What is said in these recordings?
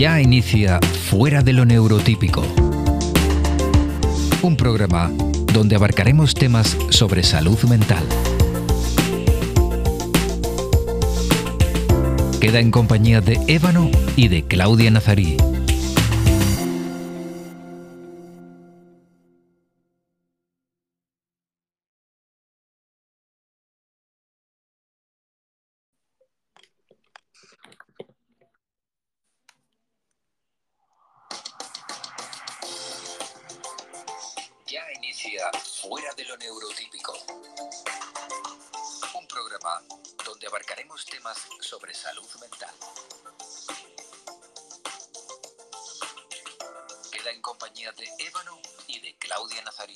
Ya inicia Fuera de lo Neurotípico, un programa donde abarcaremos temas sobre salud mental. Queda en compañía de Ébano y de Claudia Nazarí. Ya inicia Fuera de lo Neurotípico, un programa donde abarcaremos temas sobre salud mental. Queda en compañía de Ébano y de Claudia Nazarí.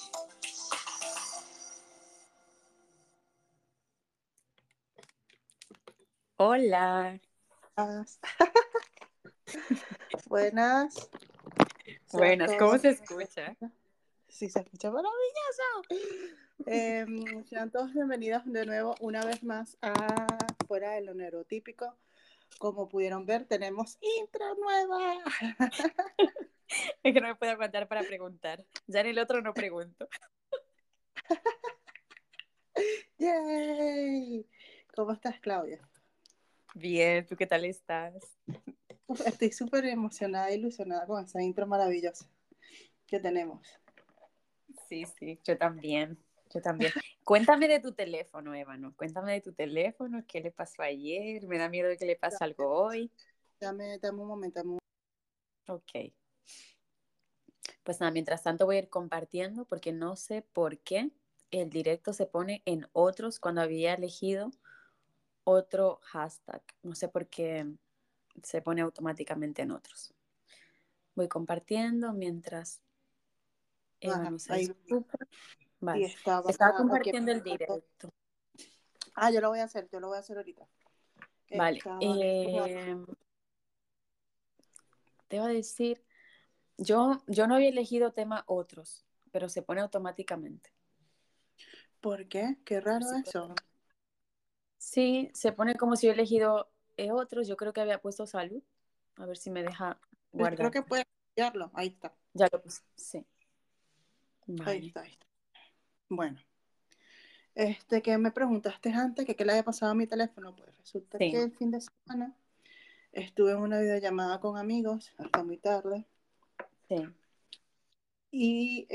Hola. Buenas. Buenas, ¿cómo se escucha? Sí, se escucha maravilloso. Sean todos bienvenidos de nuevo una vez más a Fuera de lo Neurotípico. Como pudieron ver, tenemos intro nueva. Es que no me puedo aguantar para preguntar. Ya en el otro no pregunto. ¡Yay! ¿Cómo estás, Claudia? Bien, ¿tú qué tal estás? Estoy súper emocionada e ilusionada con esa intro maravillosa que tenemos. Sí, yo también. Cuéntame de tu teléfono, Ébano. Cuéntame de tu teléfono, ¿qué le pasó ayer? Me da miedo de que le pase algo hoy. Dame un momento. Ok. Pues nada, mientras tanto voy a ir compartiendo porque no sé por qué el directo se pone en otros cuando había elegido otro hashtag. No sé por qué se pone automáticamente en otros. Voy compartiendo mientras Eva Ajá, no se ahí escucha. sí Vale. estaba Estaba aquí. compartiendo el directo. Yo lo voy a hacer ahorita. Vale. Estaba Te iba a decir, yo no había elegido tema otros, pero se pone automáticamente. ¿Por qué? Qué A ver raro si eso. Sí, se pone como si yo he elegido otros. Yo creo que había puesto salud. A ver si me deja Yo creo guardar. que puedes cambiarlo. Ahí está. Ya lo puse, sí. Ahí Vale. está, ahí está. Bueno, que me preguntaste antes que qué le había pasado a mi teléfono. Pues resulta Sí, que el fin de semana estuve en una videollamada con amigos hasta muy tarde sí, y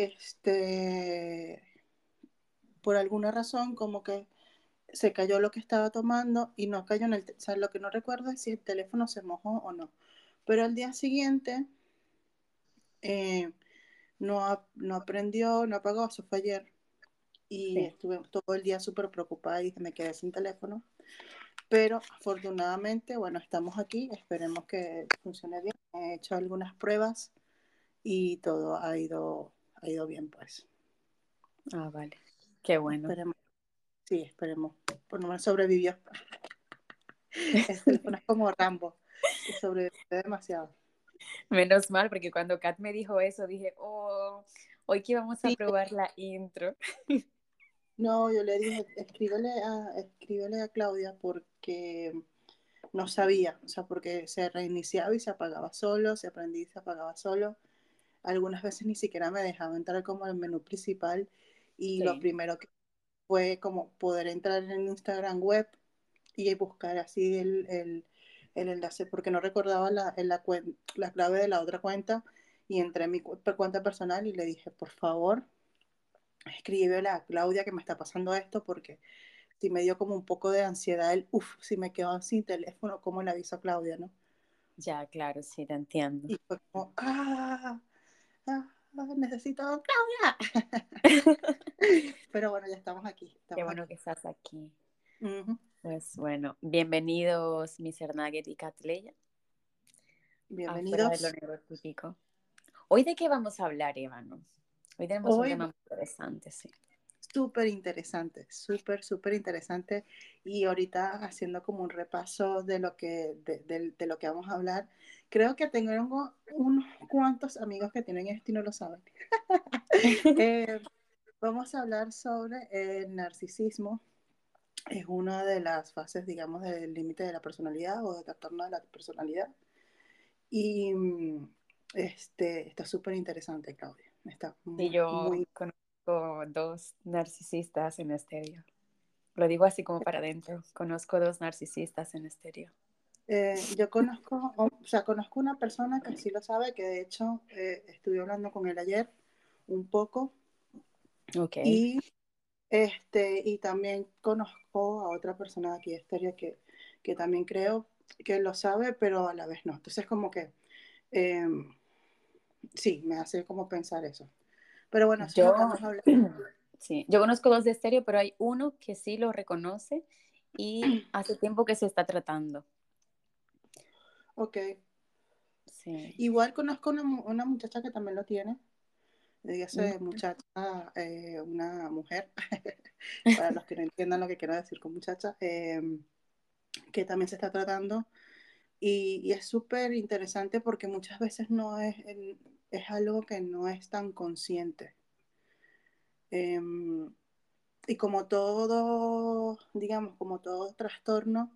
por alguna razón como que se cayó lo que estaba tomando y no cayó o sea, lo que no recuerdo es si el teléfono se mojó o no. Pero al día siguiente eh, no aprendió, no apagó, eso fue ayer. Y sí. estuve todo el día súper preocupada y dije, me quedé sin teléfono. Pero afortunadamente, bueno, estamos aquí, esperemos que funcione bien. He hecho algunas pruebas y todo ha ido bien, pues. Ah, vale. Qué bueno. Esperemos, sí, esperemos. Por lo menos sobrevivió. El teléfono es como Rambo, que sobrevivió demasiado. Menos mal, porque cuando Kat me dijo eso, dije, hoy que vamos a Sí, probar la intro. no, yo le dije, escríbele a Claudia porque no sabía, o sea, porque se reiniciaba y se apagaba solo, se prendía y se apagaba solo. Algunas veces ni siquiera me dejaba entrar como al menú principal y lo Sí, primero que fue como poder entrar en Instagram web y buscar así el enlace, porque no recordaba la clave de la otra cuenta y entré en mi cuenta personal y le dije, por favor, escríbele a Claudia que me está pasando esto porque sí me dio como un poco de ansiedad si me quedo sin teléfono, ¿cómo le aviso a Claudia, no? ya, claro, sí, te entiendo. Y fue como, necesito a Claudia. Pero bueno, ya estamos aquí, Qué estamos bueno aquí. que estás aquí. Ujú. Pues bueno, bienvenidos, Mr. Nugget y Catleya, afuera de lo Bienvenidos. neurotípico. ¿Hoy de qué vamos a hablar, Ébano? Hoy tenemos un Hoy tema muy interesante, sí. súper interesante, súper interesante. Y ahorita haciendo como un repaso de lo que vamos a hablar, creo que tengo unos cuantos amigos que tienen esto y no lo saben. Eh, Vamos a hablar sobre el narcisismo. Es una de las fases, digamos, del límite de la personalidad o de trastorno de la personalidad. Y está súper interesante, Claudia. Está Y muy, yo muy... conozco dos narcisistas en estéreo. Lo digo así como para adentro. Conozco dos narcisistas en estéreo. Yo conozco, o sea, conozco una persona que sí lo sabe, que de hecho estuve hablando con él ayer un poco, Ok. y, y también conozco a otra persona de aquí de Esteria que también creo que lo sabe, pero a la vez no. Entonces como que eh, sí, me hace como pensar eso. Pero bueno, eso es lo que Yo, vamos a hablar. sí, yo conozco dos de estéreo, pero hay uno que sí lo reconoce y hace tiempo que se está tratando. Ok. Sí. Igual conozco una muchacha que también lo tiene. Mm. Dígase muchacha, una mujer, para los que no entiendan lo que quiero decir con muchacha, que también se está tratando. Y es súper interesante porque muchas veces no es, es algo que no es tan consciente. Em, y como todo, digamos, como todo trastorno,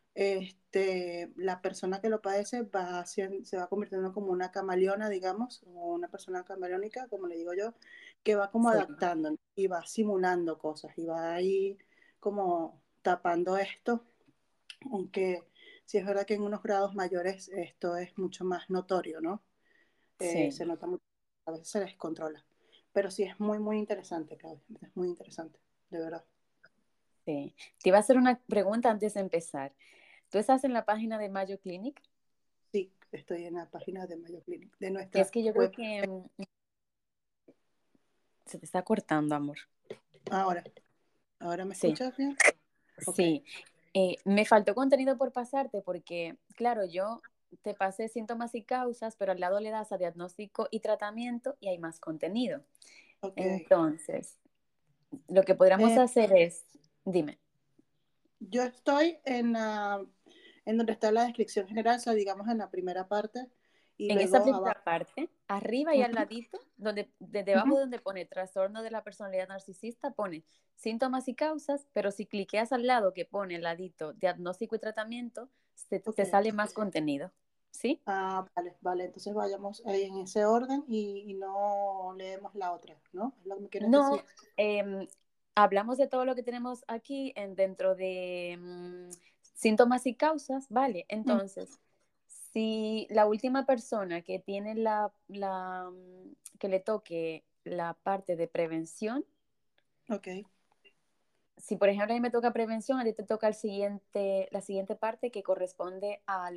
la persona que lo padece se va convirtiendo como una camaleona, digamos, o una persona camaleónica, como le digo yo, que va como Sí, adaptando, ¿no? Y va simulando cosas y va ahí como tapando esto, aunque sí es verdad que en unos grados mayores esto es mucho más notorio, ¿no? sí, Se nota mucho, a veces se descontrola. Pero sí es muy, muy interesante, Claudia, es muy interesante, de verdad. sí. Te iba a hacer una pregunta antes de empezar. ¿Tú estás en la página de Mayo Clinic? Sí, estoy en la página de Mayo Clinic, de Es nuestra que yo creo web. que se te está cortando, amor. Ahora, ¿ahora me Sí, escuchas bien? Ok, sí. Me faltó contenido por pasarte porque, claro, yo te pasé síntomas y causas, pero al lado le das a diagnóstico y tratamiento y hay más contenido. ok. Entonces, lo que podríamos Eh, hacer es, dime, yo estoy en donde está la descripción general, o sea, digamos en la primera parte, y en esa luego abajo. primera parte, arriba y al Ujú, ladito, donde, de debajo ujú, de donde pone trastorno de la personalidad narcisista, pone síntomas y causas, pero si cliqueas al lado que pone al ladito diagnóstico y tratamiento, ok. te sale más contenido, ¿sí? Ah, vale, vale. Entonces vayamos en ese orden y no leemos la otra, ¿no? Es lo que me quieres No, decir. hablamos de todo lo que tenemos aquí dentro de síntomas y causas, ¿vale? Mm, Entonces, si la última persona que tiene que le toque la parte de prevención, ok, si por ejemplo a mí me toca prevención, a ti te toca la siguiente parte que corresponde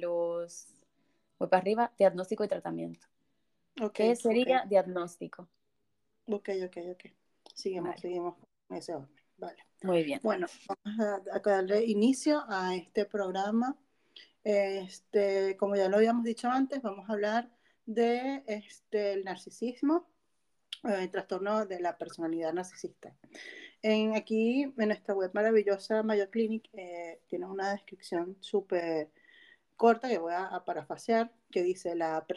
voy para arriba, diagnóstico y tratamiento. ok, ¿Qué ok, sería diagnóstico? ok, ok, ok. Seguimos, Vale, seguimos en ese orden. Vale. muy bien. Bueno, vamos a darle inicio a este programa. Como ya lo habíamos dicho antes, vamos a hablar de el narcisismo, el trastorno de la personalidad narcisista. Aquí, en nuestra web maravillosa Mayo Clinic, tiene una descripción súper corta que voy a parafasear, que dice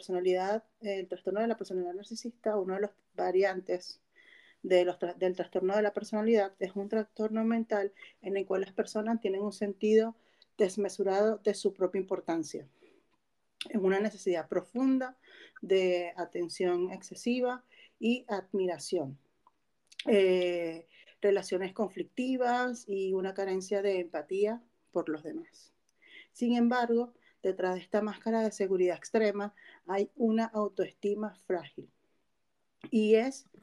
el trastorno de la personalidad narcisista, uno de los variantes del trastorno de la personalidad, es un trastorno mental en el cual las personas tienen un sentido desmesurado de su propia importancia. Es una necesidad profunda de atención excesiva y admiración. Eh, Relaciones conflictivas y una carencia de empatía por los demás. Sin embargo, detrás de esta máscara de seguridad extrema hay una autoestima frágil y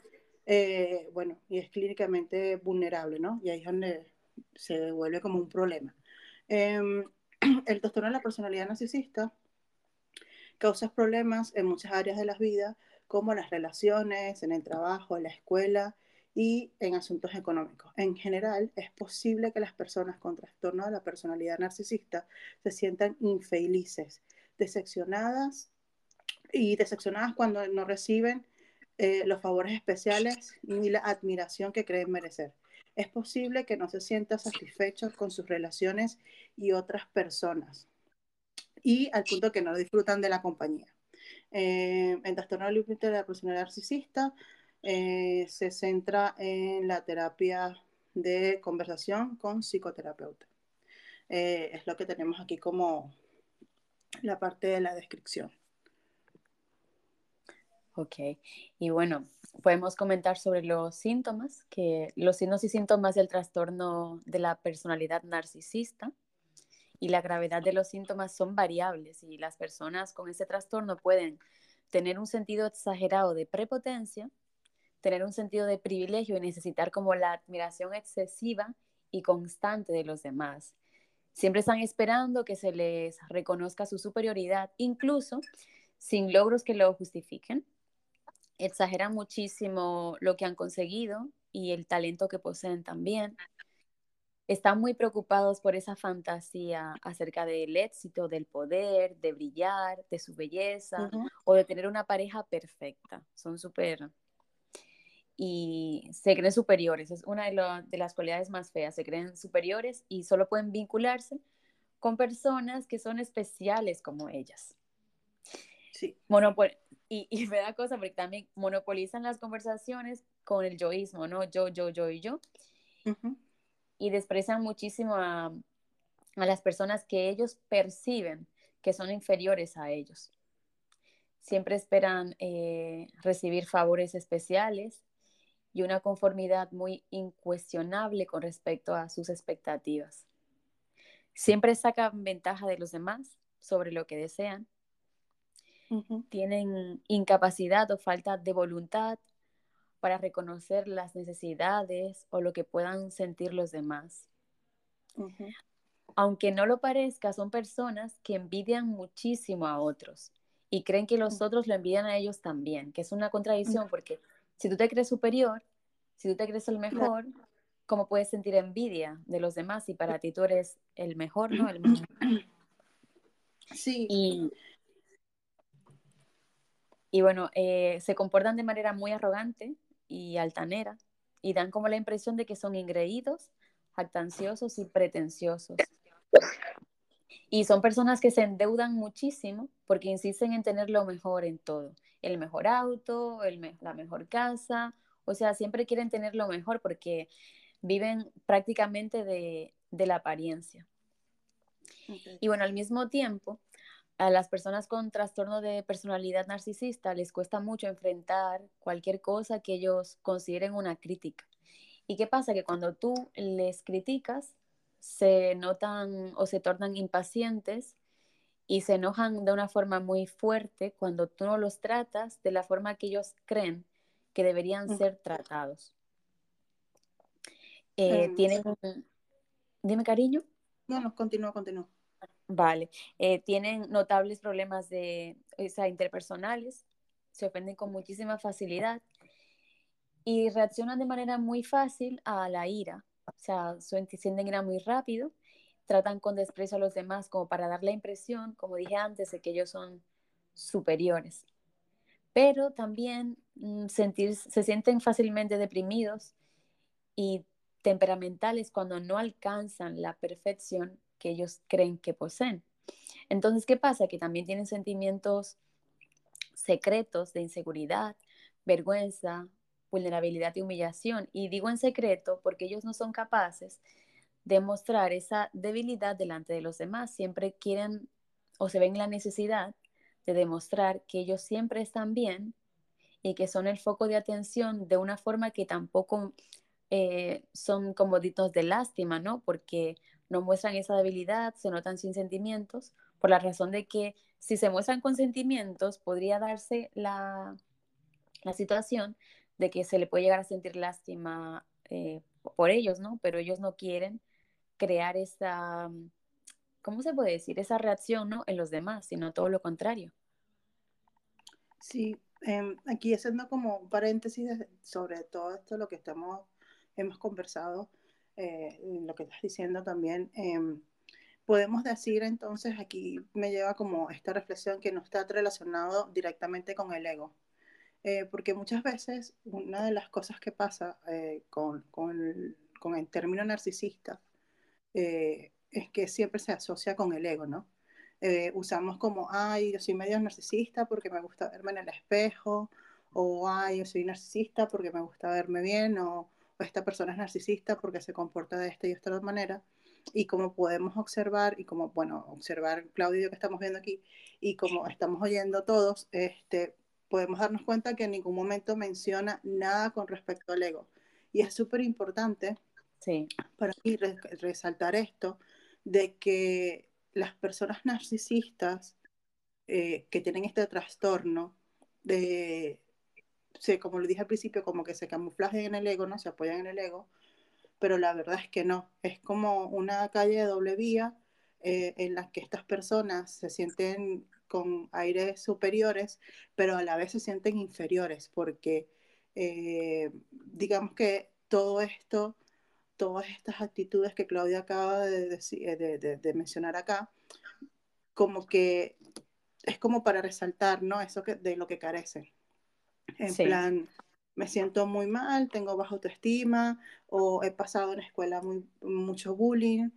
y es clínicamente vulnerable, ¿no? Y ahí es donde se vuelve como un problema. Eh, el trastorno de la personalidad narcisista causa problemas en muchas áreas de la vida, como las relaciones, en el trabajo, en la escuela y en asuntos económicos. En general, es posible que las personas con trastorno de la personalidad narcisista se sientan infelices, decepcionadas decepcionadas cuando no reciben los favores especiales ni la admiración que creen merecer. Es posible que no se sientan satisfechos con sus relaciones y otras personas y al punto que no disfrutan de la compañía. El trastorno del límite de la personalidad narcisista se centra en la terapia de conversación con psicoterapeuta. Es lo que tenemos aquí como la parte de la descripción. Ok, y bueno, podemos comentar sobre los síntomas, que los signos y síntomas del trastorno de la personalidad narcisista y la gravedad de los síntomas son variables y las personas con este trastorno pueden tener un sentido exagerado de prepotencia, tener un sentido de privilegio y necesitar como la admiración excesiva y constante de los demás. Siempre están esperando que se les reconozca su superioridad, incluso sin logros que lo justifiquen. Exageran muchísimo lo que han conseguido y el talento que poseen también. Están muy preocupados por esa fantasía acerca del éxito, del poder, de brillar, de su belleza Ujú, o de tener una pareja perfecta. Son súper y se creen superiores. Es una de las cualidades más feas. Se creen superiores y solo pueden vincularse con personas que son especiales como ellas. sí. Y me da cosa porque también monopolizan las conversaciones con el yoísmo, ¿no? Yo y yo. Ujú, Y desprecian muchísimo a las personas que ellos perciben que son inferiores a ellos. Siempre esperan recibir favores especiales y una conformidad muy incuestionable con respecto a sus expectativas. Siempre sacan ventaja de los demás sobre lo que desean. ujú, Tienen incapacidad o falta de voluntad para reconocer las necesidades o lo que puedan sentir los demás. ujú, Aunque no lo parezca, son personas que envidian muchísimo a otros y creen que los otros lo envidian a ellos también, que es una ujú. contradicción porque si tú te crees superior, si tú te crees el Claro. mejor, ¿cómo puedes sentir envidia de los demás si para ti tú eres el mejor, ¿no? El mejor. Sí. Y, y bueno, se comportan de manera muy arrogante y altanera y dan como la impresión de que son engreídos, jactanciosos y pretenciosos. Y son personas que se endeudan muchísimo porque insisten en tener lo mejor en todo. El mejor auto, la mejor casa. O sea, siempre quieren tener lo mejor porque viven prácticamente de la apariencia. Ok. Y bueno, al mismo tiempo, a las personas con trastorno de personalidad narcisista les cuesta mucho enfrentar cualquier cosa que ellos consideren una crítica. ¿Y qué pasa? Que cuando tú les criticas, se notan o se tornan impacientes y se enojan de una forma muy fuerte cuando tú no los tratas de la forma que ellos creen que deberían Ujú. ser tratados. Em, Tienen, dime cariño, no, no, continúa, continúa. vale, tienen notables problemas o sea, interpersonales, se ofenden con muchísima facilidad y reaccionan de manera muy fácil a la ira, o sea, sienten ira muy rápido, tratan con desprecio a los demás como para dar la impresión, como dije antes, de que ellos son superiores. Pero también se sienten fácilmente deprimidos y temperamentales cuando no alcanzan la perfección que ellos creen que poseen. Entonces, ¿qué pasa? Que también tienen sentimientos secretos de inseguridad, vergüenza, vulnerabilidad y humillación. Y digo en secreto porque ellos no son capaces de mostrar esa debilidad delante de los demás. Siempre quieren o se ven la necesidad de demostrar que ellos siempre están bien y que son el foco de atención de una forma que tampoco son como dignos de lástima, ¿no? Porque no muestran esa debilidad, se notan sin sentimientos, por la razón de que si se muestran con sentimientos, podría darse la situación de que se le puede llegar a sentir lástima por ellos, ¿no? Pero ellos no quieren crear esa, ¿cómo se puede decir? Esa reacción, ¿no? En los demás, sino todo lo contrario. Sí, aquí haciendo como un paréntesis sobre todo esto, lo que hemos conversado, lo que estás diciendo también, podemos decir entonces, aquí me lleva como esta reflexión que no está relacionado directamente con el ego, porque muchas veces una de las cosas que pasa con el término narcisista es que siempre se asocia con el ego, ¿no? Usamos como, ay, yo soy medio narcisista porque me gusta verme en el espejo, o ay, yo soy narcisista porque me gusta verme bien, o esta persona es narcisista porque se comporta de esta y esta manera. Y como podemos observar, y observar Claudio y yo que estamos viendo aquí, y como estamos oyendo todos, podemos darnos cuenta que en ningún momento menciona nada con respecto al ego. Y es súper importante Sí, para mí resaltar esto, de que las personas narcisistas que tienen este trastorno, de, como lo dije al principio, como que se camuflajen en el ego, no se apoyan en el ego, pero la verdad es que no, es como una calle de doble vía en la que estas personas se sienten con aires superiores, pero a la vez se sienten inferiores, porque digamos que todo esto, todas estas actitudes que Claudia acaba de mencionar acá, como que es como para resaltar, ¿no? Eso de lo que carecen. En sí, plan, me siento muy mal, tengo baja autoestima, o he pasado en la escuela mucho bullying,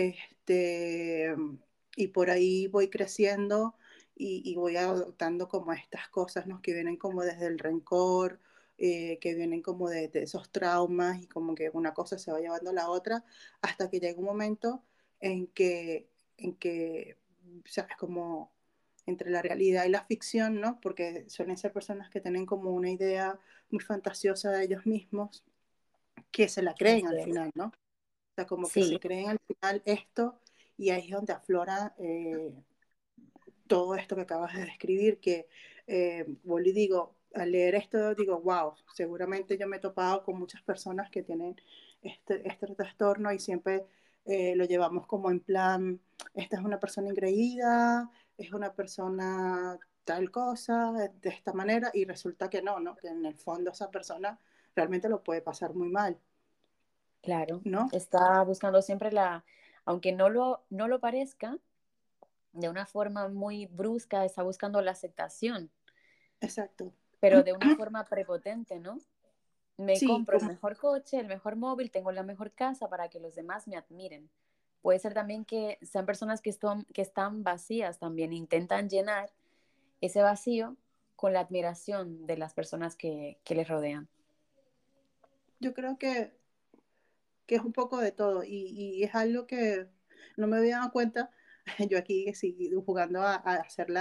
y por ahí voy creciendo y voy adoptando como estas cosas, ¿no? Que vienen como desde el rencor, que vienen como de esos traumas y como que una cosa se va llevando a la otra, hasta que llega un momento en que, ¿sabes? Como entre la realidad y la ficción, ¿no? Porque suelen ser personas que tienen como una idea muy fantasiosa de ellos mismos, que se la creen así al es. final, ¿no? O sea, como que se Sí, creen al final esto y ahí es donde aflora todo esto que acabas de describir, que, y digo, al leer esto digo, wow, seguramente yo me he topado con muchas personas que tienen este trastorno y siempre lo llevamos como en plan, esta es una persona ingreída, es una persona tal cosa, de esta manera, y resulta que no, ¿no? Que en el fondo esa persona realmente lo puede pasar muy mal, claro. ¿no? Está buscando siempre aunque no lo parezca, de una forma muy brusca, está buscando la aceptación, Exacto. pero de una forma prepotente, ¿no? Me Sí, compro el mejor coche, el mejor móvil, tengo la mejor casa para que los demás me admiren. Puede ser también que sean personas que están vacías también, intentan llenar ese vacío con la admiración de las personas que les rodean. yo creo que es un poco de todo y es algo que no me había dado cuenta. Yo aquí sí, jugando a hacer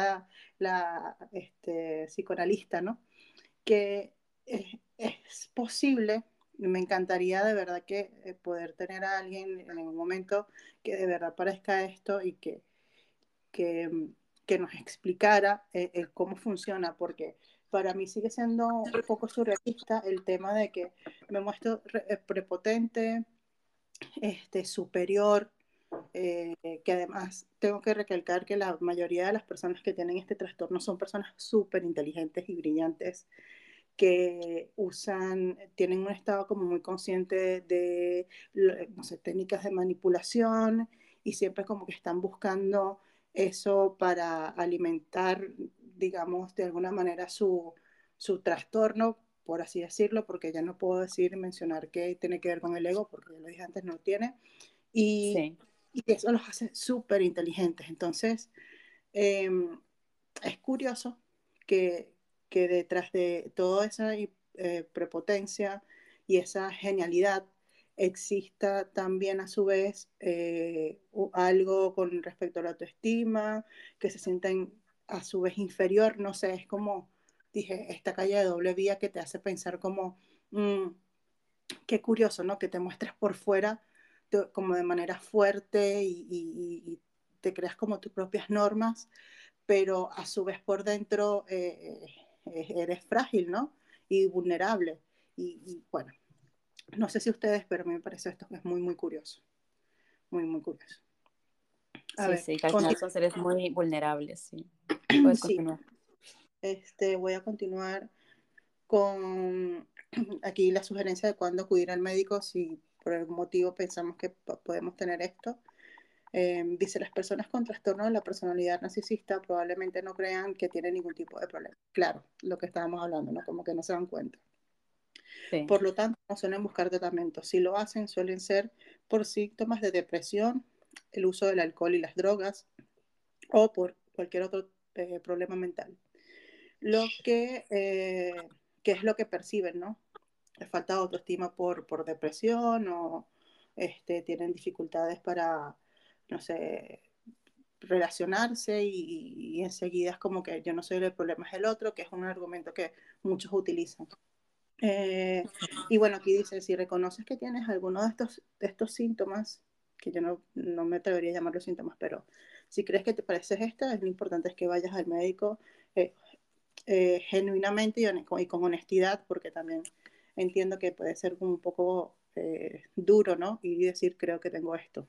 la psicoanalista, ¿no? Que es posible, me encantaría de verdad que poder tener a alguien en un momento que de verdad parezca esto y que, que nos explicara el cómo funciona, porque para mí sigue siendo un poco surrealista el tema de que me muestro prepotente, superior, que además tengo que recalcar que la mayoría de las personas que tienen este trastorno son personas súper inteligentes y brillantes que tienen un estado como muy consciente de, no sé, técnicas de manipulación y siempre como que están buscando eso para alimentar, digamos, de alguna manera su trastorno, por así decirlo, porque ya no puedo mencionar que tiene que ver con el ego, porque ya lo dije antes, no tiene, y, Sí, y eso los hace súper inteligentes. Entonces, eh, es curioso que, que detrás de toda esa prepotencia y esa genialidad exista también a su vez algo con respecto a la autoestima, que se sienten a su vez inferior, no sé, es como, dije, esta calle de doble vía que te hace pensar como, mmm, qué curioso, ¿no? Que te muestres por fuera como de manera fuerte y te creas como tus propias normas, pero a su vez por dentro eres frágil, ¿no? Y vulnerable. Y bueno, no sé si ustedes, pero a mí me parece esto que es muy, muy curioso. Muy, muy curioso. A sí, ver, sí, que al final son seres muy vulnerables, sí. Puedes sí, continuar. voy a continuar con aquí la sugerencia de cuándo acudir al médico si por algún motivo pensamos que podemos tener esto. Dice, las personas con trastorno de la personalidad narcisista probablemente no crean que tienen ningún tipo de problema. Claro, lo que estábamos hablando, ¿no? Como que no se dan cuenta. Sí, Por lo tanto, no suelen buscar tratamiento. Si lo hacen, suelen ser por síntomas de depresión, el uso del alcohol y las drogas o por cualquier otro problema mental. Lo que es lo que perciben, ¿no? Falta de autoestima por depresión o tienen dificultades para, no sé, relacionarse y enseguida es como que yo no soy el problema, es el otro, que es un argumento que muchos utilizan. Y bueno, aquí dice, si reconoces que tienes alguno de estos síntomas, que yo no me atrevería a llamarlos síntomas, pero si crees que te pareces esta, lo importante es que vayas al médico genuinamente y con honestidad, porque también entiendo que puede ser un poco duro, ¿no? Y decir, creo que tengo esto.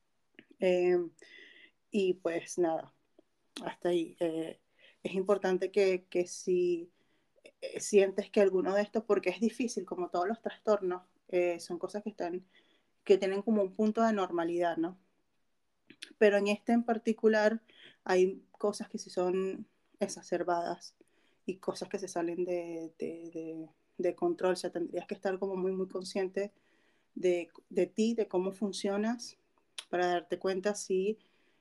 Y pues nada, hasta ahí. Es importante que si sientes que alguno de estos, porque es difícil, como todos los trastornos, son cosas que tienen como un punto de normalidad, ¿no? Pero en este en particular hay cosas que sí son exacerbadas y cosas que se salen de control. O sea, tendrías que estar como muy, muy consciente de ti, de cómo funcionas, para darte cuenta si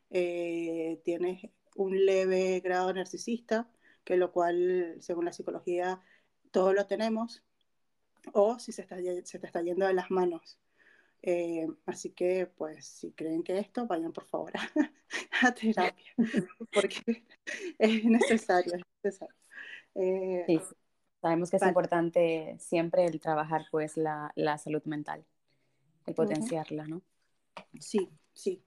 tienes un leve grado narcisista, que lo cual, según la psicología, todos lo tenemos, o si se te está yendo de las manos. Así que, pues, si creen que esto, vayan por favor a terapia, porque es necesario, es necesario. Sí, sí. Sabemos que es Vale. importante siempre el trabajar pues la salud mental, el Uh-huh. potenciarla, ¿no? Sí, sí.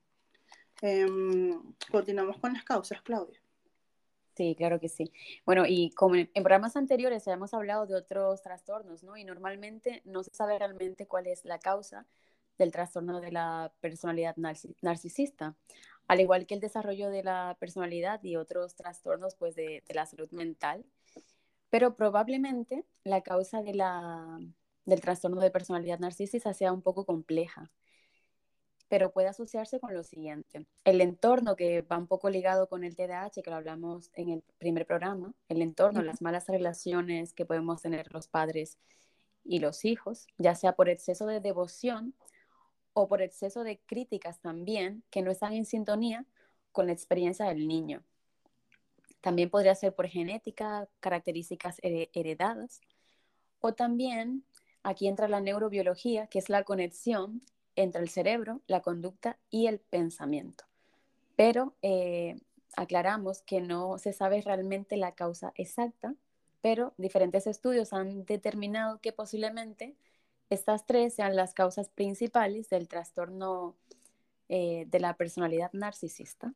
Continuamos con las causas, Claudia. Sí, claro que sí. Bueno, y como en programas anteriores ya hemos hablado de otros trastornos, ¿no? Y normalmente no se sabe realmente cuál es la causa del trastorno de la personalidad narcisista, al igual que el desarrollo de la personalidad y otros trastornos, pues, de la salud mental. Pero probablemente la causa del trastorno de personalidad narcisista sea un poco compleja, pero puede asociarse con lo siguiente. El entorno, que va un poco ligado con el TDAH, que lo hablamos en el primer programa, el entorno, las malas relaciones que podemos tener los padres y los hijos, ya sea por exceso de devoción o por exceso de críticas también, que no están en sintonía con la experiencia del niño. También podría ser por genética, características heredadas, o también aquí entra la neurobiología, que es la conexión entre el cerebro, la conducta y el pensamiento. Pero aclaramos que no se sabe realmente la causa exacta, pero diferentes estudios han determinado que posiblemente estas tres sean las causas principales del trastorno de la personalidad narcisista.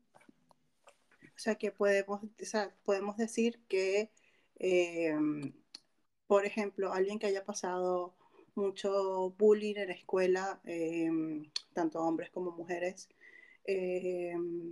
O sea, que podemos decir que, eh, por ejemplo, alguien que haya pasado mucho bullying en la escuela, tanto hombres como mujeres, eh,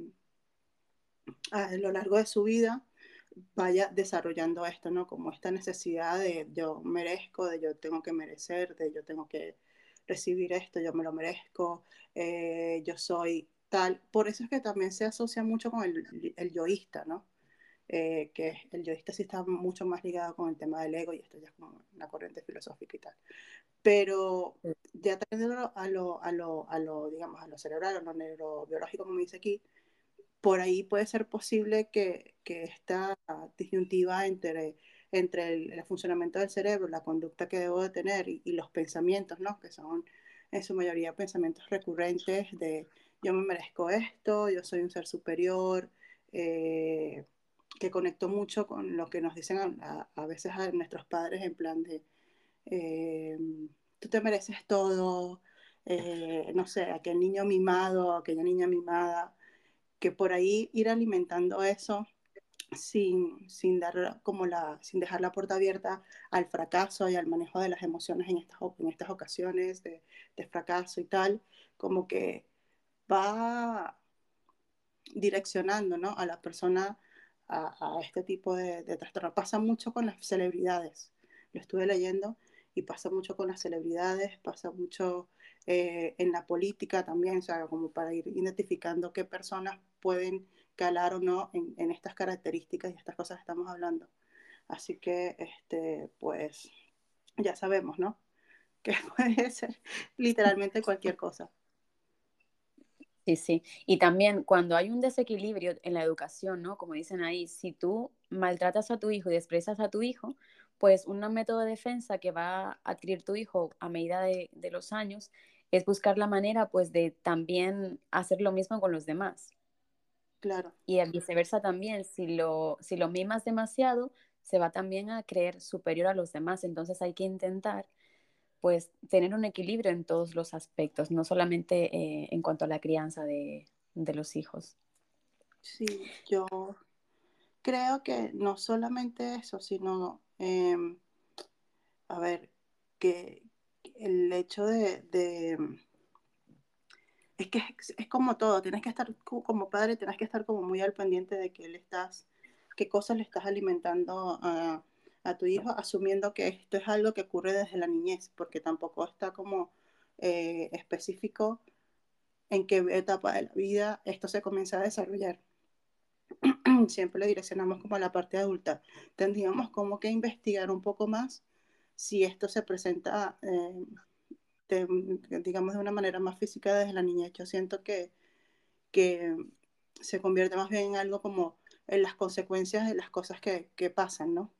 a lo largo de su vida, vaya desarrollando esto, ¿no? Como esta necesidad de yo merezco, de yo tengo que merecer, de yo tengo que recibir esto, yo me lo merezco, yo soy tal. Por eso es que también se asocia mucho con el yoísta, ¿no? Que el yoísta sí está mucho más ligado con el tema del ego y esto ya es como una corriente filosófica y tal. Pero ya trayéndolo digamos, a lo cerebral, a lo neurobiológico, como dice aquí, por ahí puede ser posible que esta disyuntiva entre el funcionamiento del cerebro, la conducta que debo de tener y los pensamientos, ¿no? Que son en su mayoría pensamientos recurrentes de yo me merezco esto, yo soy un ser superior, que conecto mucho con lo que nos dicen a veces a nuestros padres en plan de eh, tú te mereces todo, no sé, aquel niño mimado, aquella niña mimada, que por ahí ir alimentando eso sin dar sin dejar la puerta abierta al fracaso y al manejo de las emociones en estas ocasiones de fracaso y tal, como que va direccionando, ¿no? A la persona a este tipo de trastorno. Pasa mucho con las celebridades, lo estuve leyendo, y pasa mucho con las celebridades, pasa mucho en la política también, o sea, como para ir identificando qué personas pueden calar o no en estas características y estas cosas que estamos hablando. Así que, pues, ya sabemos, ¿no? Que puede ser literalmente cualquier cosa. Sí, sí. Y también cuando hay un desequilibrio en la educación, ¿no? Como dicen ahí, si tú maltratas a tu hijo y desprecias a tu hijo, pues un método de defensa que va a adquirir tu hijo a medida de los años es buscar la manera, pues, de también hacer lo mismo con los demás. claro. Y viceversa también, si lo mimas demasiado, se va también a creer superior a los demás. Entonces hay que intentar, pues, tener un equilibrio en todos los aspectos, no solamente en cuanto a la crianza de los hijos. Sí, yo creo que no solamente eso, sino, a ver, que el hecho es que es como todo, tienes que estar como padre, tienes que estar como muy al pendiente de qué cosas le estás alimentando a tu hijo, asumiendo que esto es algo que ocurre desde la niñez, porque tampoco está como específico en qué etapa de la vida esto se comienza a desarrollar. Siempre le direccionamos como a la parte adulta. Tendríamos como que investigar un poco más si esto se presenta, digamos, de una manera más física desde la niñez. Yo siento que se convierte más bien en algo como en las consecuencias de las cosas que pasan, ¿no?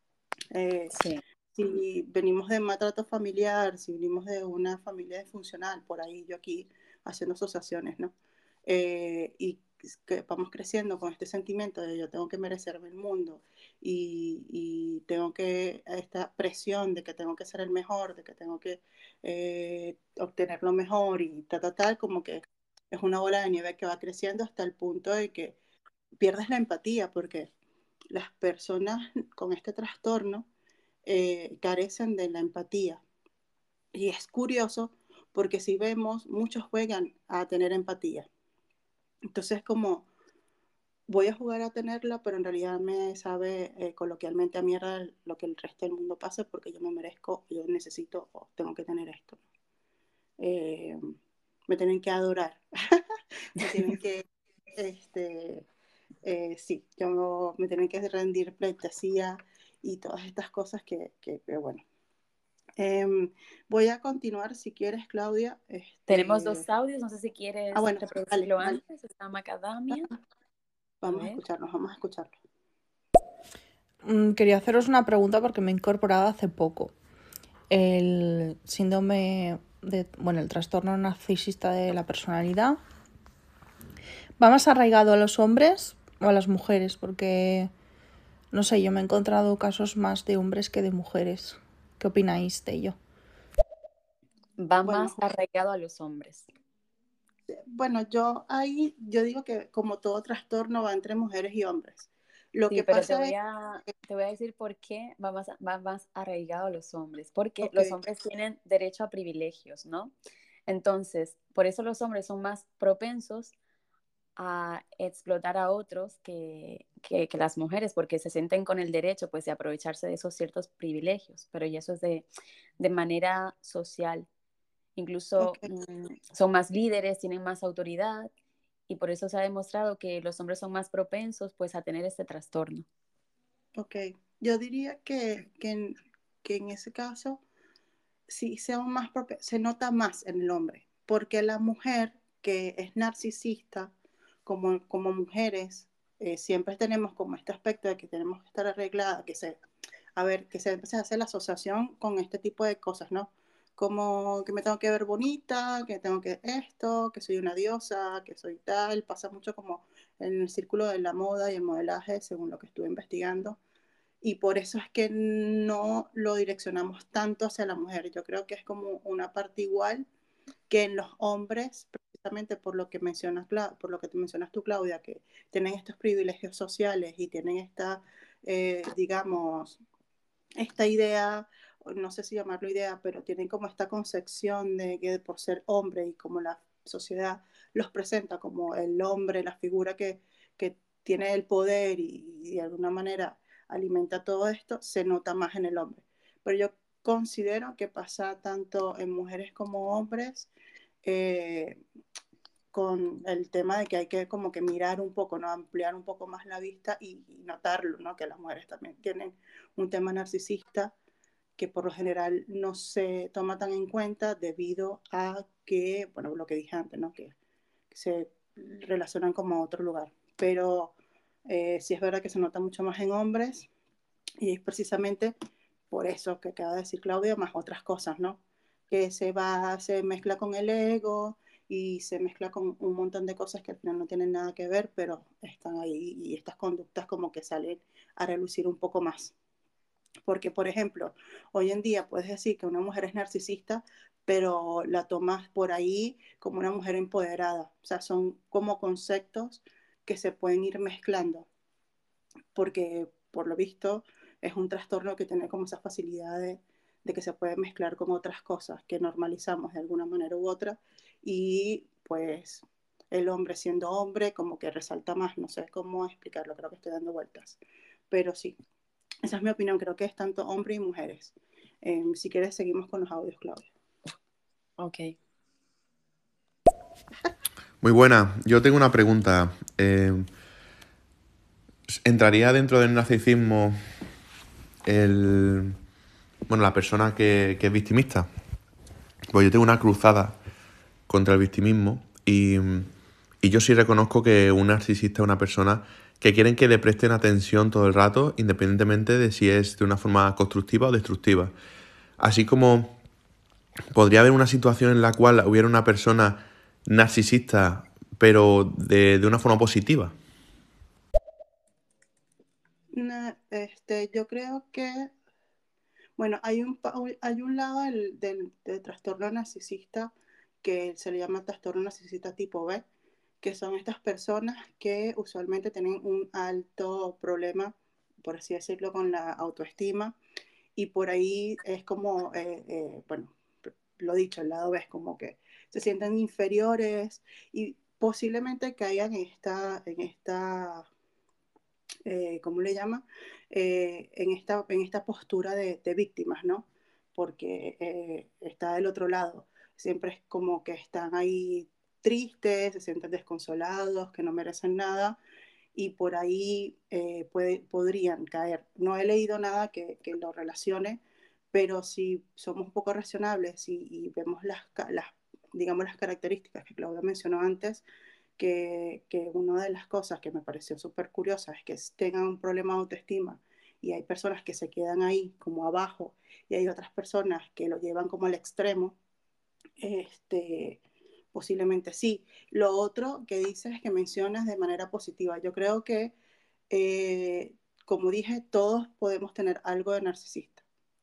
Sí, Si venimos de maltrato familiar, si venimos de una familia disfuncional, por ahí yo aquí haciendo asociaciones, ¿no? Y que vamos creciendo con este sentimiento de yo tengo que merecerme el mundo y tengo que, esta presión de que tengo que ser el mejor, de que tengo que obtener lo mejor y tal, como que es una bola de nieve que va creciendo hasta el punto de que pierdes la empatía porque las personas con este trastorno carecen de la empatía. Y es curioso porque si vemos, muchos juegan a tener empatía. Entonces como voy a jugar a tenerla, pero en realidad me sabe coloquialmente a mierda lo que el resto del mundo pasa porque yo me merezco, yo necesito o tengo que tener esto. Eh, Me tienen que adorar, me tienen que, este, sí, yo me tienen que rendir pleitesía y todas estas cosas que bueno. Voy a continuar si quieres, Claudia. tenemos dos audios, no sé si Ah, quieres bueno, vale, reproducirlo vale. antes. Está Macadamia. A Vamos a ver. escucharnos, vamos a escucharlo. Quería haceros una pregunta porque me he incorporado hace poco. El síndrome el trastorno narcisista de la personalidad va más arraigado a los hombres o a las mujeres, porque no sé, yo me he encontrado casos más de hombres que de mujeres. ¿Qué opináis de ello? Va Bueno, más arraigado a los hombres. yo digo que como todo trastorno va entre mujeres y hombres. Lo Sí, que pero pasa es, te voy a decir por qué va más arraigado a los hombres. Porque ok, los hombres tienen derecho a privilegios, ¿no? Entonces, por eso los hombres son más propensos a explotar a otros que las mujeres, porque se sienten con el derecho, pues, de aprovecharse de esos ciertos privilegios. Pero y eso es de manera social. Incluso ok, son más líderes, tienen más autoridad y por eso se ha demostrado que los hombres son más propensos pues a tener este trastorno. ok. Yo diría que en ese caso sí se nota más en el hombre, porque la mujer que es narcisista, como mujeres, siempre tenemos como este aspecto de que tenemos que estar arreglada, que se hace la asociación con este tipo de cosas, ¿no? Como que me tengo que ver bonita, que tengo que esto, que soy una diosa, que soy tal, pasa mucho como en el círculo de la moda y el modelaje, según lo que estuve investigando y por eso es que no lo direccionamos tanto hacia la mujer. Yo creo que es como una parte igual que en los hombres, precisamente por lo que te mencionas tú, Claudia, que tienen estos privilegios sociales y tienen digamos, esta idea, no sé si llamarlo idea, pero tienen como esta concepción de que por ser hombre y como la sociedad los presenta como el hombre, la figura que tiene el poder y de alguna manera alimenta todo esto, se nota más en el hombre. Pero yo considero que pasa tanto en mujeres como hombres eh, con el tema de que hay que como que mirar un poco, ¿no? Ampliar un poco más la vista y notarlo, ¿no? Que las mujeres también tienen un tema narcisista que por lo general no se toma tan en cuenta debido a que, bueno, lo que dije antes, ¿no? Que se relacionan como a otro lugar. Pero sí es verdad que se nota mucho más en hombres y es precisamente por eso que acaba de decir Claudia, más otras cosas, ¿no? Que se mezcla con el ego y se mezcla con un montón de cosas que al final no tienen nada que ver, pero están ahí y estas conductas como que salen a relucir un poco más. Porque, por ejemplo, hoy en día puedes decir que una mujer es narcisista, pero la tomas por ahí como una mujer empoderada. O sea, son como conceptos que se pueden ir mezclando, porque por lo visto es un trastorno que tiene como esa facilidad de que se puede mezclar con otras cosas que normalizamos de alguna manera u otra, y pues el hombre siendo hombre como que resalta más, no sé cómo explicarlo, creo que estoy dando vueltas, pero sí, esa es mi opinión, creo que es tanto hombres y mujeres. Si quieres seguimos con los audios, Claudia. Ok. Muy buena. Yo tengo una pregunta. ¿Entraría dentro del narcisismo la persona que es victimista? Pues yo tengo una cruzada contra el victimismo y yo sí reconozco que un narcisista es una persona que quieren que le presten atención todo el rato, independientemente de si es de una forma constructiva o destructiva. Así como podría haber una situación en la cual hubiera una persona narcisista, pero de una forma positiva. Yo creo que, bueno, hay un lado del trastorno narcisista que se le llama trastorno narcisista tipo B, que son estas personas que usualmente tienen un alto problema, por así decirlo, con la autoestima, y por ahí es como, bueno, lo dicho, el lado B es como que se sienten inferiores y posiblemente caigan ¿cómo le llama? En esta postura de víctimas, ¿no? Porque está del otro lado. Siempre es como que están ahí tristes, se sienten desconsolados, que no merecen nada, y por ahí podrían caer. No he leído nada que lo relacione, pero si somos un poco racionables y vemos digamos, las características que Claudia mencionó antes, que una de las cosas que me pareció súper curiosa es que tengan un problema de autoestima y hay personas que se quedan ahí como abajo y hay otras personas que lo llevan como al extremo. Posiblemente sí. Lo otro que dices es que mencionas de manera positiva. Yo creo que, como dije, todos podemos tener algo de narcisista.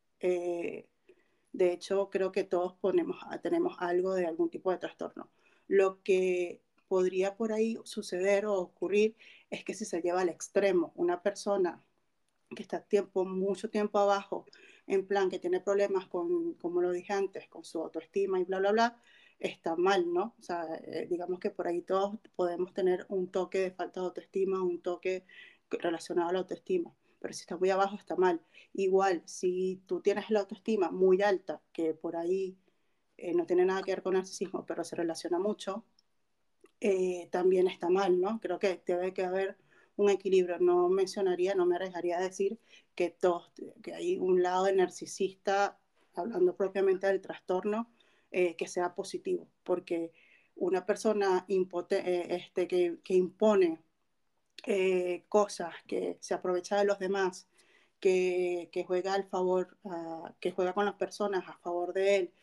De hecho, creo que todos tenemos algo de algún tipo de trastorno. Lo que podría por ahí suceder o ocurrir es que si se lleva al extremo, una persona que está mucho tiempo abajo, en plan que tiene problemas con, como lo dije antes, con su autoestima y bla, bla, bla, está mal, ¿no? O sea, digamos que por ahí todos podemos tener un toque de falta de autoestima, un toque relacionado a la autoestima, pero si está muy abajo está mal. Igual, si tú tienes la autoestima muy alta, que por ahí no tiene nada que ver con narcisismo, pero se relaciona mucho, también está mal, ¿no? Creo que debe que haber un equilibrio. No mencionaría, no me arriesgaría a decir que hay un lado de narcisista, hablando propiamente del trastorno, que sea positivo, porque una persona que impone cosas, que se aprovecha de los demás, que juega al favor, que juega con las personas a favor de él,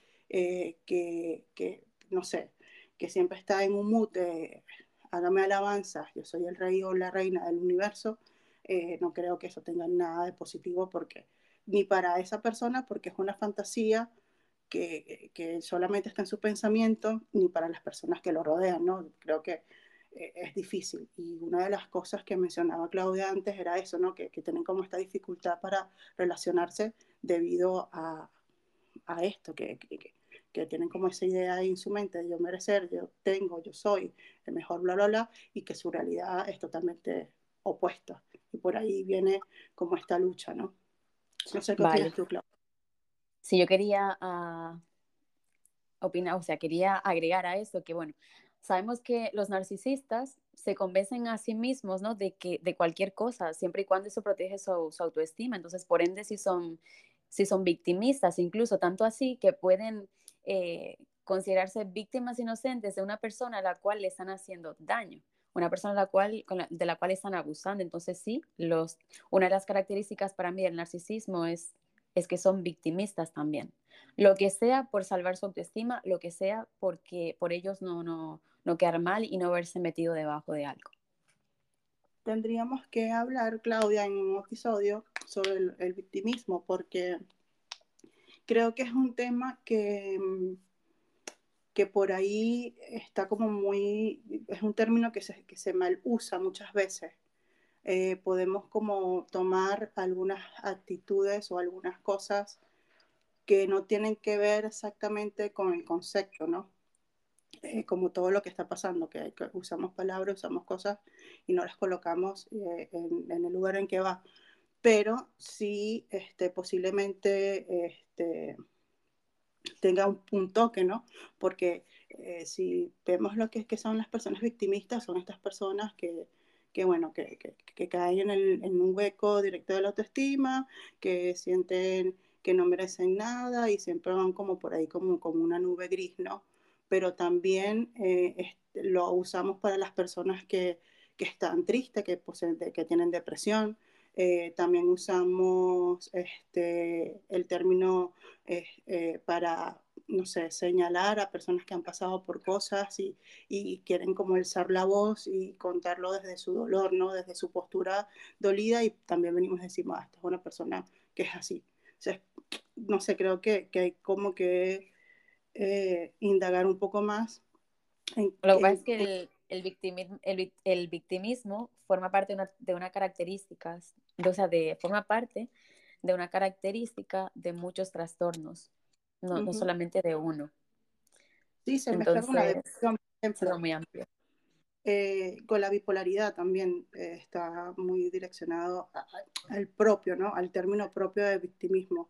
no sé, que siempre está en un mood de hágame alabanzas, yo soy el rey o la reina del universo. No creo que eso tenga nada de positivo, porque ni para esa persona, porque es una fantasía que solamente está en su pensamiento, ni para las personas que lo rodean, ¿no? Creo que es difícil. Y una de las cosas que mencionaba Claudia antes era eso, ¿no? Que tienen como esta dificultad para relacionarse debido a esto, que tienen como esa idea ahí en su mente de yo merecer, yo tengo, yo soy el mejor, bla, bla, bla, y que su realidad es totalmente opuesta. Y por ahí viene como esta lucha, ¿no? No sé qué Vale. opinas tú, Claudia. Sí, yo quería opinar, o sea, quería agregar a eso que, bueno, sabemos que los narcisistas se convencen a sí mismos, ¿no? De cualquier cosa, siempre y cuando eso protege su autoestima. Entonces, por ende, si son victimistas, incluso tanto así que pueden considerarse víctimas inocentes de una persona a la cual le están haciendo daño, una persona de la cual están abusando. Entonces, sí, una de las características para mí del narcisismo es es que son victimistas también. Lo que sea por salvar su autoestima, lo que sea porque por ellos no quedar mal y no verse metido debajo de algo. Tendríamos que hablar, Claudia, en un episodio sobre el victimismo, porque creo que es un tema que por ahí está como muy, es un término que se mal usa muchas veces. Podemos como tomar algunas actitudes o algunas cosas que no tienen que ver exactamente con el concepto, ¿no? Como todo lo que está pasando, que usamos palabras, usamos cosas y no las colocamos en el lugar en que va. Pero sí, posiblemente tenga un toque, ¿no? Porque si vemos lo que son las personas victimistas, son estas personas bueno, que caen en un hueco directo de la autoestima, que sienten que no merecen nada y siempre van como por ahí como una nube gris, ¿no? Pero también lo usamos para las personas que están tristes, que tienen depresión. También usamos el término para, no sé, señalar a personas que han pasado por cosas y quieren como alzar la voz y contarlo desde su dolor, ¿no? Desde su postura dolida, y también venimos y decimos, esta es una persona que es así. O sea, no sé, creo que hay como que indagar un poco más Lo que pasa es que el victimismo forma parte de una característica, o sea, forma parte de una característica de muchos trastornos, no solamente de uno. Sí, se mezcla con la Entonces, depresión, por es ejemplo. algo muy amplio. Con la bipolaridad también está muy direccionado al propio, ¿no? Al término propio de victimismo.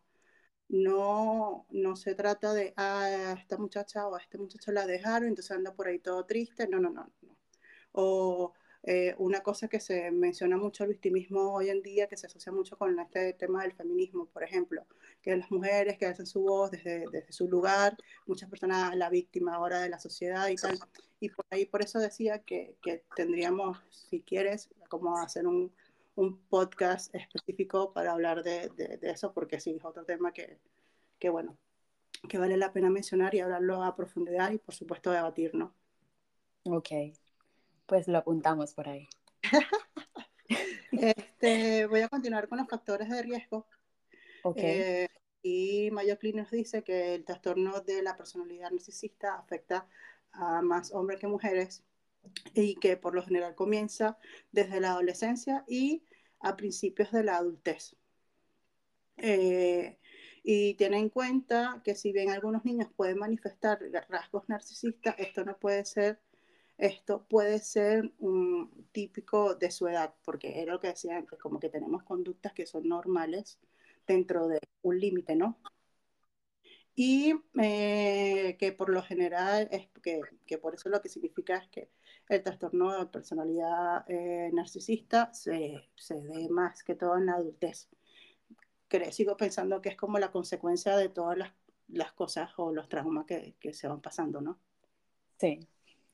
No se trata de, a esta muchacha o a este muchacho la dejaron, entonces anda por ahí todo triste. No. O una cosa que se menciona mucho el victimismo hoy en día, que se asocia mucho con este tema del feminismo, por ejemplo, que las mujeres que hacen su voz desde su lugar, muchas personas la víctima ahora de la sociedad y tal. Y por ahí, por eso decía que tendríamos, si quieres, como hacer un podcast específico para hablar de eso, porque sí, es otro tema que, bueno, que vale la pena mencionar y hablarlo a profundidad y, por supuesto, debatir, ¿no? Ok, pues lo apuntamos por ahí. Voy a continuar con los factores de riesgo. Ok. Y Mayo Clinic nos dice que el trastorno de la personalidad narcisista afecta a más hombres que mujeres y que por lo general comienza desde la adolescencia y a principios de la adultez. Y tiene en cuenta que si bien algunos niños pueden manifestar rasgos narcisistas, esto puede ser un típico de su edad, porque era lo que decía antes, como que tenemos conductas que son normales dentro de un límite, ¿no? Y que por lo general es que por eso lo que significa es que el trastorno de personalidad narcisista se dé más que todo en la adultez. Sigo pensando que es como la consecuencia de todas las cosas o los traumas que se van pasando, ¿no? Sí.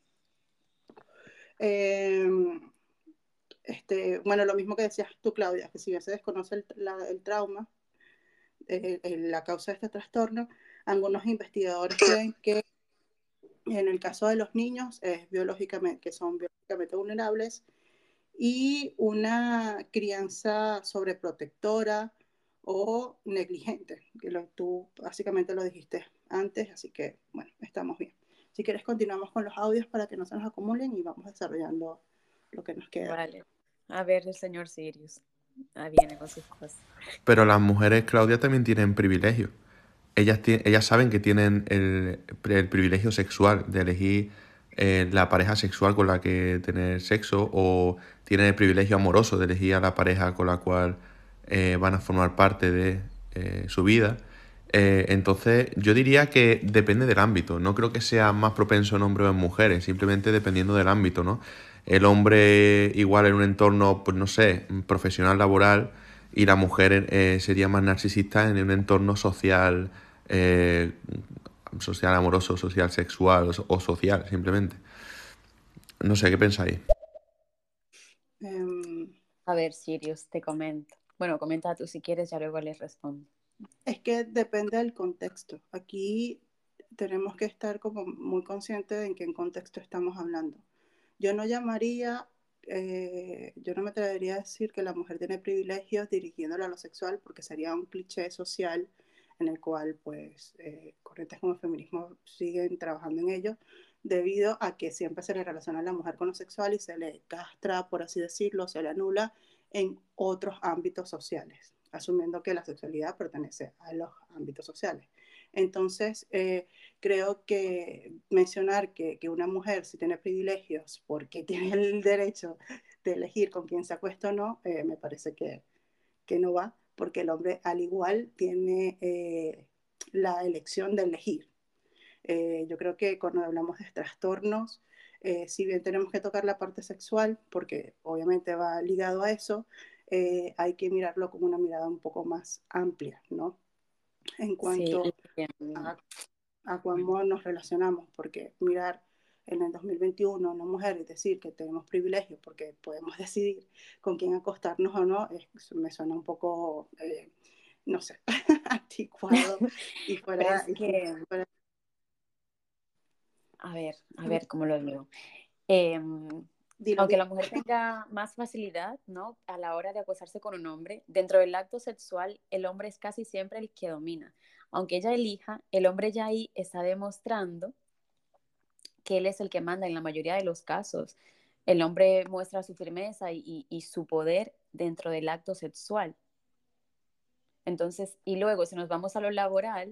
Bueno, lo mismo que decías tú, Claudia, que si bien se desconoce el trauma, la causa de este trastorno, algunos investigadores creen que en el caso de los niños que son biológicamente vulnerables y una crianza sobreprotectora o negligente, que tú básicamente lo dijiste antes, así que bueno, estamos bien. Si quieres continuamos con los audios para que no se nos acumulen y vamos desarrollando lo que nos queda. Vale. A ver, el señor Sirius. Ahí viene con sus cosas. Pero las mujeres, Claudia, también tienen privilegios. Ellas saben que tienen el privilegio sexual de elegir la pareja sexual con la que tener sexo, o tienen el privilegio amoroso de elegir a la pareja con la cual van a formar parte de su vida. Entonces, yo diría que depende del ámbito. No creo que sea más propenso en hombres o en mujeres, simplemente dependiendo del ámbito, ¿no? El hombre igual en un entorno, pues no sé, profesional, laboral, y la mujer sería más narcisista en un entorno social, social amoroso, social sexual o social, simplemente. No sé, ¿qué pensáis? Um, A ver, Sirius, te comento. Bueno, comenta tú si quieres, ya luego les respondo. Es que depende del contexto. Aquí tenemos que estar como muy conscientes de en qué contexto estamos hablando. Yo no llamaría, yo no me atrevería a decir que la mujer tiene privilegios dirigiéndola a lo sexual, porque sería un cliché social en el cual, pues, corrientes como el feminismo siguen trabajando en ello, debido a que siempre se le relaciona a la mujer con lo sexual y se le castra, por así decirlo, se le anula en otros ámbitos sociales, asumiendo que la sexualidad pertenece a los ámbitos sociales. Entonces, creo que mencionar que una mujer si tiene privilegios porque tiene el derecho de elegir con quién se acuesta o no, me parece que no va, porque el hombre al igual tiene la elección de elegir. Yo creo que cuando hablamos de trastornos, si bien tenemos que tocar la parte sexual, porque obviamente va ligado a eso, hay que mirarlo con una mirada un poco más amplia, ¿no? En Sí, cuanto a, a cómo nos relacionamos, porque mirar en el 2021 a una mujer y decir que tenemos privilegios porque podemos decidir con quién acostarnos o no, me suena un poco, no sé, anticuado y pero fuera, es y que, fuera. a ver cómo lo digo. Em, Dilo, Aunque dilo. la mujer tenga más facilidad, ¿no? A la hora de acostarse con un hombre, dentro del acto sexual, el hombre es casi siempre el que domina. Aunque ella elija, el hombre ya ahí está demostrando que él es el que manda en la mayoría de los casos. El hombre muestra su firmeza y su poder dentro del acto sexual. Entonces, y luego, si nos vamos a lo laboral,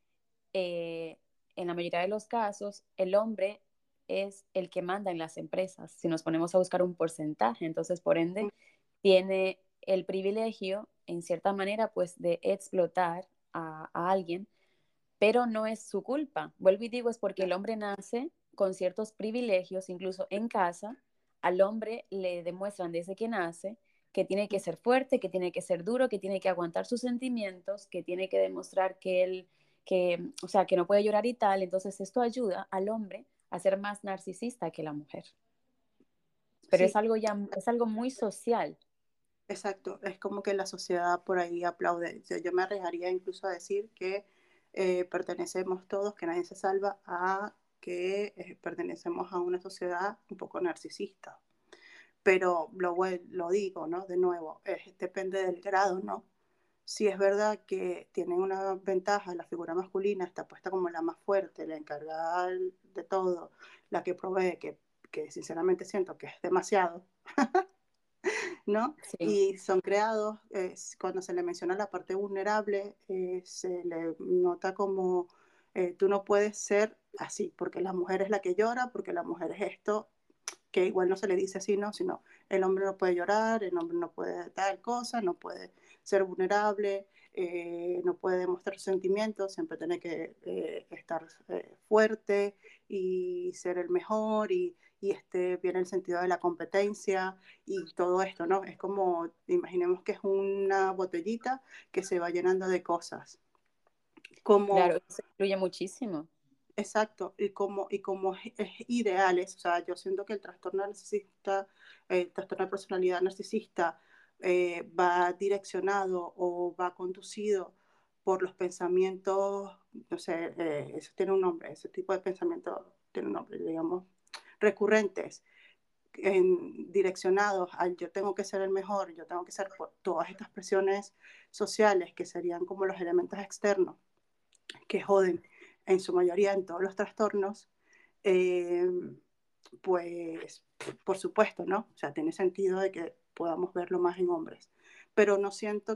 eh, en la mayoría de los casos, el hombre es el que manda en las empresas. Si nos ponemos a buscar un porcentaje, entonces, por ende, tiene el privilegio, en cierta manera, pues, de explotar a alguien, pero no es su culpa. Vuelvo y digo, es porque el hombre nace con ciertos privilegios, incluso en casa, al hombre le demuestran desde que nace que tiene que ser fuerte, que tiene que ser duro, que tiene que aguantar sus sentimientos, que tiene que demostrar que él, que, o sea, que no puede llorar y tal. Entonces esto ayuda al hombre a ser más narcisista que la mujer. Pero es Sí, algo ya, es algo muy social. exacto. Es como que la sociedad por ahí aplaude. Yo me arriesgaría incluso a decir que pertenecemos todos, que nadie se salva, a que pertenecemos a una sociedad un poco narcisista. Pero lo digo, ¿no? De nuevo, depende del grado, ¿no? Si es verdad que tienen una ventaja, la figura masculina está puesta como la más fuerte, la encargada de todo, la que provee, que sinceramente siento que es demasiado, ¿no? Sí, Y son creados, cuando se le menciona la parte vulnerable, se le nota como tú no puedes ser así, porque la mujer es la que llora, porque la mujer es esto, que igual no se le dice así, ¿no? Sino el hombre no puede llorar, el hombre no puede tal cosa, no puede ser vulnerable, no puede demostrar sus sentimientos, siempre tiene que estar fuerte y ser el mejor y viene el sentido de la competencia y todo esto, ¿no? Es como, imaginemos que es una botellita que se va llenando de cosas. Como claro, eso influye muchísimo. exacto, y como es ideales, o sea, yo siento que el trastorno de personalidad narcisista va direccionado o va conducido por los pensamientos, no sé, eso tiene un nombre, ese tipo de pensamiento tiene un nombre, digamos, recurrentes, direccionados al yo tengo que ser el mejor, yo tengo que ser por todas estas presiones sociales que serían como los elementos externos que joden en su mayoría en todos los trastornos, eh, pues por supuesto, ¿no? O sea, tiene sentido de que podamos verlo más en hombres. Pero no siento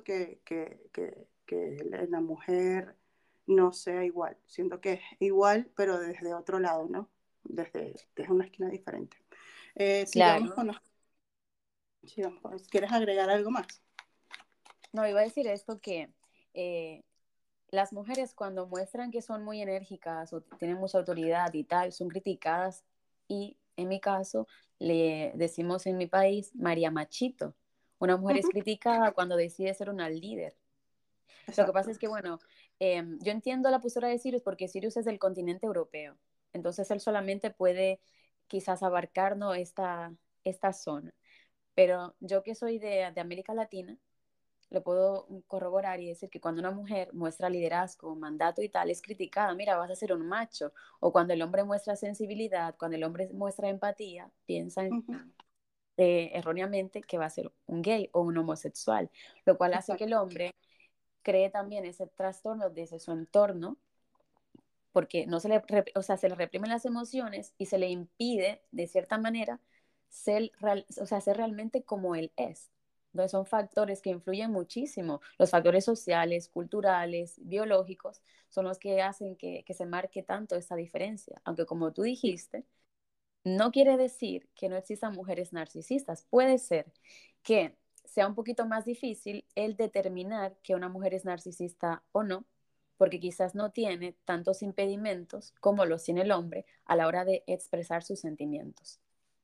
que la mujer no sea igual. Siento que es igual, pero desde otro lado, ¿no? Desde una esquina diferente. Sigamos Claro. con los... Sigamos con, ¿quieres agregar algo más? No, iba a decir esto que eh, las mujeres cuando muestran que son muy enérgicas o tienen mucha autoridad y tal, son criticadas y en mi caso le decimos en mi país María Machito. Una mujer es criticada cuando decide ser una líder. Lo que pasa Exacto. es que, bueno, yo entiendo la postura de Sirius porque Sirius es del continente europeo. Entonces él solamente puede quizás abarcar, ¿no? esta zona. Pero yo que soy de América Latina, le puedo corroborar y decir que cuando una mujer muestra liderazgo, mandato y tal, es criticada, mira, vas a ser un macho. O cuando el hombre muestra sensibilidad, cuando el hombre muestra empatía, piensan erróneamente que va a ser un gay o un homosexual, lo cual hace que el hombre cree también ese trastorno desde su entorno, porque no se le, o sea, se le reprimen las emociones y se le impide, de cierta manera, ser realmente como él es. Entonces son factores que influyen muchísimo. Los factores sociales, culturales, biológicos, son los que hacen que se marque tanto esa diferencia. Aunque como tú dijiste, no quiere decir que no existan mujeres narcisistas. Puede ser que sea un poquito más difícil el determinar que una mujer es narcisista o no, porque quizás no tiene tantos impedimentos como los tiene el hombre a la hora de expresar sus sentimientos.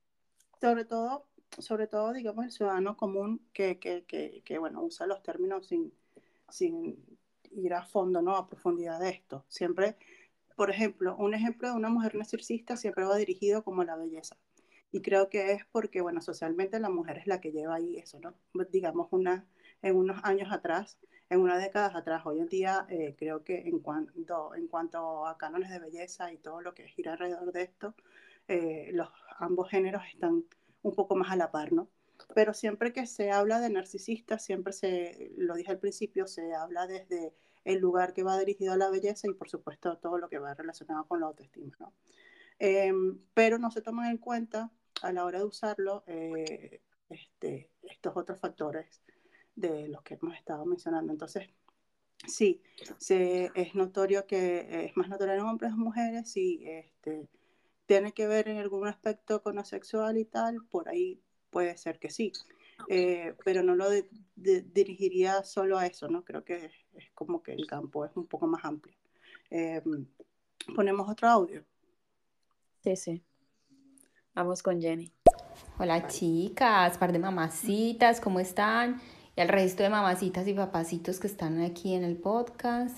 Sobre todo, digamos, el ciudadano común que bueno, usa los términos sin ir a fondo, ¿no? A profundidad de esto. Siempre, por ejemplo, un ejemplo de una mujer narcisista siempre va dirigido como a la belleza. Y creo que es porque, bueno, socialmente la mujer es la que lleva ahí eso, ¿no? Digamos, en unos años atrás, en unas décadas atrás, hoy en día, creo que en cuanto a cánones de belleza y todo lo que gira alrededor de esto, ambos géneros están un poco más a la par, ¿no? Pero siempre que se habla de narcisistas, lo dije al principio, se habla desde el lugar que va dirigido a la belleza y por supuesto todo lo que va relacionado con la autoestima, ¿no? Pero no se toman en cuenta a la hora de usarlo estos otros factores de los que hemos estado mencionando. Entonces, sí, es notorio que es más notorio en hombres o mujeres, sí, tiene que ver en algún aspecto con lo sexual y tal, por ahí puede ser que sí, pero no lo dirigiría solo a eso, ¿no? Creo que es como que el campo es un poco más amplio. Ponemos otro audio. Sí, sí. Vamos con Jenny. Hola chicas, par de mamacitas, ¿cómo están? Y al resto de mamacitas y papacitos que están aquí en el podcast.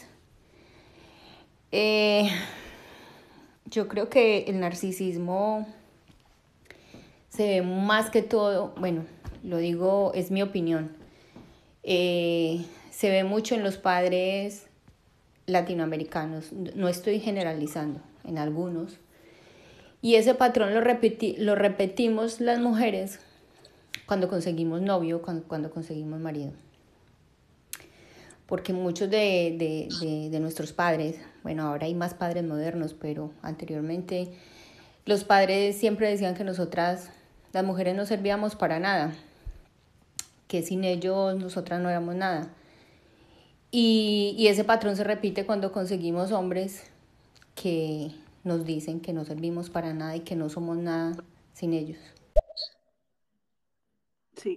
Yo creo que el narcisismo se ve más que todo, bueno, lo digo, es mi opinión, se ve mucho en los padres latinoamericanos, no estoy generalizando, en algunos. Y ese patrón lo repetimos las mujeres cuando conseguimos novio, cuando conseguimos marido. Porque muchos de nuestros padres, bueno, ahora hay más padres modernos, pero anteriormente los padres siempre decían que nosotras, las mujeres, no servíamos para nada, que sin ellos nosotras no éramos nada. Y ese patrón se repite cuando conseguimos hombres que nos dicen que no servimos para nada y que no somos nada sin ellos. Sí.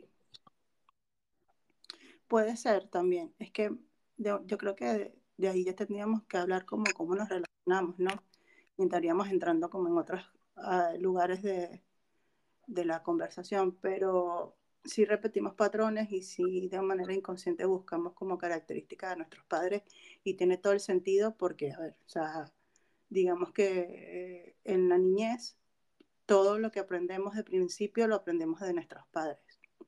Puede ser también. Es que yo creo que de ahí ya tendríamos que hablar como cómo nos relacionamos, ¿no? Y estaríamos entrando como en otros lugares de la conversación, pero sí repetimos patrones y sí de manera inconsciente buscamos como características de nuestros padres y tiene todo el sentido porque, a ver, o sea, digamos que en la niñez todo lo que aprendemos de principio lo aprendemos de nuestros padres.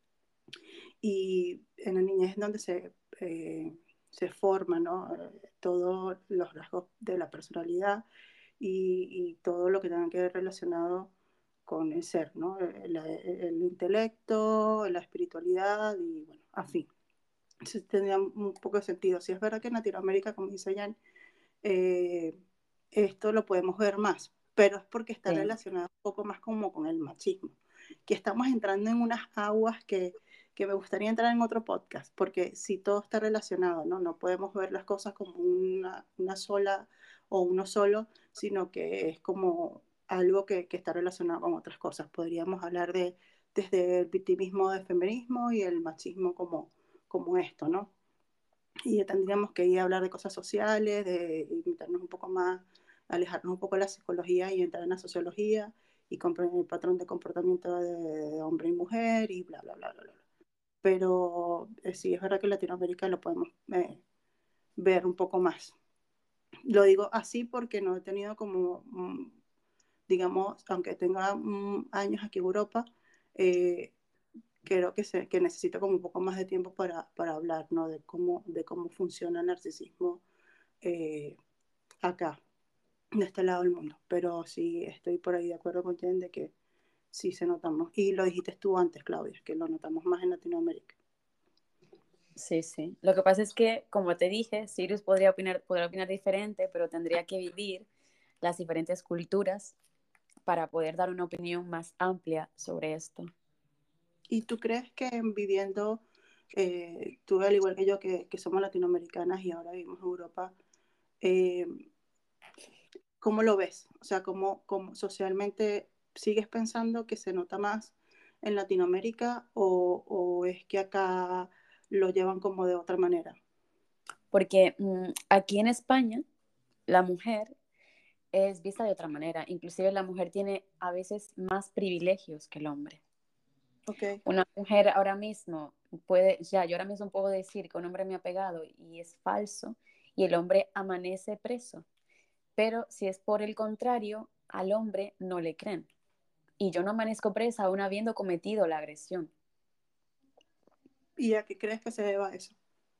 Y en la niñez es donde se forman, ¿no? Todos los rasgos de la personalidad y todo lo que tenga que ver relacionado con el ser, ¿no? El intelecto, la espiritualidad y, bueno, afín. Entonces tendría un poco de sentido. Si es verdad que en Latinoamérica, como dice Jan, esto lo podemos ver más, pero es porque está relacionado un poco más como con el machismo, que estamos entrando en unas aguas que me gustaría entrar en otro podcast, porque si todo está relacionado, ¿no? No podemos ver las cosas como una sola o uno solo, sino que es como algo que está relacionado con otras cosas. Podríamos hablar desde el victimismo del feminismo y el machismo como esto, ¿no? Y tendríamos que ir a hablar de cosas sociales, de invitarnos un poco más, alejarnos un poco de la psicología y entrar en la sociología y comprender el patrón de comportamiento de hombre y mujer y bla, bla, bla, bla, bla. Pero sí, es verdad que en Latinoamérica lo podemos ver un poco más. Lo digo así porque no he tenido como, digamos, aunque tenga años aquí en Europa, creo que necesito como un poco más de tiempo para hablar, ¿no? De cómo funciona el narcisismo eh, acá, de este lado del mundo. Pero sí estoy por ahí de acuerdo con Jen de que sí se notamos. Y lo dijiste tú antes, Claudia, que lo notamos más en Latinoamérica. Sí, sí. Lo que pasa es que, como te dije, Sirius podría opinar diferente, pero tendría que vivir las diferentes culturas para poder dar una opinión más amplia sobre esto. ¿Y tú crees que viviendo, tú al igual que yo, que somos latinoamericanas y ahora vivimos en Europa, eh, ¿cómo lo ves? O sea, ¿cómo socialmente sigues pensando que se nota más en Latinoamérica o es que acá lo llevan como de otra manera? Porque aquí en España la mujer es vista de otra manera. Inclusive la mujer tiene a veces más privilegios que el hombre. Ok, Una mujer ahora mismo yo ahora mismo puedo decir que un hombre me ha pegado y es falso y el hombre amanece preso. Pero si es por el contrario, al hombre no le creen. Y yo no amanezco presa aún habiendo cometido la agresión. ¿y a qué crees que se deba eso?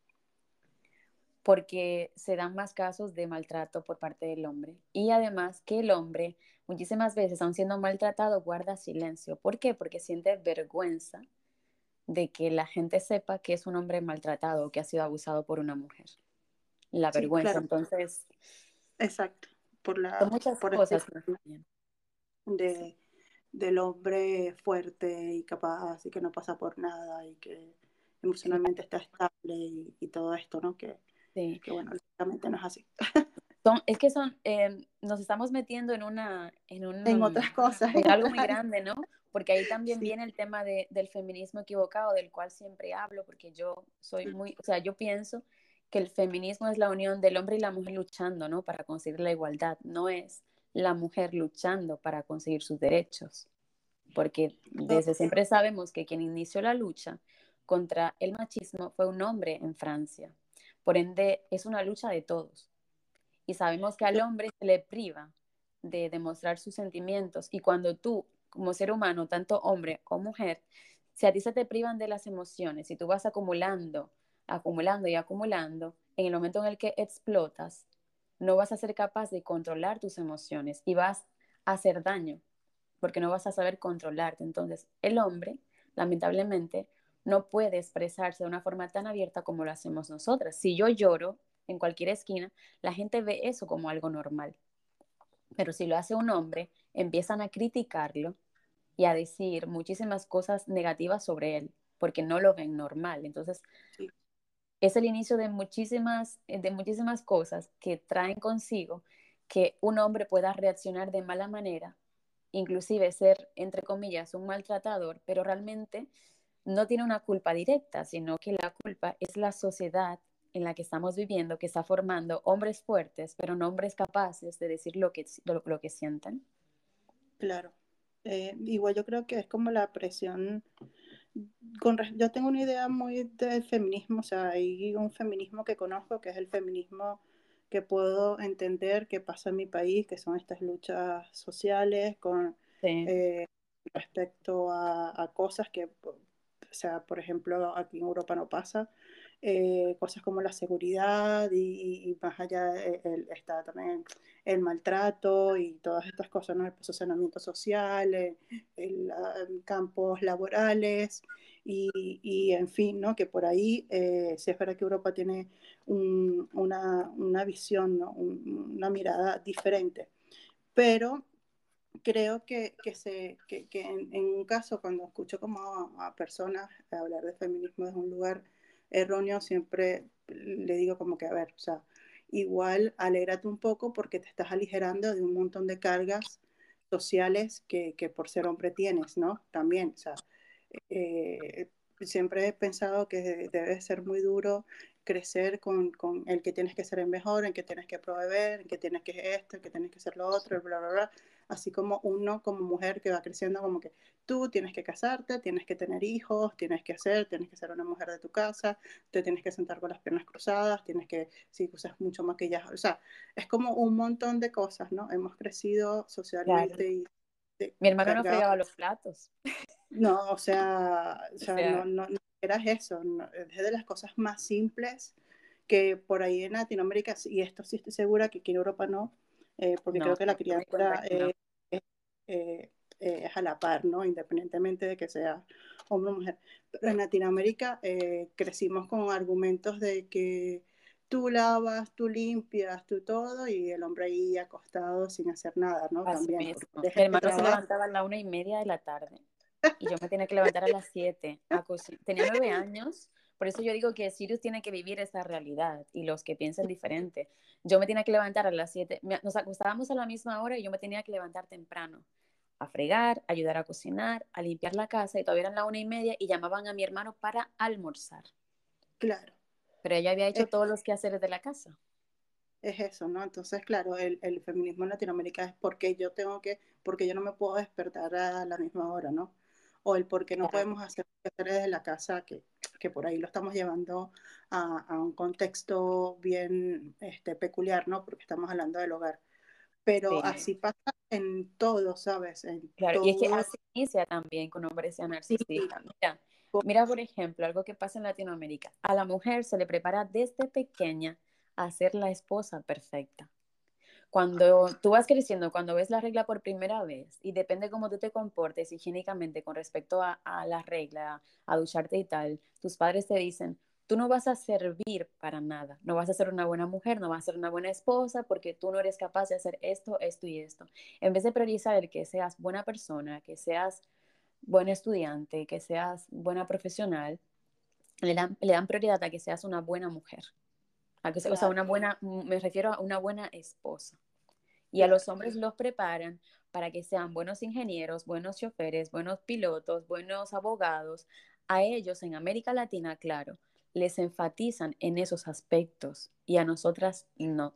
Porque se dan más casos de maltrato por parte del hombre. Y además que el hombre muchísimas veces, aun siendo maltratado, guarda silencio. ¿Por qué? Porque siente vergüenza de que la gente sepa que es un hombre maltratado o que ha sido abusado por una mujer. La Sí, vergüenza. claro, Entonces, exacto, son muchas por este cosas que influyen. de, del hombre fuerte y capaz y que no pasa por nada y que emocionalmente está estable y todo esto, ¿no? Sí. Que bueno, lógicamente no es así. Nos estamos metiendo En otras cosas, en en algo otras muy áreas. grande, ¿no? Porque ahí también Sí, viene el tema del feminismo equivocado, del cual siempre hablo, porque yo soy o sea, yo pienso que el feminismo es la unión del hombre y la mujer luchando, ¿no? Para conseguir la igualdad, no es la mujer luchando para conseguir sus derechos, porque desde ok, siempre sabemos que quien inició la lucha contra el machismo fue un hombre en Francia. Por ende, es una lucha de todos. Y sabemos que al hombre se le priva de demostrar sus sentimientos. Y cuando tú, como ser humano, tanto hombre o mujer, si a ti se te privan de las emociones y tú vas acumulando, acumulando y acumulando, en el momento en el que explotas, no vas a ser capaz de controlar tus emociones y vas a hacer daño porque no vas a saber controlarte. Entonces, el hombre, lamentablemente, no puede expresarse de una forma tan abierta como lo hacemos nosotras. Si yo lloro en cualquier esquina, la gente ve eso como algo normal. Pero si lo hace un hombre, empiezan a criticarlo y a decir muchísimas cosas negativas sobre él, porque no lo ven normal. Entonces, sí, es el inicio de muchísimas cosas que traen consigo que un hombre pueda reaccionar de mala manera, inclusive ser, entre comillas, un maltratador, pero realmente no tiene una culpa directa, sino que la culpa es la sociedad en la que estamos viviendo, que está formando hombres fuertes, pero no hombres capaces de decir lo que sienten. claro. Igual yo creo que es como la presión. Yo tengo una idea muy del feminismo, o sea, hay un feminismo que conozco, que es el feminismo que puedo entender que pasa en mi país, que son estas luchas sociales con Sí, eh, respecto a cosas que, o sea, por ejemplo, aquí en Europa no pasa, cosas como la seguridad y más allá está también el maltrato y todas estas cosas, ¿no? El posicionamiento social, campos laborales y en fin, ¿no? Que por ahí se espera que Europa tiene una visión, ¿no? Una mirada diferente. Pero creo que en un caso, cuando escucho como a personas hablar de feminismo desde un lugar erróneo, siempre le digo como que, a ver, o sea, igual alégrate un poco porque te estás aligerando de un montón de cargas sociales que por ser hombre tienes, ¿no? También, o sea, siempre he pensado que debe ser muy duro crecer con el que tienes que ser el mejor, el que tienes que proveer, el que tienes que esto, el que tienes que ser lo otro, bla, bla, bla. Así como uno como mujer que va creciendo como que tú tienes que casarte, tienes que tener hijos, tienes que ser una mujer de tu casa, te tienes que sentar con las piernas cruzadas, tienes que, si usas mucho maquillaje, o sea, es como un montón de cosas, ¿no? Hemos crecido claro. socialmente y Mi hermano no cargados. fregaba los platos. No, O sea, no era eso, es de las cosas más simples que por ahí en Latinoamérica, y esto sí estoy segura que aquí en Europa no, porque no, creo que la yo me di cuenta crianza que no. es, es a la par, ¿no? Independientemente de que sea hombre o mujer. Pero en Latinoamérica crecimos con argumentos de que tú lavas, tú limpias, tú todo, y el hombre ahí acostado sin hacer nada, ¿no? Así También, porque mismo. deja Mi de hermano se trabajar. levantaba a la 1:30 de la tarde y yo me tenía que levantar a las 7 a cocinar. Tenía 9 años, por eso yo digo que Sirius tiene que vivir esa realidad y los que piensan diferente. Yo me tenía que levantar a las 7, nos acostábamos a la misma hora y yo me tenía que levantar temprano a fregar, ayudar a cocinar, a limpiar la casa y todavía eran la 1:30 y llamaban a mi hermano para almorzar. Claro. Pero ella había hecho Es, todos los quehaceres de la casa. es eso, ¿no? Entonces, claro, el feminismo en Latinoamérica es porque yo tengo que, porque yo no me puedo despertar a la misma hora, ¿no? O el por qué no Claro. podemos hacer desde la casa, que por ahí lo estamos llevando a un contexto bien peculiar, ¿no? Porque estamos hablando del hogar. Pero Sí. así pasa en todo, ¿sabes? En Claro, y es que todo. así inicia también con hombres sean Sí, narcisistas. Mira, por ejemplo, algo que pasa en Latinoamérica. A la mujer se le prepara desde pequeña a ser la esposa perfecta. Cuando tú vas creciendo, cuando ves la regla por primera vez, y depende cómo tú te comportes higiénicamente con respecto a la regla, a ducharte y tal, tus padres te dicen, tú no vas a servir para nada, no vas a ser una buena mujer, no vas a ser una buena esposa, porque tú no eres capaz de hacer esto, esto y esto. En vez de priorizar el que seas buena persona, que seas buen estudiante, que seas buena profesional, le dan prioridad a que seas una buena mujer. O sea, claro, me refiero a una buena esposa. Y a claro. los hombres los preparan para que sean buenos ingenieros, buenos choferes, buenos pilotos, buenos abogados. A ellos en América Latina, claro, les enfatizan en esos aspectos y a nosotras no.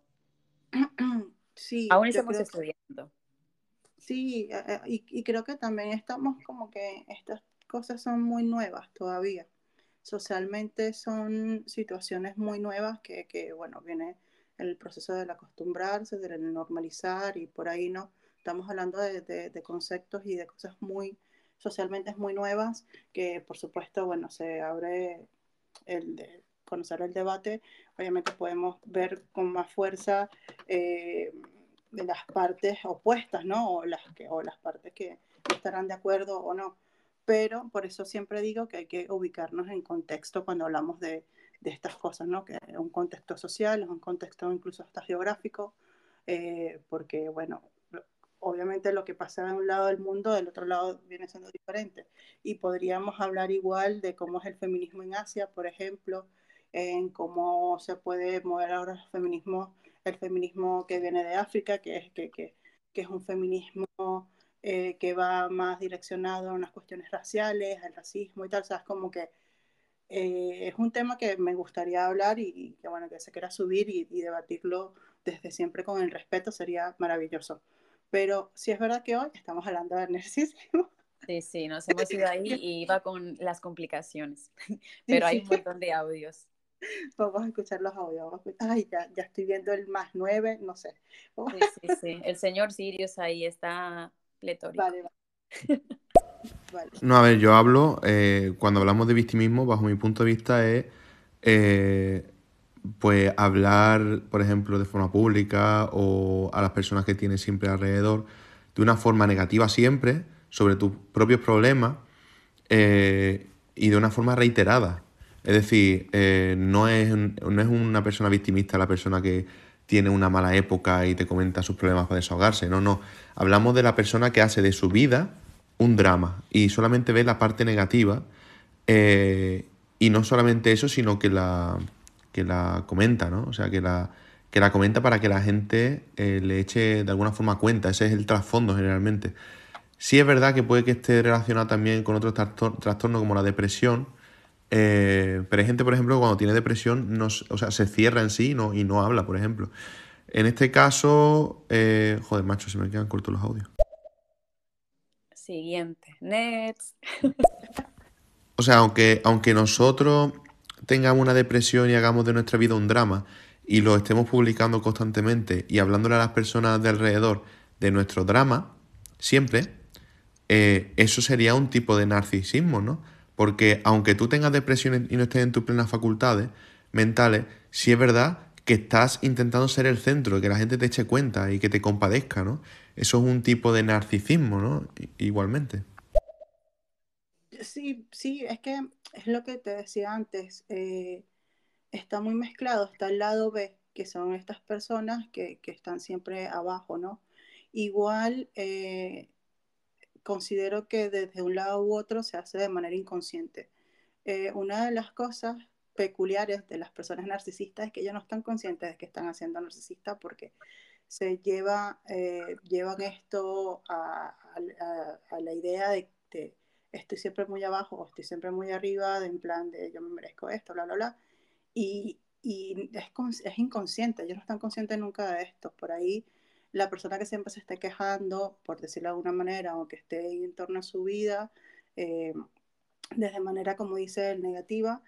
Sí, Aún yo estamos creo. estudiando. Sí, y creo que también estamos como que estas cosas son muy nuevas todavía. Socialmente son situaciones muy nuevas bueno, viene el proceso del acostumbrarse, del normalizar y por ahí no. Estamos hablando de conceptos y de cosas muy socialmente muy nuevas que por supuesto, bueno, se abre el de conocer el debate. Obviamente podemos ver con más fuerza de las partes opuestas, ¿no? O las partes que estarán de acuerdo o no. Pero por eso siempre digo que hay que ubicarnos en contexto cuando hablamos de estas cosas, ¿no? Que es un contexto social, es un contexto incluso hasta geográfico, porque, bueno, obviamente lo que pasa en un lado del mundo, del otro lado viene siendo diferente. Y podríamos hablar igual de cómo es el feminismo en Asia, por ejemplo, en cómo se puede mover ahora el feminismo que viene de África, que es un feminismo que va más direccionado a unas cuestiones raciales, al racismo y tal. O sea, es como que es un tema que me gustaría hablar y que, bueno, que se quiera subir y debatirlo desde siempre con el respeto sería maravilloso. Pero sí es verdad que hoy estamos hablando de narcisismo. Sí, sí, nos hemos ido ahí y iba con las complicaciones, Sí, pero hay sí, un montón de audios. vamos a escuchar los audios. Ay, ya estoy viendo el +9, no sé. Sí, sí, sí. El señor Sirius ahí está pletórico. Vale, vale. No, a ver, yo hablo, cuando hablamos de victimismo, bajo mi punto de vista, es eh, pues hablar, por ejemplo, de forma pública o a las personas que tienes siempre alrededor, de una forma negativa siempre, sobre tus propios problemas y de una forma reiterada. Es decir, no es una persona victimista la persona que tiene una mala época y te comenta sus problemas para desahogarse. No, no. Hablamos de la persona que hace de su vida un drama y solamente ve la parte negativa y no solamente eso, sino que la comenta, ¿no? O sea, que la comenta para que la gente le eche de alguna forma cuenta. Ese es el trasfondo generalmente. Sí es verdad que puede que esté relacionado también con otros trastornos como la depresión, pero hay gente, por ejemplo, que cuando tiene depresión o sea, se cierra en sí y no habla, por ejemplo. En este caso, joder, macho, se me quedan cortos los audios. Siguiente. Next. O sea, aunque nosotros tengamos una depresión y hagamos de nuestra vida un drama y lo estemos publicando constantemente y hablándole a las personas de alrededor de nuestro drama, siempre, eso sería un tipo de narcisismo, ¿no? Porque aunque tú tengas depresión y no estés en tus plenas facultades mentales, sí es verdad que estás intentando ser el centro, que la gente te eche cuenta y que te compadezca, ¿no? Eso es un tipo de narcisismo, ¿no? Igualmente. Sí, sí, es que es lo que te decía antes, está muy mezclado, está el lado B, que son estas personas que están siempre abajo, ¿no? Igual considero que desde un lado u otro se hace de manera inconsciente. Una de las cosas peculiares de las personas narcisistas es que ellos no están conscientes de que están haciendo narcisista porque llevan esto a la idea de estoy siempre muy abajo o estoy siempre muy arriba, de en plan de yo me merezco esto, bla, bla, bla. Y es inconsciente, ellos no están conscientes nunca de esto. Por ahí la persona que siempre se esté quejando, por decirlo de alguna manera, o que esté en torno a su vida, eh, desde manera, como dice él, negativa,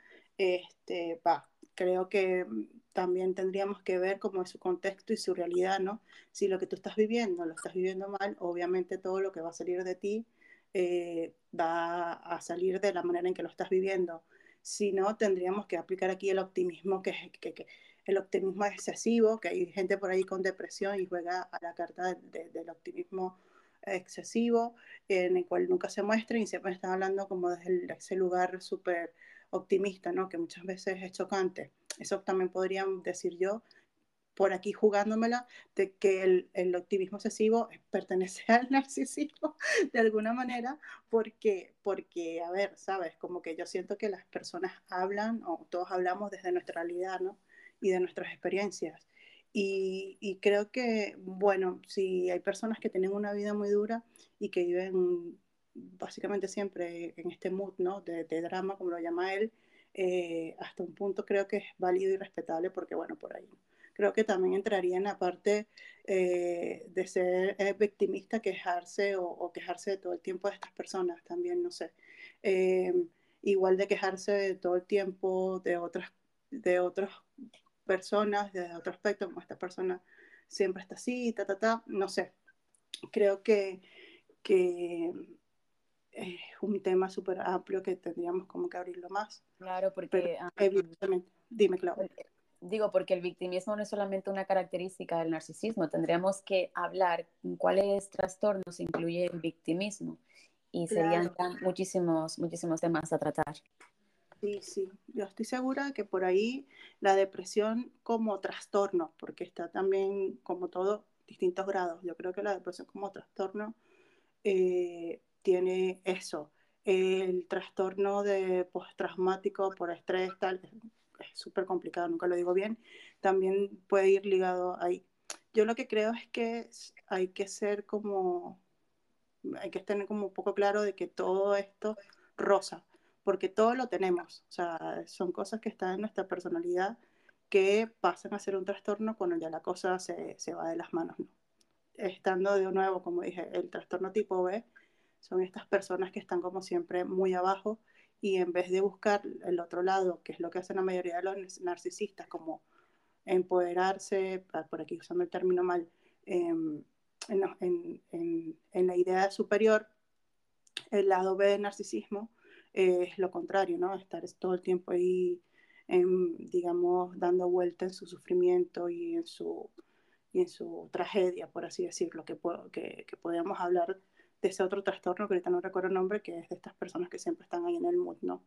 creo que también tendríamos que ver cómo es su contexto y su realidad, ¿no? Si lo que tú estás viviendo lo estás viviendo mal, obviamente todo lo que va a salir de ti va a salir de la manera en que lo estás viviendo. Si no, tendríamos que aplicar aquí el optimismo, que el optimismo excesivo, que hay gente por ahí con depresión y juega a la carta del optimismo excesivo, en el cual nunca se muestra y siempre están hablando como desde ese lugar súper optimista, ¿no? Que muchas veces es chocante. Eso también podría decir yo, por aquí jugándomela, de que el optimismo excesivo pertenece al narcisismo de alguna manera, porque, a ver, ¿sabes? Como que yo siento que las personas hablan, o todos hablamos desde nuestra realidad, ¿no? Y de nuestras experiencias. Y creo que, bueno, si hay personas que tienen una vida muy dura y que viven básicamente siempre en este mood, ¿no? De drama, como lo llama él, hasta un punto creo que es válido y respetable porque, bueno, por ahí creo que también entraría en la parte de ser victimista, quejarse o quejarse de todo el tiempo de estas personas también, no sé. Eh, Igual de quejarse de todo el tiempo de otras personas, de otro aspecto, como esta persona siempre está así, no sé. Creo que es un tema súper amplio que tendríamos como que abrirlo más. Claro, Pero porque evidentemente, dime, Clau. digo, porque el victimismo no es solamente una característica del narcisismo, tendríamos que hablar en cuáles trastornos incluye el victimismo y serían Claro. muchísimos, muchísimos temas a tratar. Sí, sí, yo estoy segura que por ahí la depresión como trastorno, porque está también como todo distintos grados. Yo creo que la depresión como trastorno tiene eso. El trastorno de postraumático por estrés, tal, es súper complicado, nunca lo digo bien, también puede ir ligado ahí. Yo lo que creo es que hay que ser como, hay que tener como un poco claro de que todo esto rosa, porque todo lo tenemos, o sea, son cosas que están en nuestra personalidad que pasan a ser un trastorno cuando ya la cosa se va de las manos, ¿no? Estando de nuevo, como dije, el trastorno tipo B son estas personas que están como siempre muy abajo y en vez de buscar el otro lado, que es lo que hacen la mayoría de los narcisistas, como empoderarse, por aquí usando el término mal, en la idea superior, el lado B del narcisismo es lo contrario, ¿no? Estar todo el tiempo ahí, digamos, dando vuelta en su sufrimiento y en su tragedia, por así decirlo, que podríamos hablar de ese otro trastorno, que ahorita no recuerdo el nombre, que es de estas personas que siempre están ahí en el mood, ¿no?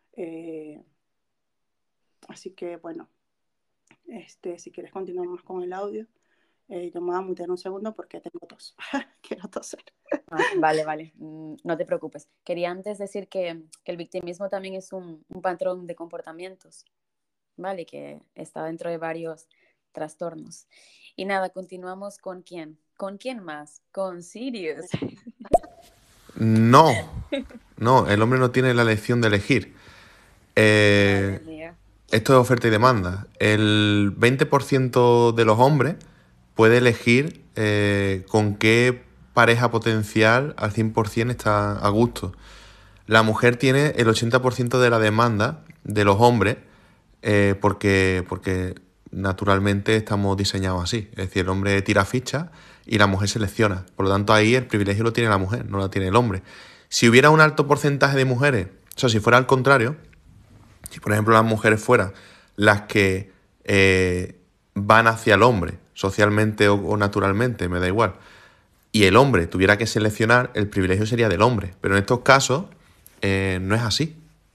Así que, bueno, si quieres continuamos con el audio. Yo me voy a mutear un segundo porque tengo tos. Quiero toser. Vale, vale, no te preocupes. Quería antes decir que el victimismo también es un patrón de comportamientos, ¿vale? Que está dentro de varios trastornos. Y nada, continuamos con quién. ¿Con quién más? Con Sirius. No, no, el hombre no tiene la elección de elegir. Madre mía. Esto es oferta y demanda. El 20% de los hombres puede elegir con qué pareja potencial al 100% está a gusto. La mujer tiene el 80% de la demanda de los hombres porque naturalmente estamos diseñados así. Es decir, el hombre tira ficha y la mujer selecciona. Por lo tanto, ahí el privilegio lo tiene la mujer, no lo tiene el hombre. Si hubiera un alto porcentaje de mujeres, o sea, si fuera al contrario, si por ejemplo las mujeres fueran las que van hacia el hombre, socialmente o naturalmente, me da igual, y el hombre tuviera que seleccionar, el privilegio sería del hombre. Pero en estos casos no es así.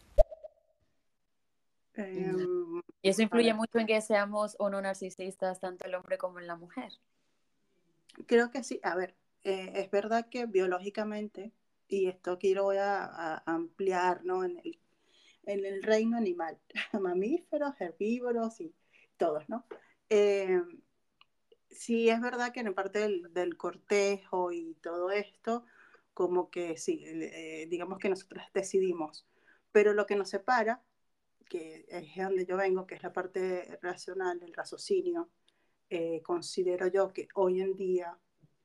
Y eso A influye ver, mucho en que seamos o no narcisistas, tanto el hombre como en la mujer. creo que sí. A ver, es verdad que biológicamente, y esto aquí lo voy a ampliar, ¿no? En el reino animal, mamíferos, herbívoros y todos, ¿no? Eh, sí, es verdad que en parte del cortejo y todo esto, como que sí, digamos que nosotros decidimos, pero lo que nos separa, que es de donde yo vengo, que es la parte racional, el raciocinio, considero yo que hoy en día,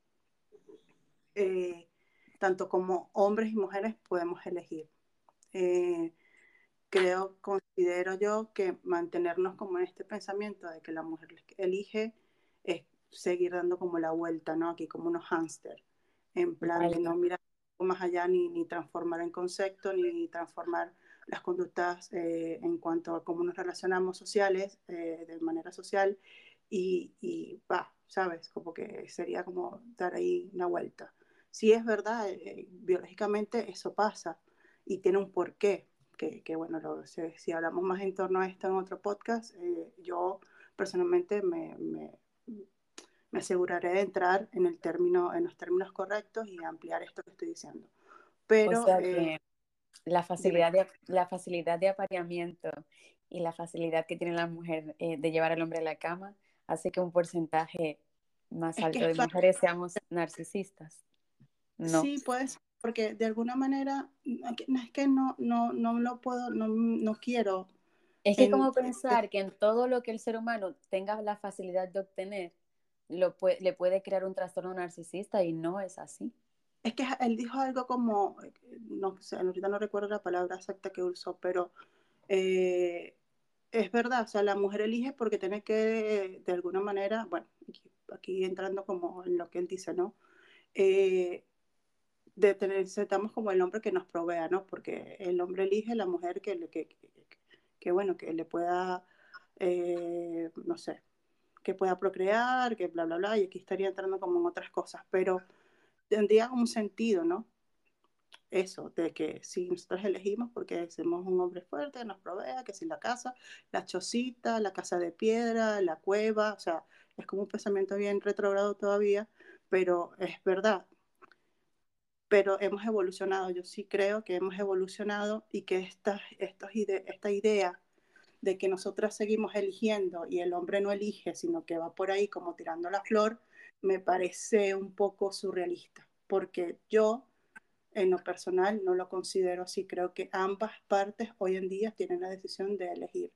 eh, tanto como hombres y mujeres, podemos elegir. Eh, considero yo que mantenernos como en este pensamiento de que la mujer elige es seguir dando como la vuelta, ¿no? Aquí como unos hámster, en plan de Vaya. no mirar más allá ni transformar en concepto, ni transformar las conductas en cuanto a cómo nos relacionamos sociales, de manera social, y va, ¿sabes? Como que sería como dar ahí una vuelta. Sí es verdad, biológicamente eso pasa y tiene un porqué, que bueno, si hablamos más en torno a esto en otro podcast, yo personalmente me aseguraré de entrar en los términos correctos y ampliar esto que estoy diciendo. O Pero, sea que la dime, facilidad de apareamiento y la facilidad que tiene la mujer de llevar al hombre a la cama hace que un porcentaje más es que alto de mujeres seamos narcisistas. No. sí, pues, porque de alguna manera, es que no lo puedo, no quiero. Es que En, como pensar que en todo lo que el ser humano tenga la facilidad de obtener, le puede crear un trastorno narcisista y no es así. es que él dijo algo como, no sé, ahorita no recuerdo la palabra exacta que usó, pero eh, es verdad, o sea, la mujer elige porque tiene que, de alguna manera, bueno, aquí entrando como en lo que él dice, ¿no? Eh, necesitamos como el hombre que nos provea, ¿no? Porque el hombre elige la mujer bueno, que le pueda, no sé, que pueda procrear, que bla, bla, bla, y aquí estaría entrando como en otras cosas, pero tendría un sentido, ¿no? Eso, de que si nosotros elegimos porque somos un hombre fuerte, nos provea, que si la casa, la chocita, la casa de piedra, la cueva, o sea, es como un pensamiento bien retrógrado todavía, pero es verdad. Pero hemos evolucionado, yo sí creo que hemos evolucionado y que esta idea de que nosotras seguimos eligiendo y el hombre no elige, sino que va por ahí como tirando la flor, me parece un poco surrealista, porque yo en lo personal no lo considero así. Creo que ambas partes hoy en día tienen la decisión de elegir.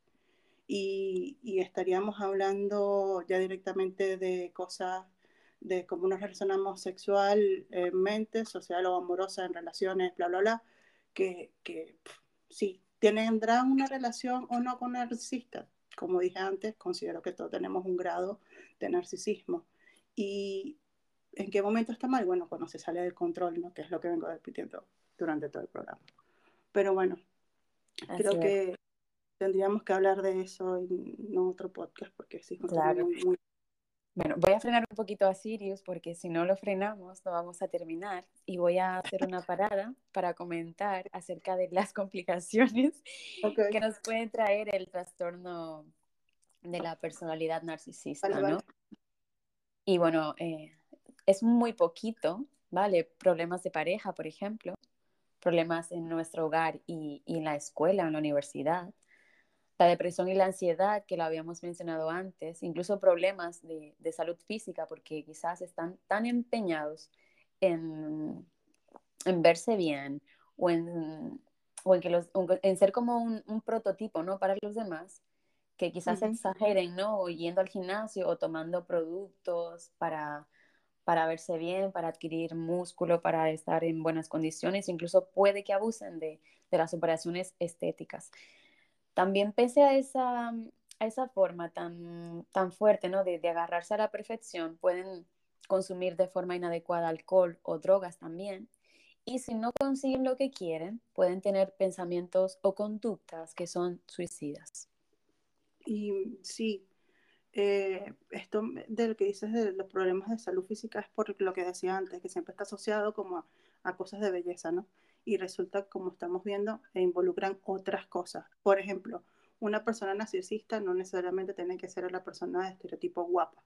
Y estaríamos hablando ya directamente de cosas de cómo nos relacionamos sexualmente, social o amorosa en relaciones, bla, bla, bla, que sí, tendrán una relación o no con narcisistas. Como dije antes, considero que todos tenemos un grado de narcisismo. Y ¿en qué momento está mal? Bueno, cuando se sale del control, ¿no? Que es lo que vengo repitiendo durante todo el programa. Pero bueno, Así creo es, que tendríamos que hablar de eso en otro podcast, porque sí es un tema claro. muy... Bueno, voy a frenar un poquito a Sirius porque si no lo frenamos no vamos a terminar y voy a hacer una parada para comentar acerca de las complicaciones Ok, que nos puede traer el trastorno de la personalidad vale, narcisista, vale. ¿no? Y bueno, es muy poquito, ¿vale? Problemas de pareja, por ejemplo, problemas en nuestro hogar y en la escuela, en la universidad, la depresión y la ansiedad, que lo habíamos mencionado antes, incluso problemas de salud física, porque quizás están tan empeñados en, en verse bien o en ser como un prototipo, ¿no? Para los demás, que quizás Ujú. exageren, ¿no? O yendo al gimnasio o tomando productos para verse bien, para adquirir músculo, para estar en buenas condiciones, incluso puede que abusen de las operaciones estéticas. También pese a esa forma tan fuerte, ¿no? de agarrarse a la perfección, pueden consumir de forma inadecuada alcohol o drogas también. Y si no consiguen lo que quieren, pueden tener pensamientos o conductas que son suicidas. Y sí, esto de lo que dices de los problemas de salud física es por lo que decía antes, que siempre está asociado como a cosas de belleza, ¿no? Y resulta, como estamos viendo, involucran otras cosas. Por ejemplo, una persona narcisista no necesariamente tiene que ser la persona de estereotipo guapa.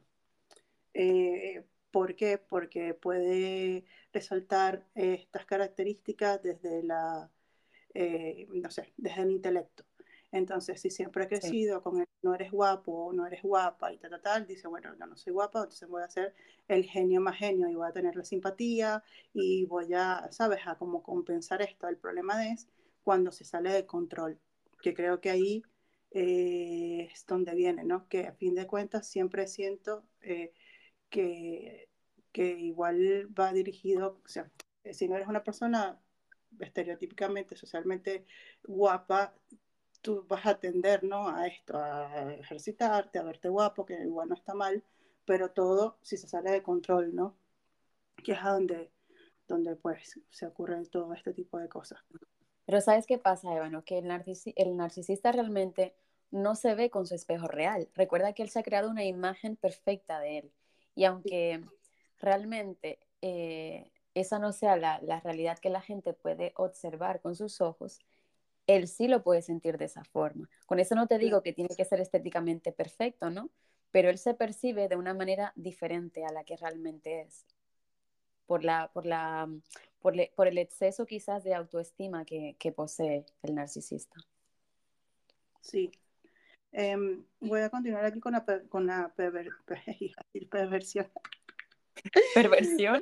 ¿Por qué? Porque puede resaltar estas características desde no sé, desde el intelecto. Entonces, si siempre ha Sí. crecido con el no eres guapo o no eres guapa y tal, dice, bueno, no soy guapa, entonces voy a ser el genio más genio y voy a tener la simpatía y voy a, ¿sabes?, a como compensar esto. El problema es cuando se sale de control, que creo que ahí es donde viene, ¿no? Que a fin de cuentas siempre siento que, que igual va dirigido, o sea, si no eres una persona estereotípicamente, socialmente guapa, tú vas a tender, ¿no?, a esto, a ejercitarte, a verte guapo, que igual no está mal, pero todo si se sale de control, ¿no? Que es a donde pues se ocurre todo este tipo de cosas. Pero ¿sabes qué pasa, Ébano? Que el narcisista realmente no se ve con su espejo real. Recuerda que él se ha creado una imagen perfecta de él. Y aunque realmente esa no sea la realidad que la gente puede observar con sus ojos, él sí lo puede sentir de esa forma. Con eso no te digo que tiene que ser estéticamente perfecto, ¿no? Pero él se percibe de una manera diferente a la que realmente es por por el exceso quizás de autoestima que posee el narcisista. Sí. Voy a continuar aquí con la perversión. ¿Perversión?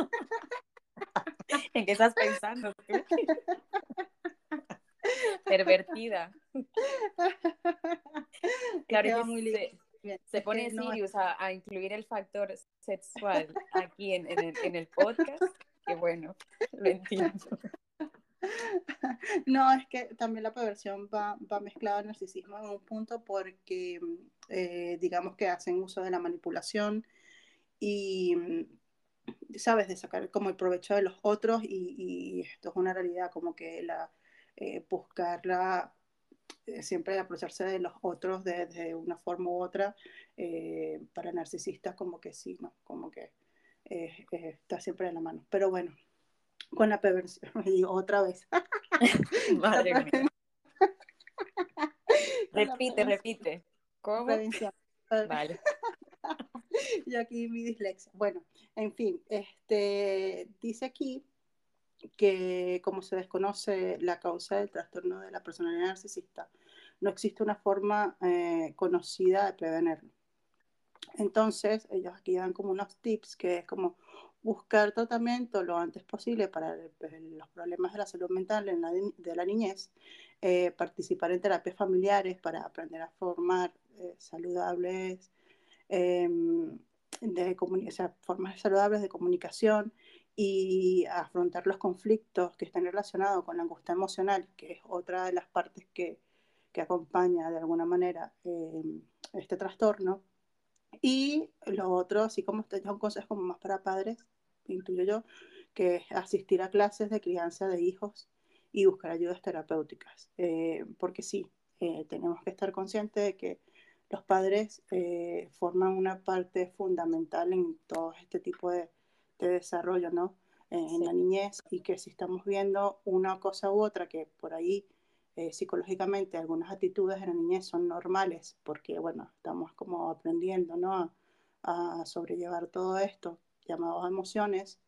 ¿En qué estás pensando tú? Pervertida. Es Claro que va que muy bien. se Es que pone no, Sirius a incluir el factor sexual aquí en el podcast. Que bueno, lo entiendo. no, es que también la perversión va mezclada al narcisismo en un punto porque digamos que hacen uso de la manipulación y, sabes, de sacar como el provecho de los otros y esto es una realidad, como que buscarla, siempre aprovecharse de los otros de una forma u otra, para narcisistas como que sí, ¿no? Como que está siempre en la mano. Pero bueno, con la perversión, me digo otra vez. Madre mía. Con la Repite. ¿Cómo? prevención. Vale. Y aquí mi dislexia. Bueno, en fin, dice aquí que como se desconoce la causa del trastorno de la personalidad narcisista, no existe una forma conocida de prevenirlo. Entonces, ellos aquí dan como unos tips que es como buscar tratamiento lo antes posible para los problemas de la salud mental de la niñez, participar en terapias familiares para aprender a formar saludables, eh, o sea, formas saludables de comunicación y afrontar los conflictos que estén relacionados con la angustia emocional, que es otra de las partes que acompaña de alguna manera este trastorno. Y lo otro, así como este es un consejo como más para padres, intuyo yo, que es asistir a clases de crianza de hijos y buscar ayudas terapéuticas. Porque sí, tenemos que estar conscientes de que los padres forman una parte fundamental en todo este tipo de desarrollo, ¿no? En Sí. la niñez, y que si estamos viendo una cosa u otra que por ahí psicológicamente algunas actitudes de la niñez son normales, porque bueno, estamos como aprendiendo, ¿no?, a sobrellevar todo esto, llamado emociones.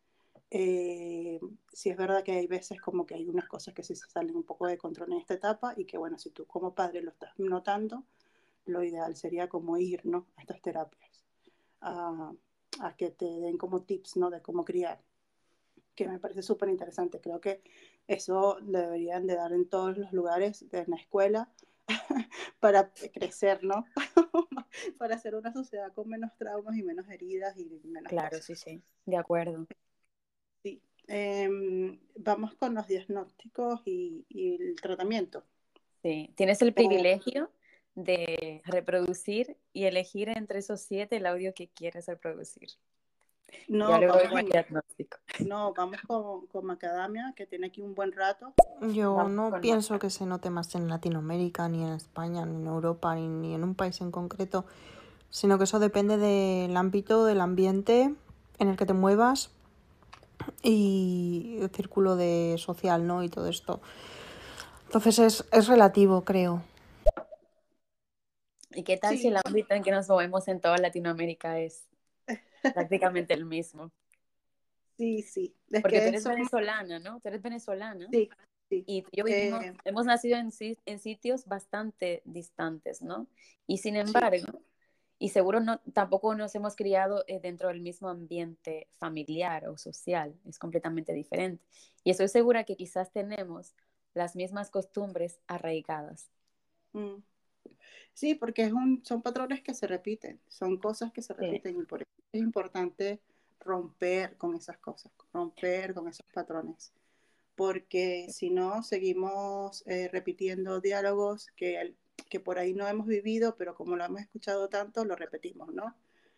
Sí es verdad que hay veces como que hay unas cosas que sí se salen un poco de control en esta etapa y que bueno, si tú como padre lo estás notando, lo ideal sería como ir, ¿no?, a estas terapias, a, a que te den como tips, ¿no?, de cómo criar, que me parece súper interesante. Creo que eso lo deberían de dar en todos los lugares de la escuela para crecer, ¿no? Para hacer una sociedad con menos traumas y menos heridas y menos Claro, sí, cosas. sí. De acuerdo. Sí. Vamos con los diagnósticos y el tratamiento. Sí. Tienes el Eh, privilegio de reproducir y elegir entre esos 7 el audio que quieres reproducir. No, Ya luego vamos vemos el diagnóstico. no, vamos con macadamia, que tiene aquí un buen rato. Yo Vamos no con pienso que se note más en Latinoamérica, ni en España, ni en Europa, ni en un país en concreto, sino que eso depende del ámbito, del ambiente en el que te muevas y el círculo social, ¿no? Y todo esto. Entonces es relativo, creo. ¿Y qué tal si Sí, el ámbito en que nos movemos en toda Latinoamérica es prácticamente el mismo? sí. Es Porque tú que eres somos, venezolana, ¿no? Tú eres venezolana sí, sí. y tú y yo vivimos, hemos nacido en sitios bastante distantes, ¿no? Y sin Sí. embargo, y seguro no, tampoco nos hemos criado dentro del mismo ambiente familiar o social, es completamente diferente. Y estoy segura que quizás tenemos las mismas costumbres arraigadas. Mm. Sí, porque son patrones que se repiten, son cosas que se Sí, repiten y por eso es importante romper con esas cosas, romper con esos patrones, porque si no seguimos repitiendo diálogos que por ahí no hemos vivido, pero como lo hemos escuchado tanto, lo repetimos, ¿no?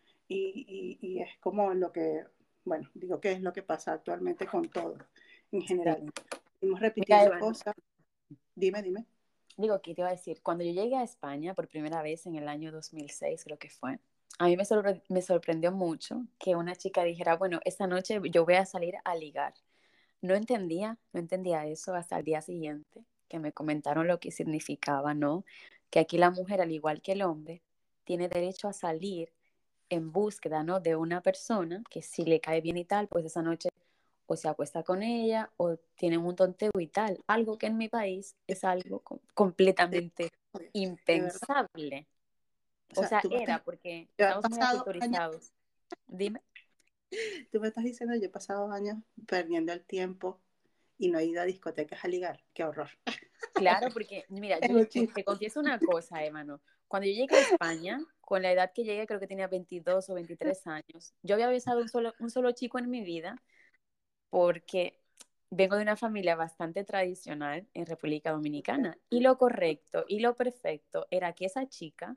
Y es como lo que, bueno, digo que es lo que pasa actualmente con todo, en sí. general. Seguimos Mira, repitiendo Eva, cosas. Dime. digo, ¿qué te iba a decir? Cuando yo llegué a España por primera vez en el año 2006, creo que fue, a mí me sorprendió mucho que una chica dijera, bueno, esta noche yo voy a salir a ligar. No entendía eso hasta el día siguiente, que me comentaron lo que significaba, ¿no? Que aquí la mujer, al igual que el hombre, tiene derecho a salir en búsqueda, ¿no? De una persona que si le cae bien y tal, pues esa noche o se acuesta con ella o tienen un tonteo y tal. Algo que en mi país es algo completamente De verdad. impensable. O O sea, sea, era porque estamos muy aculturizados. Dime. tú me estás diciendo, yo he pasado años perdiendo el tiempo y no he ido a discotecas a ligar. Qué horror. Claro, porque mira, Es yo un te chiste. confieso una cosa, Emano. Cuando yo llegué a España, con la edad que llegué, creo que tenía 22 o 23 años, yo había besado un solo chico en mi vida porque vengo de una familia bastante tradicional en República Dominicana y lo correcto y lo perfecto era que esa chica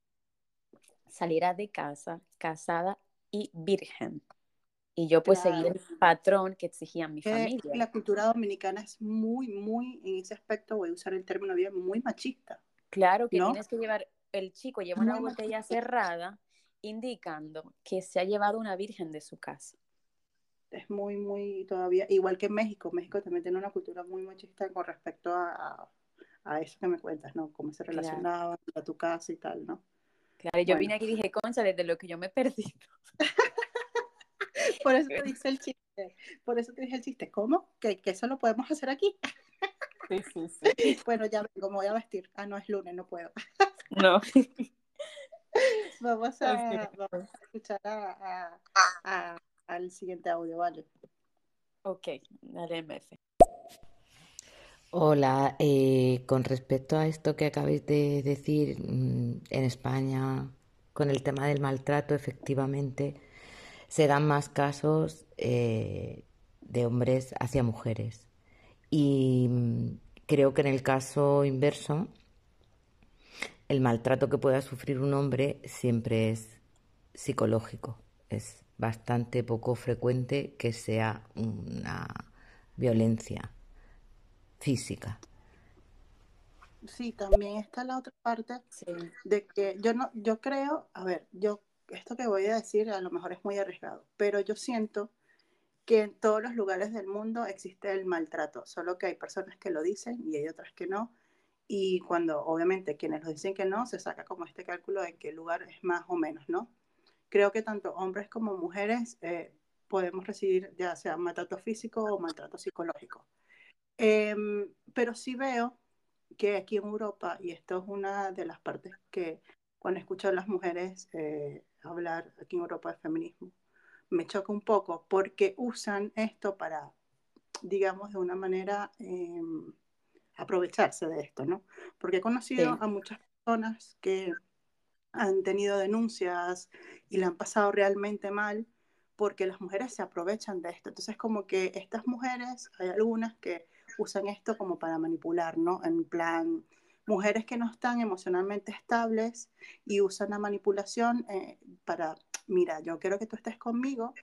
saliera de casa casada y virgen. Y yo pues seguí Claro. el patrón que exigía mi familia. La cultura dominicana es muy, en ese aspecto, voy a usar el término bien, muy machista, Claro que ¿no? tienes que llevar, el chico lleva una Muy botella machista. cerrada indicando que se ha llevado una virgen de su casa. Es muy todavía, igual que en México. México también tiene una cultura muy machista con respecto a eso que me cuentas, ¿no? Cómo se Claro, relacionaban a tu casa y tal, ¿no? claro. Yo Bueno, vine aquí y dije, concha, desde lo que yo me he perdido. por eso te dice el chiste. Por eso te dije el chiste. ¿Cómo? ¿Que eso lo podemos hacer aquí? Sí, sí, sí. Bueno, ya vengo, me voy a vestir. Ah, no, es lunes, no puedo. No. Vamos Así vamos es. a escuchar al siguiente audio, ¿vale? Ok, dale MF. Hola, con respecto a esto que acabáis de decir, en España, con el tema del maltrato, efectivamente, se dan más casos de hombres hacia mujeres. Y creo que en el caso inverso, el maltrato que pueda sufrir un hombre siempre es psicológico. Es bastante poco frecuente que sea una violencia física. Sí, también está la otra parte Sí, de que yo creo, a ver, esto que voy a decir a lo mejor es muy arriesgado, pero yo siento que en todos los lugares del mundo existe el maltrato, solo que hay personas que lo dicen y hay otras que no. Y cuando obviamente quienes lo dicen que no, se saca como este cálculo de qué lugar es más o menos, ¿no? Creo que tanto hombres como mujeres podemos recibir ya sea maltrato físico o maltrato psicológico. Pero sí veo que aquí en Europa, y esto es una de las partes que cuando escucho a las mujeres hablar aquí en Europa de feminismo, me choca un poco porque usan esto para, digamos, de una manera aprovecharse de esto, ¿no? Porque he conocido sí, a muchas personas que han tenido denuncias y la han pasado realmente mal porque las mujeres se aprovechan de esto. Entonces, como que estas mujeres, hay algunas que usan esto como para manipular, ¿no? En plan, mujeres que no están emocionalmente estables y usan la manipulación para, mira, yo quiero que tú estés conmigo,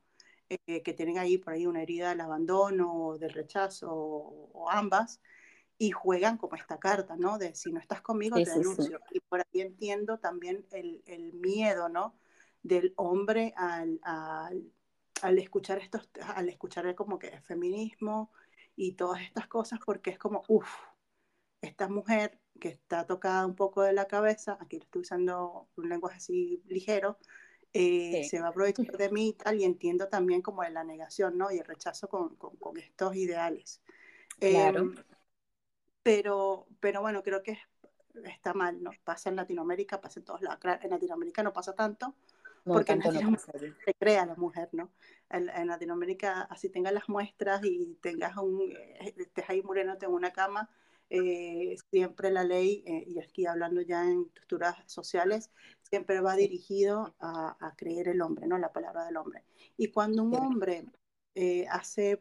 que tienen ahí por ahí una herida del abandono o del rechazo o ambas, y juegan como esta carta, ¿no? De si no estás conmigo, Sí, te sí, sí. denuncio. Y por ahí entiendo también el miedo, ¿no? Del hombre al escuchar al escuchar como que el feminismo y todas estas cosas, porque es como, uff, esta mujer que está tocada un poco de la cabeza, aquí lo estoy usando un lenguaje así ligero, Sí, se va a aprovechar de mí y tal, y entiendo también como de la negación, ¿no? Y el rechazo con estos ideales. claro. Pero bueno, creo que está mal, ¿no? Pasa en Latinoamérica, pasa en todos lados. Claro, en Latinoamérica no pasa tanto, No, porque tanto no nadie pasa allí. se crea la mujer, ¿no? En Latinoamérica, así tengas las muestras y estés ahí muriéndote en una cama, siempre la ley, y aquí hablando ya en estructuras sociales, siempre va Sí, dirigido a creer el hombre, ¿no? La palabra del hombre. Y cuando un sí, hombre hace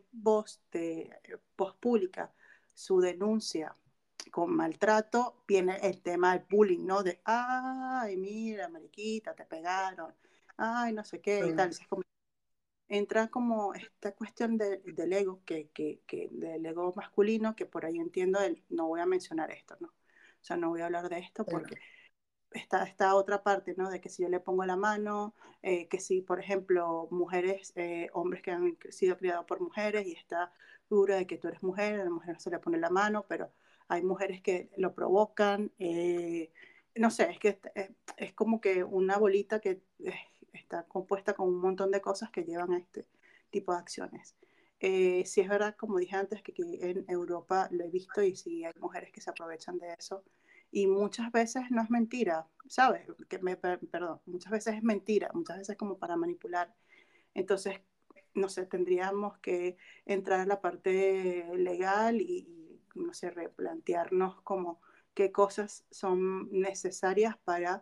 voz pública su denuncia con maltrato, viene el tema del bullying, ¿no? De, ay, mira, mariquita, te pegaron, ay, no sé qué, y tal. Es como, entra como esta cuestión del ego, del ego masculino, que por ahí entiendo, no voy a mencionar esto, ¿no? O sea, no voy a hablar de esto sí, porque está esta otra parte, ¿no? De que si yo le pongo la mano, que si, por ejemplo, mujeres, hombres que han sido criados por mujeres y está duro de que tú eres mujer, a la mujer no se le pone la mano, pero hay mujeres que lo provocan. No sé, es que es como que una bolita que está compuesta con un montón de cosas que llevan a este tipo de acciones. Sí es verdad, como dije antes, que en Europa lo he visto y sí hay mujeres que se aprovechan de eso y muchas veces no es mentira, ¿sabes? Perdón, muchas veces es mentira, muchas veces como para manipular. Entonces, no sé, tendríamos que entrar en la parte legal no sé, replantearnos como qué cosas son necesarias para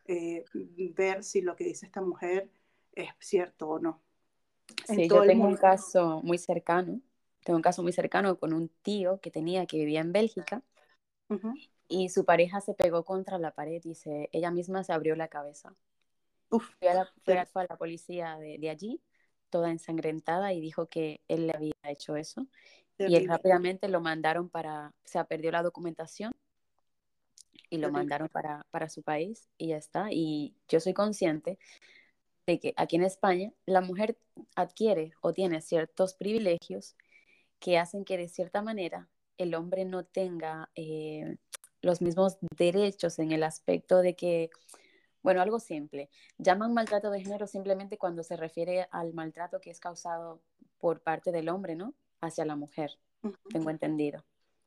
ver si lo que dice esta mujer es cierto o no. En sí, todo yo el tengo un mundo. caso muy cercano. Tengo un caso muy cercano con un tío que vivía en Bélgica Ujú. y su pareja se pegó contra la pared y ella misma se abrió la cabeza. Uf, Fue a la policía de allí, toda ensangrentada, y dijo que él le había hecho eso. Y él terrible, rápidamente lo mandaron o sea, perdió la documentación y lo terrible. mandaron para su país y ya está. Y yo soy consciente de que aquí en España la mujer adquiere o tiene ciertos privilegios que hacen que de cierta manera el hombre no tenga los mismos derechos en el aspecto de que, bueno, algo simple, llaman maltrato de género simplemente cuando se refiere al maltrato que es causado por parte del hombre, ¿no? Hacia la mujer, Ujú. tengo entendido.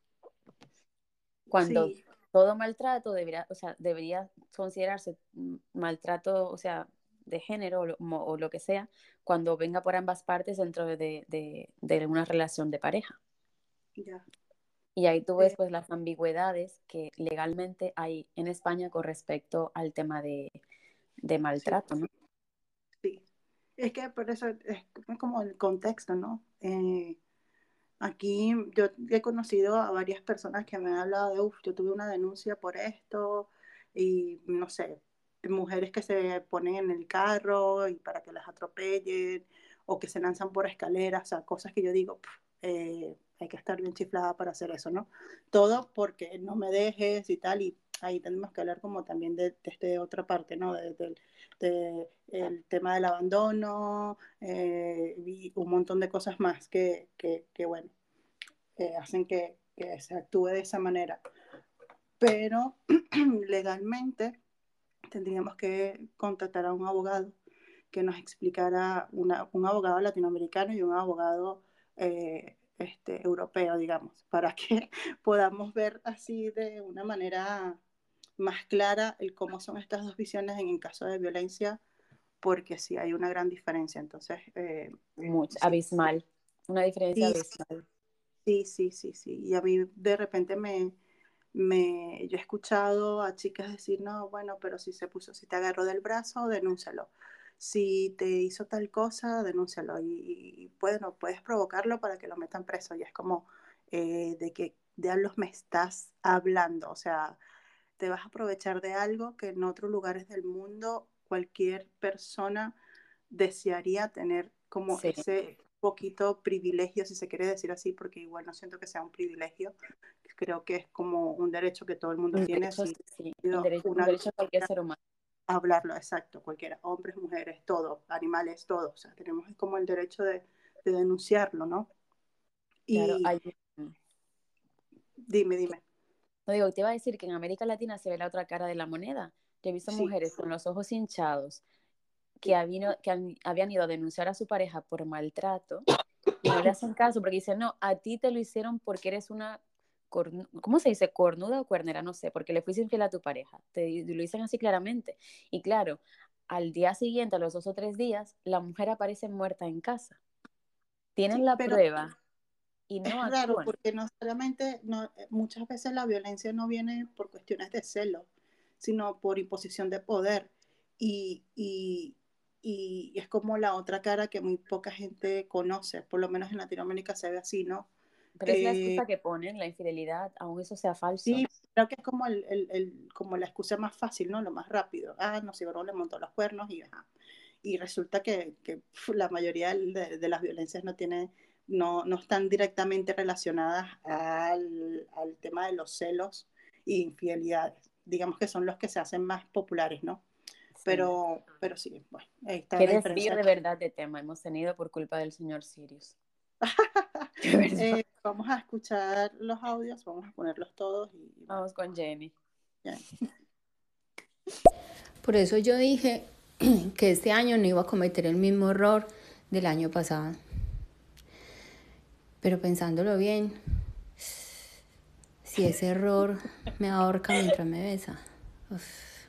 Cuando Sí, todo maltrato debería, o sea, debería considerarse maltrato, o sea, de género o lo que sea, cuando venga por ambas partes dentro de una relación de pareja. ya. Y ahí tú ves Eh, pues las ambigüedades que legalmente hay en España con respecto al tema de sí, maltrato, ¿no? sí. Es que por eso es como el contexto, ¿no? Aquí yo he conocido a varias personas que me han hablado de, uff, yo tuve una denuncia por esto y no sé, mujeres que se ponen en el carro y para que las atropellen o que se lanzan por escaleras, o sea, cosas que yo digo, hay que estar bien chiflada para hacer eso, ¿no? Todo porque no me dejes y tal, y ahí tenemos que hablar como también de esta otra parte, ¿no? El tema del abandono y un montón de cosas más bueno, hacen que se actúe de esa manera. Pero legalmente tendríamos que contratar a un abogado que nos explicara, un abogado latinoamericano y un abogado europeo, digamos, para que podamos ver así de una manera más clara el cómo son estas dos visiones en caso de violencia, porque sí hay una gran diferencia. Entonces, Mucho, sí, abismal, una diferencia sí, abismal. sí, sí, sí, sí. Y a mí de repente yo he escuchado a chicas decir, no, bueno, pero si te agarró del brazo, denúncialo. Si te hizo tal cosa, denúncialo. Bueno, puedes provocarlo para que lo metan preso. Y es como, ¿de qué diablos me estás hablando? O sea, te vas a aprovechar de algo que en otros lugares del mundo cualquier persona desearía tener como Sí, ese poquito privilegio, si se quiere decir así, porque igual no siento que sea un privilegio, creo que es como un derecho que todo el mundo un tiene, derecho, si sí, sí, ha sido un una derecho de cualquier ser humano. hablarlo, exacto, cualquiera, hombres, mujeres, todo, animales, todo, o sea, tenemos como el derecho de denunciarlo, ¿no? Claro, Y hay, dime, no digo, te iba a decir que en América Latina se ve la otra cara de la moneda. Yo he visto sí, mujeres con los ojos hinchados sí, habían ido a denunciar a su pareja por maltrato y no le hacen caso porque dicen, no, a ti te lo hicieron porque eres una, ¿cómo se dice? Cornuda o cuernera, no sé, porque le fuiste infiel a tu pareja. Lo dicen así claramente. Y claro, al día siguiente, a los 2 o 3 días, la mujer aparece muerta en casa. Tienen sí, la pero prueba y es no raro actúan. porque no solamente, no, muchas veces la violencia no viene por cuestiones de celo, sino por imposición de poder. Y, y, y es como la otra cara que muy poca gente conoce, por lo menos en Latinoamérica se ve así, ¿no? Pero es la excusa que ponen, la infidelidad, aun eso sea falso. Sí, creo que es como, como la excusa más fácil, ¿no? Lo más rápido. Ah, no sé, bro, le montó los cuernos y ajá. Y resulta que la mayoría de las violencias no están directamente relacionadas al tema de los celos e infidelidades. Digamos que son los que se hacen más populares, ¿no? Sí. Pero sí, bueno, ahí está Qué la desvío diferencia. de verdad de tema hemos tenido por culpa del señor Sirius. De verdad. Vamos a escuchar los audios, vamos a ponerlos todos y bueno, Vamos con Jenny. ya. Por eso yo dije que este año no iba a cometer el mismo error del año pasado. Pero pensándolo bien, si ese error me ahorca mientras me besa, uf,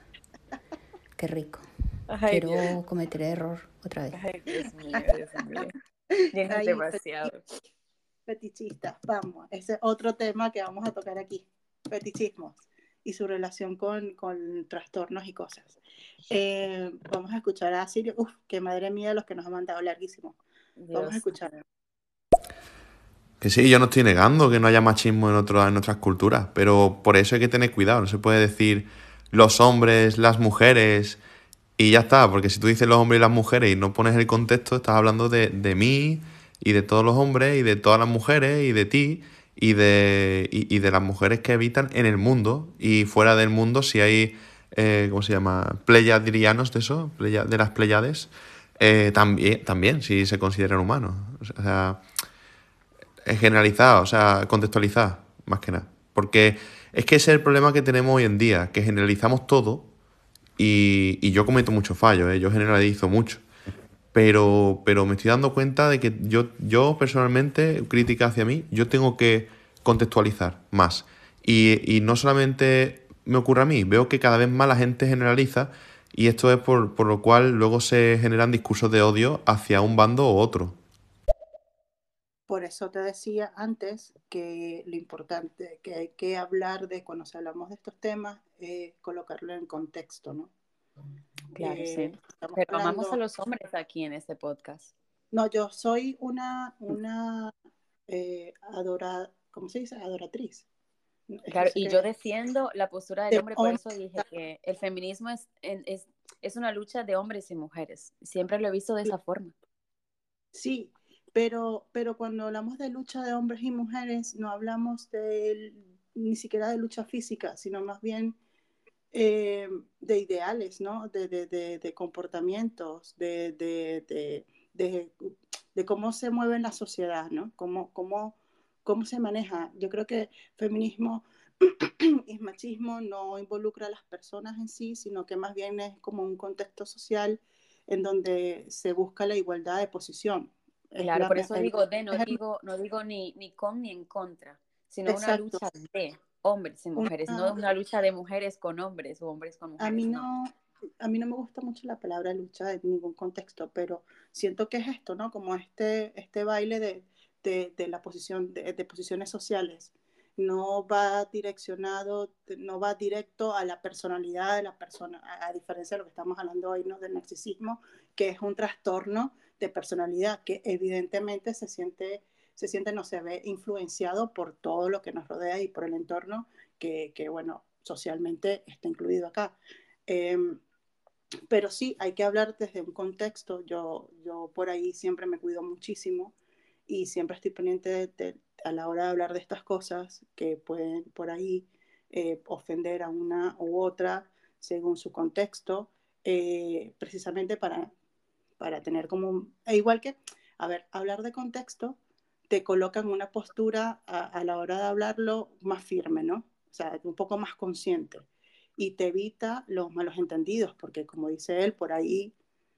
qué rico. Ay, Dios. Quiero cometer el error otra vez. Ay, Dios mío, Dios mío. Jenny es Ahí, demasiado. fetichistas, vamos, ese es otro tema que vamos a tocar aquí, fetichismos y su relación con trastornos y cosas. Vamos a escuchar a Sirio, uf, qué madre mía los que nos han mandado larguísimo. Vamos a Dios escuchar. mío. Que sí, yo no estoy negando que no haya machismo en otras culturas, pero por eso hay que tener cuidado. No se puede decir los hombres, las mujeres y ya está, porque si tú dices los hombres y las mujeres y no pones el contexto, estás hablando de mí y de todos los hombres y de todas las mujeres y de ti y de las mujeres que habitan en el mundo y fuera del mundo si hay, ¿cómo se llama? Pleiadianos de eso, de las Pleiades, también, si se consideran humanos. O sea, generalizar, o sea, contextualizar, más que nada. Porque es que ese es el problema que tenemos hoy en día, que generalizamos todo y yo cometo muchos fallos, ¿eh? Yo generalizo mucho. Pero me estoy dando cuenta de que yo personalmente, crítica hacia mí, yo tengo que contextualizar más. Y no solamente me ocurre a mí, veo que cada vez más la gente generaliza y esto es por lo cual luego se generan discursos de odio hacia un bando u otro. Por eso te decía antes que lo importante que hay que hablar de cuando hablamos de estos temas, colocarlo en contexto, ¿no? Claro, sí. Estamos Pero amamos a hablando, los hombres aquí en este podcast. no, yo soy una ¿cómo se dice? Adoratriz. Es que Claro, sé y yo que defiendo la postura del de hombre, por hombre, eso dije que el feminismo es una lucha de hombres y mujeres. Siempre lo he visto de esa forma. sí, pero cuando hablamos de lucha de hombres y mujeres, no hablamos ni siquiera de lucha física, sino más bien de ideales, ¿no? De comportamientos, de cómo se mueve en la sociedad, ¿no? Cómo se maneja. Yo creo que feminismo y machismo no involucra a las personas en sí, sino que más bien es como un contexto social en donde se busca la igualdad de posición. Claro, por eso digo Es el- no digo ni con ni en contra, sino una exacto. lucha de hombres y mujeres, no Una, una lucha de mujeres con hombres o hombres con A mujeres, mí no. no, a mí no me gusta mucho la palabra lucha en ningún contexto, pero siento que es esto, ¿no? Como este baile de la posición, de posiciones sociales. No va direccionado, no va directo a la personalidad de la persona, a diferencia de lo que estamos hablando hoy, ¿no? Del narcisismo, que es un trastorno de personalidad que evidentemente no se ve influenciado por todo lo que nos rodea y por el entorno que bueno, socialmente está incluido acá. Eh, Pero sí, hay que hablar desde un contexto. Yo por ahí siempre me cuido muchísimo y siempre estoy pendiente a la hora de hablar de estas cosas que pueden por ahí ofender a una u otra según su contexto, precisamente para tener como, e igual que, a ver, hablar de contexto te coloca en una postura a la hora de hablarlo más firme, ¿no? O sea, un poco más consciente y te evita los malos entendidos, porque como dice él, por ahí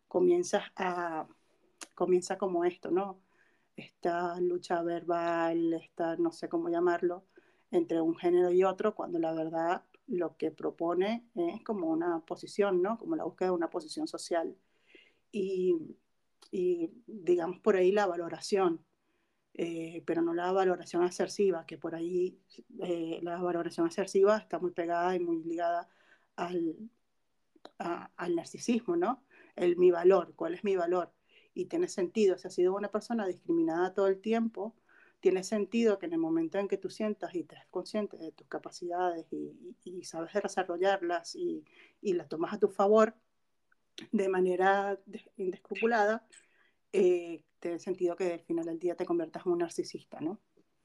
comienza como esto, ¿no? Esta lucha verbal, esta, no sé cómo llamarlo, entre un género y otro, cuando la verdad lo que propone es como una posición, ¿no? Como la búsqueda de una posición social. Y, y digamos por ahí la valoración, pero no la valoración asertiva, que por ahí la valoración asertiva está muy pegada y muy ligada al, al narcisismo, ¿no? Mi valor, ¿cuál es mi valor? Y tiene sentido, si has sido una persona discriminada todo el tiempo, tiene sentido que en el momento en que tú sientas y te es consciente de tus capacidades y sabes desarrollarlas y las tomas a tu favor de manera indescrupulada, tiene sentido que al final del día te conviertas en un narcisista, ¿no?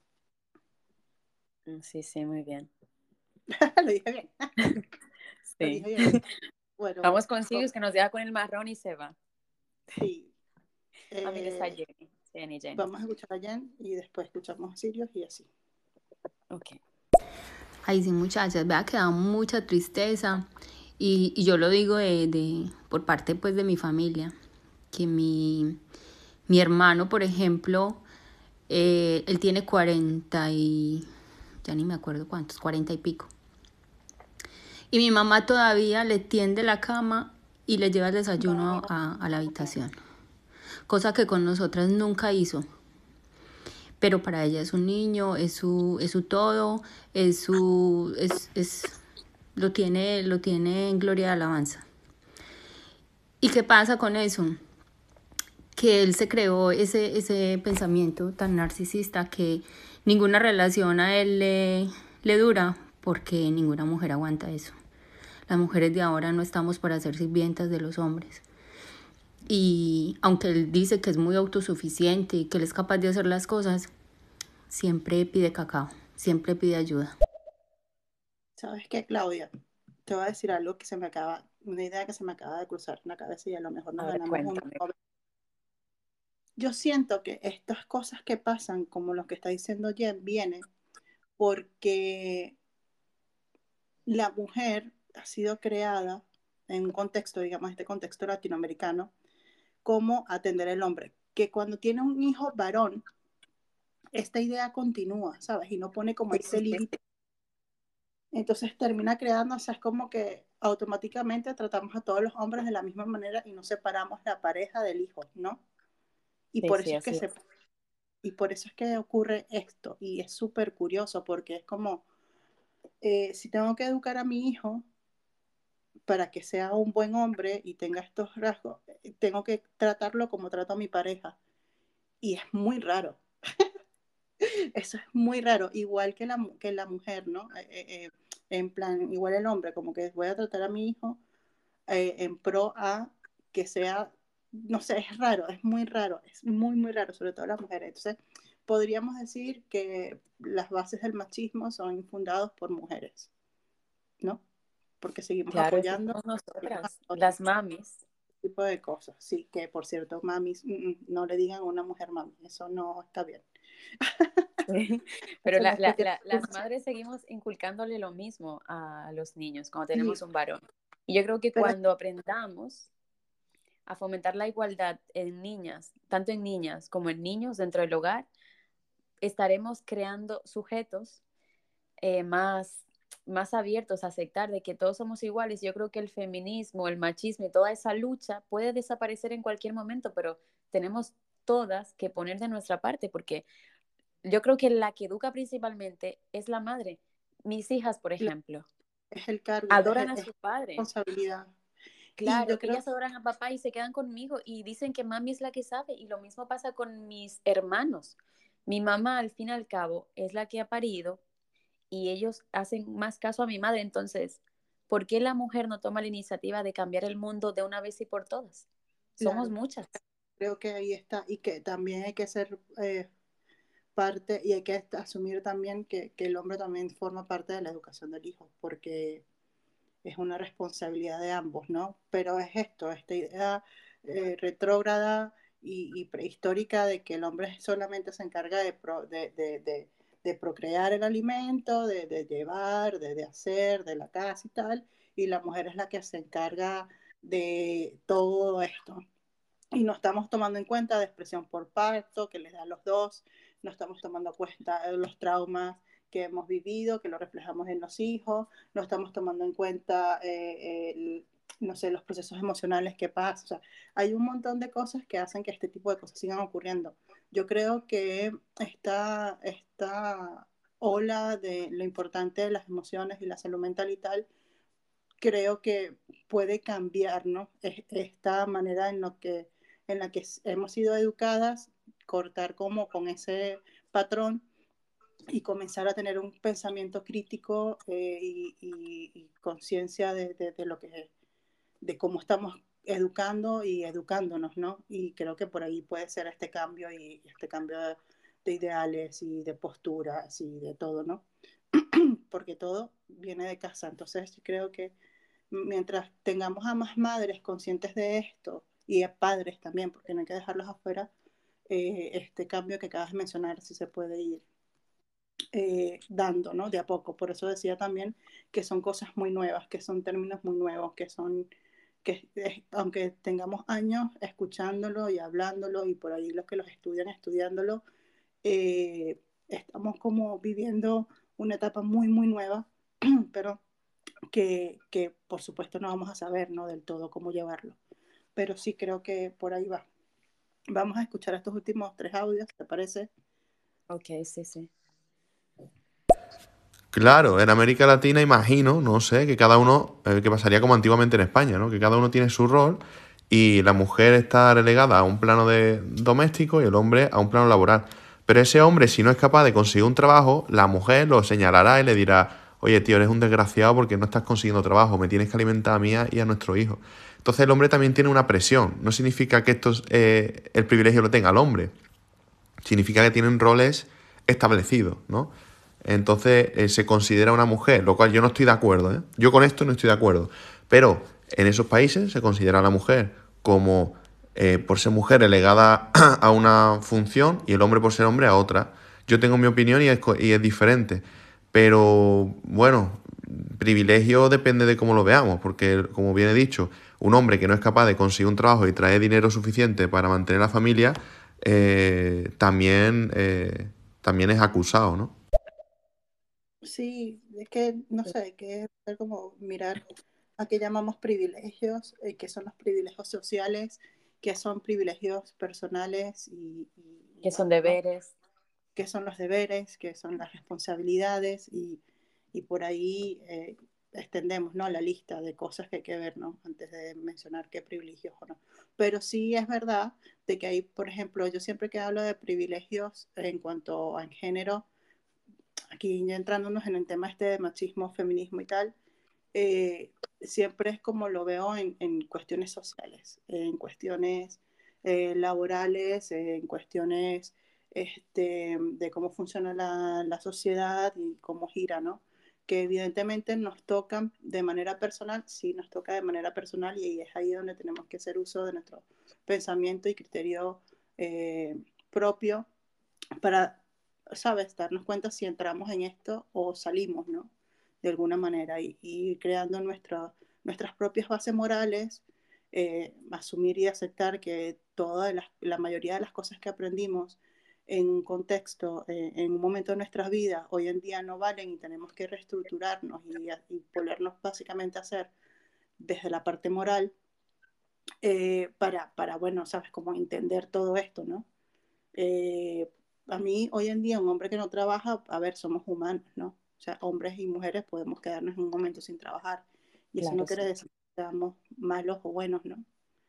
Sí, sí, muy bien. Lo dije bien. Lo Sí. dije bien. Bueno, Vamos con Sirius, que nos deja con el marrón y se va. sí. Ah, mira, está Jenny. Vamos a escuchar a Jen y después escuchamos a Sirius y así. Ok. Ay, sí, muchachas, vea que da mucha tristeza. Y yo lo digo por parte pues de mi familia, que mi hermano, por ejemplo, él tiene 40 y ya ni me acuerdo cuántos, 40 y pico. Y mi mamá todavía le tiende la cama y le lleva el desayuno a la habitación, cosa que con nosotras nunca hizo. Pero para ella es un niño, es su todo, lo tiene en gloria de alabanza. ¿Y qué pasa con eso? Que él se creó ese pensamiento tan narcisista que ninguna relación a él le dura, porque ninguna mujer aguanta eso. Las mujeres de ahora no estamos para ser sirvientas de los hombres. Y aunque él dice que es muy autosuficiente y que él es capaz de hacer las cosas, siempre pide cacao, siempre pide ayuda. ¿Sabes qué, Claudia? Te voy a decir algo que una idea que se me acaba de cruzar en la cabeza y a lo mejor nos Ahora ganamos cuéntame. Yo siento que estas cosas que pasan, como lo que está diciendo Jen, vienen porque la mujer ha sido creada en un contexto, digamos, este contexto latinoamericano, como atender al hombre. Que cuando tiene un hijo varón, esta idea continúa, ¿sabes? Y no pone como ese límite. Entonces termina creando, o sea, es como que automáticamente tratamos a todos los hombres de la misma manera y no separamos la pareja del hijo, ¿no? Y Sí, por sí, eso es que así es. y por eso es que ocurre esto. Y es súper curioso porque es como, si tengo que educar a mi hijo para que sea un buen hombre y tenga estos rasgos, tengo que tratarlo como trato a mi pareja. Y es muy raro. Eso es muy raro, igual que la mujer, ¿no? En plan, igual el hombre, como que voy a tratar a mi hijo en pro a que sea, no sé, es raro, es muy raro, es muy, muy raro, sobre todo las mujeres. Entonces, podríamos decir que las bases del machismo son infundadas por mujeres, ¿no? Porque seguimos Claro, eso apoyando somos nosotras, otro las mamis. tipo de cosas. Sí, que por cierto, mamis, no le digan a una mujer mami, eso no está bien. Sí. Pero Eso no es cuestión. las madres seguimos inculcándole lo mismo a los niños cuando Sí, tenemos un varón. Y yo creo que pero cuando aprendamos a fomentar la igualdad en niñas, tanto en niñas como en niños dentro del hogar, estaremos creando sujetos más abiertos a aceptar de que todos somos iguales. Yo creo que el feminismo, el machismo y toda esa lucha puede desaparecer en cualquier momento, pero tenemos todas que poner de nuestra parte, porque yo creo que la que educa principalmente es la madre. Mis hijas, por ejemplo, es el cargo, adoran a es su padre. responsabilidad. Y Claro, yo creo ellas adoran a papá y se quedan conmigo y dicen que mami es la que sabe. Y lo mismo pasa con mis hermanos. Mi mamá, al fin y al cabo, es la que ha parido y ellos hacen más caso a mi madre. Entonces, ¿por qué la mujer no toma la iniciativa de cambiar el mundo de una vez y por todas? Somos Claro, muchas. creo que ahí está, y que también hay que ser parte, y hay que asumir también que el hombre también forma parte de la educación del hijo, porque es una responsabilidad de ambos, ¿no? Pero es esto, esta idea retrógrada y prehistórica de que el hombre solamente se encarga de procrear el alimento, de llevar, de hacer, de la casa y tal, y la mujer es la que se encarga de todo esto. Y no estamos tomando en cuenta depresión por parto, que les da a los dos, no estamos tomando en cuenta los traumas que hemos vivido, que lo reflejamos en los hijos, no estamos tomando en cuenta, no sé, los procesos emocionales que pasan. O sea, hay un montón de cosas que hacen que este tipo de cosas sigan ocurriendo. Yo creo que esta ola de lo importante de las emociones y la salud mental y tal, creo que puede cambiar, ¿no? Esta manera en la que hemos sido educadas, cortar como con ese patrón y comenzar a tener un pensamiento crítico y conciencia de lo que, de cómo estamos educando y educándonos, ¿no? Y creo que por ahí puede ser este cambio y este cambio de ideales y de posturas y de todo, ¿no? Porque todo viene de casa. Entonces creo que mientras tengamos a más madres conscientes de esto y a padres también, porque no hay que dejarlos afuera, este cambio que acabas de mencionar sí se puede ir dando, ¿no? De a poco. Por eso decía también que son cosas muy nuevas, que son términos muy nuevos, que son, aunque tengamos años escuchándolo y hablándolo, y por ahí los que los estudian estudiándolo, estamos como viviendo una etapa muy, muy nueva, pero que por supuesto no vamos a saber, ¿no? Del todo cómo llevarlo. Pero sí creo que por ahí va. Vamos a escuchar estos últimos 3 audios, ¿te parece? Ok, sí, sí. Claro, en América Latina imagino, no sé, que cada uno, que pasaría como antiguamente en España, ¿no? Que cada uno tiene su rol y la mujer está relegada a un plano de doméstico y el hombre a un plano laboral. Pero ese hombre, si no es capaz de conseguir un trabajo, la mujer lo señalará y le dirá, oye, tío, eres un desgraciado porque no estás consiguiendo trabajo, me tienes que alimentar a mí y a nuestro hijo. Entonces el hombre también tiene una presión. No significa que el privilegio lo tenga el hombre, significa que tienen roles establecidos, ¿no? Entonces se considera una mujer, lo cual yo no estoy de acuerdo, ¿eh? Yo con esto no estoy de acuerdo. Pero en esos países se considera a la mujer como, por ser mujer, relegada a una función y el hombre por ser hombre a otra. Yo tengo mi opinión y es diferente. Pero bueno, privilegio depende de cómo lo veamos, porque como bien he dicho, un hombre que no es capaz de conseguir un trabajo y traer dinero suficiente para mantener la familia, también es acusado, ¿no? Sí, es que, no sé, hay que hacer como mirar a qué llamamos privilegios, qué son los privilegios sociales, qué son privilegios personales y Que son bueno, ¿no? deberes. Qué son los deberes, qué son las responsabilidades y por ahí extendemos, ¿no? La lista de cosas que hay que ver, ¿no? Antes de mencionar qué privilegios o no. Pero sí es verdad de que hay, por ejemplo, yo siempre que hablo de privilegios en cuanto a género, aquí ya entrándonos en el tema este de machismo, feminismo y tal, siempre es como lo veo en cuestiones sociales, en cuestiones laborales, en cuestiones de cómo funciona la sociedad y cómo gira, ¿no? Que evidentemente nos tocan de manera personal, sí nos toca de manera personal y es ahí donde tenemos que hacer uso de nuestro pensamiento y criterio propio para, ¿sabes?, darnos cuenta si entramos en esto o salimos, ¿no? De alguna manera y creando nuestras propias bases morales, asumir y aceptar que la mayoría de las cosas que aprendimos en un contexto, en un momento de nuestras vidas, hoy en día no valen y tenemos que reestructurarnos y ponernos básicamente a hacer desde la parte moral bueno, ¿sabes?, como entender todo esto, ¿no? Eh, a mí hoy en día un hombre que no trabaja, a ver, somos humanos, ¿no? O sea, hombres y mujeres podemos quedarnos en un momento sin trabajar y eso no Claro, quiere sí. decir que seamos malos o buenos, ¿no?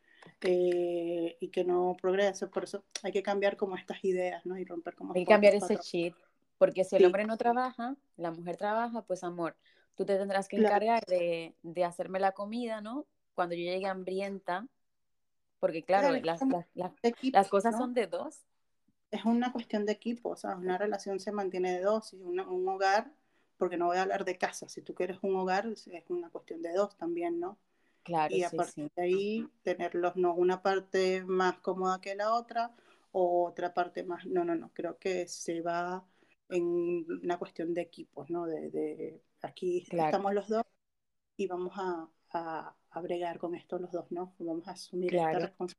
Y que no progrese, por eso hay que cambiar como estas ideas, ¿no? Y romper como Hay que con cambiar estos ese patrones. chip, porque si el Sí, hombre no trabaja, la mujer trabaja, pues amor, tú te tendrás que Claro, encargar de hacerme la comida, ¿no? Cuando yo llegue hambrienta, porque claro, claro, es como de las equipo, cosas ¿no? son de dos. Es una cuestión de equipo, o sea, una relación se mantiene de dos, y un hogar, porque no voy a hablar de casa, si tú quieres un hogar, es una cuestión de dos también, ¿no? Claro, Y a sí, partir sí. de ahí tenerlos, no una parte más cómoda que la otra o otra parte más, no, no, no, creo que se va en una cuestión de equipos, ¿no? Aquí Claro, estamos los dos y vamos a bregar con esto los dos, ¿no? Vamos a asumir esta claro. responsabilidad.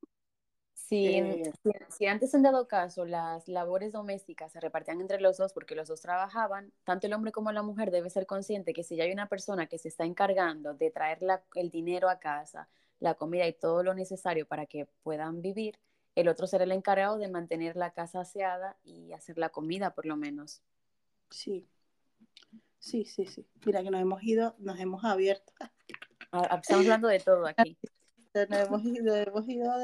Si, Eh, si antes en dado caso las labores domésticas se repartían entre los dos porque los dos trabajaban, tanto el hombre como la mujer debe ser consciente que si ya hay una persona que se está encargando de traer el dinero a casa, la comida y todo lo necesario para que puedan vivir, el otro será el encargado de mantener la casa aseada y hacer la comida por lo menos. sí, sí, sí, sí. Mira que nos hemos ido, nos hemos abierto, Estamos hablando de todo aquí. hemos ido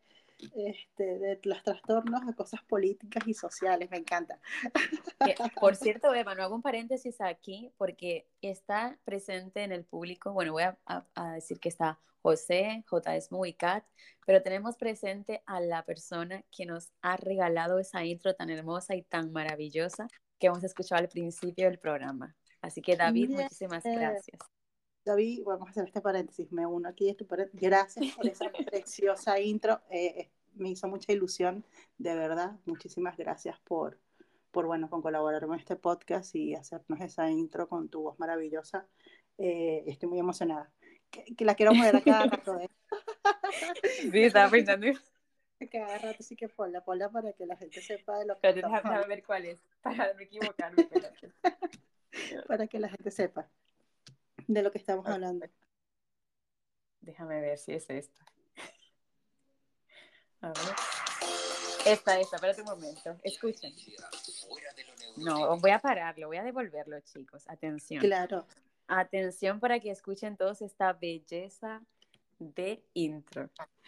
de los trastornos a cosas políticas y sociales, me encanta. Por cierto, Eva, no hago un paréntesis aquí porque está presente en el público, bueno, voy a decir que está José, J. Esmu y Kat, pero tenemos presente a la persona que nos ha regalado esa intro tan hermosa y tan maravillosa que hemos escuchado al principio del programa. Así que David, Bien. muchísimas gracias. David, vamos a hacer este paréntesis, me uno aquí a este paréntesis. Gracias por esa preciosa intro, me hizo mucha ilusión, de verdad. Muchísimas gracias bueno, con colaborar con este podcast y hacernos esa intro con tu voz maravillosa. Estoy muy emocionada. Que la quiero mover a cada rato, ¿eh? Sí, La quiero estaba escuchar pensando, a cada rato, así que ponla para que la gente sepa de lo que pero estamos déjame hablando, ver cuál es, para no equivocarme, espérate. para que la gente sepa de lo que estamos Ok, hablando. déjame ver si es esta. A ver. Espérate un momento. Escuchen. Fuera de lo No, neurotípico. voy a pararlo, voy a devolverlo, chicos. Atención. Claro. Atención para que escuchen todos esta belleza de intro.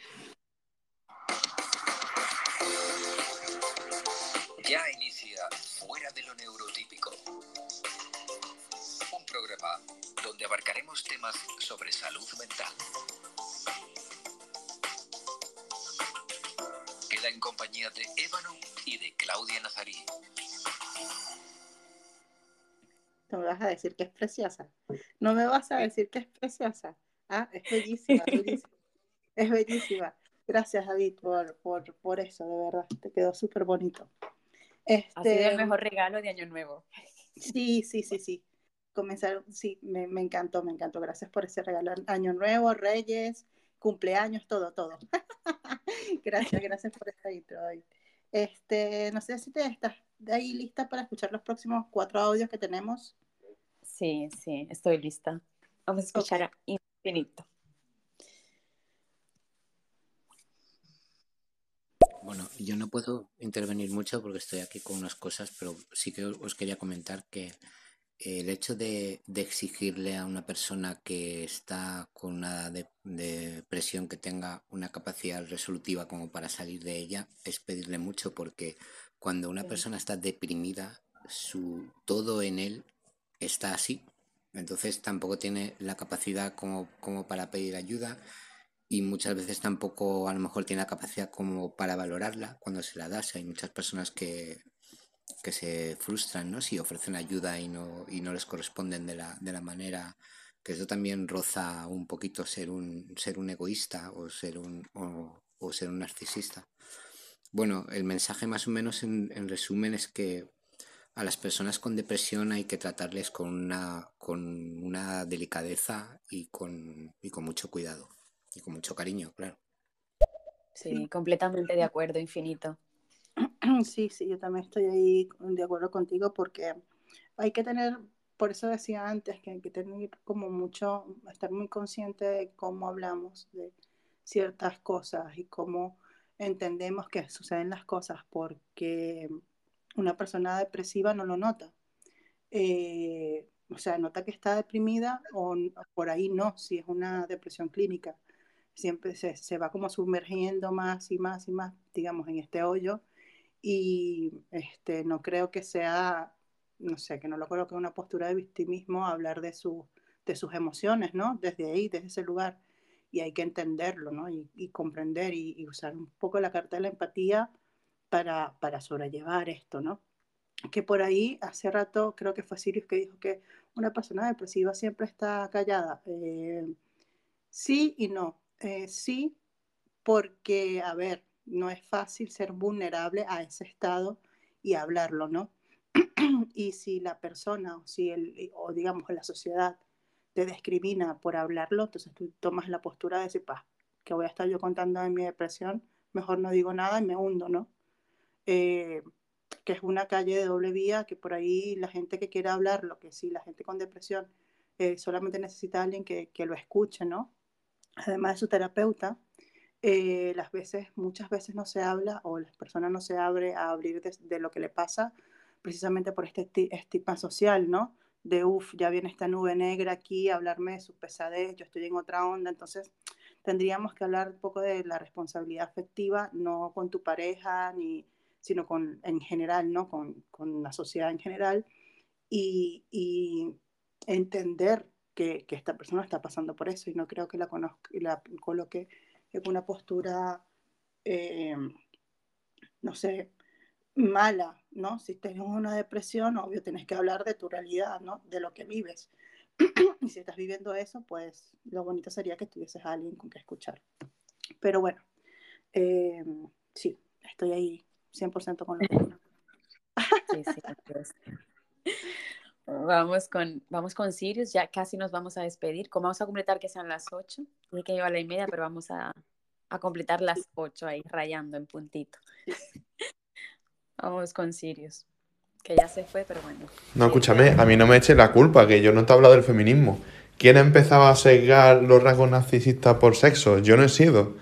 Ya inicia Fuera de lo neurotípico. Un programa donde abarcaremos temas sobre salud mental. Queda en compañía de Ébano y de Claudia Nazarí. No me vas a decir que es preciosa. No me vas a decir que es preciosa. Ah, es bellísima, es bellísima. Es bellísima. Gracias, David, por eso, de verdad. Te quedó súper bonito. Ha sido el Este, mejor regalo de Año Nuevo. sí, sí, sí, sí. Comenzar, sí, me encantó, me encantó. Gracias por ese regalo. Año Nuevo, Reyes, cumpleaños, todo, todo. Gracias, gracias por esta intro, David. No sé si te estás ahí lista para escuchar los próximos 4 audios que tenemos. Sí, sí, estoy lista. Vamos a Ok. escuchar a Infinito. Bueno, yo no puedo intervenir mucho porque estoy aquí con unas cosas, pero sí que os quería comentar que el hecho de exigirle a una persona que está con una depresión que tenga una capacidad resolutiva como para salir de ella es pedirle mucho, porque cuando una Sí. persona está deprimida, todo en él está así. Entonces tampoco tiene la capacidad como para pedir ayuda, y muchas veces tampoco a lo mejor tiene la capacidad como para valorarla cuando se la das. Hay muchas personas que se frustran, ¿no? Si ofrecen ayuda y no les corresponden de la manera, que eso también roza un poquito ser un egoísta o ser un narcisista. Bueno, el mensaje más o menos en resumen es que a las personas con depresión hay que tratarles con una delicadeza y con mucho cuidado y con mucho cariño, claro. Sí, Sí, completamente de acuerdo, Infinito. sí, sí, yo también estoy ahí de acuerdo contigo porque hay que tener, por eso decía antes que hay que tener como mucho, estar muy consciente de cómo hablamos de ciertas cosas y cómo entendemos que suceden las cosas, porque una persona depresiva no lo nota. O sea, nota que está deprimida o por ahí no, si es una depresión clínica. Siempre se va como sumergiendo más y más y más, digamos, en este hoyo y no creo que sea no sé, que no lo coloque en una postura de victimismo, hablar de sus emociones, ¿no? Desde ahí, desde ese lugar. Y hay que entenderlo, ¿no? Y comprender y usar un poco la carta de la empatía para sobrellevar esto, ¿no? Que por ahí hace rato creo que fue Sirius que dijo que una persona depresiva siempre está callada. Sí y no. Sí, porque, a ver, no es fácil ser vulnerable a ese estado y hablarlo, ¿no? Y si la persona o digamos la sociedad te discrimina por hablarlo, entonces tú tomas la postura de decir, pa, que voy a estar yo contando de mi depresión, mejor no digo nada y me hundo, ¿no? Eh, que es una calle de doble vía, que por ahí la gente que quiera hablar, lo que sí, la gente con depresión solamente necesita a alguien que lo escuche, ¿no? Además de su terapeuta, muchas veces no se habla o las personas no se abre a abrir de lo que le pasa precisamente por este estigma social, ¿no? De, ya viene esta nube negra aquí a hablarme de su pesadez, yo estoy en otra onda, entonces tendríamos que hablar un poco de la responsabilidad afectiva, no con tu pareja, sino en general, ¿no? Con la sociedad en general y entender que esta persona está pasando por eso y no creo que la conozca y la coloque en una postura, eh, no sé, mala, ¿no? Si tienes una depresión, obvio, tienes que hablar de tu realidad, ¿no? De lo que vives. Y si estás viviendo eso, pues lo bonito sería que tuvieses a alguien con que escuchar. Pero bueno, eh, sí, estoy ahí 100% con lo que digo. Sí, sí, pues. Vamos con Sirius, ya casi nos vamos a despedir. Como vamos a completar que sean las 8, dije que iba a la 1:30, pero vamos a completar las 8 ahí, rayando en puntito. Vamos con Sirius, que ya se fue, pero bueno. No, escúchame, a mí no me eches la culpa, que yo no te he hablado del feminismo. ¿Quién ha empezado a sesgar los rasgos narcisistas por sexo? Yo no he sido.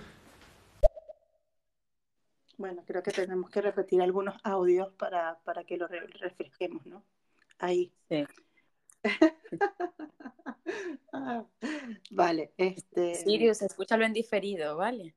Bueno, creo que tenemos que repetir algunos audios para que lo refresquemos, ¿no? Ahí. Sí. Vale, Sirius, escúchalo en diferido, ¿vale?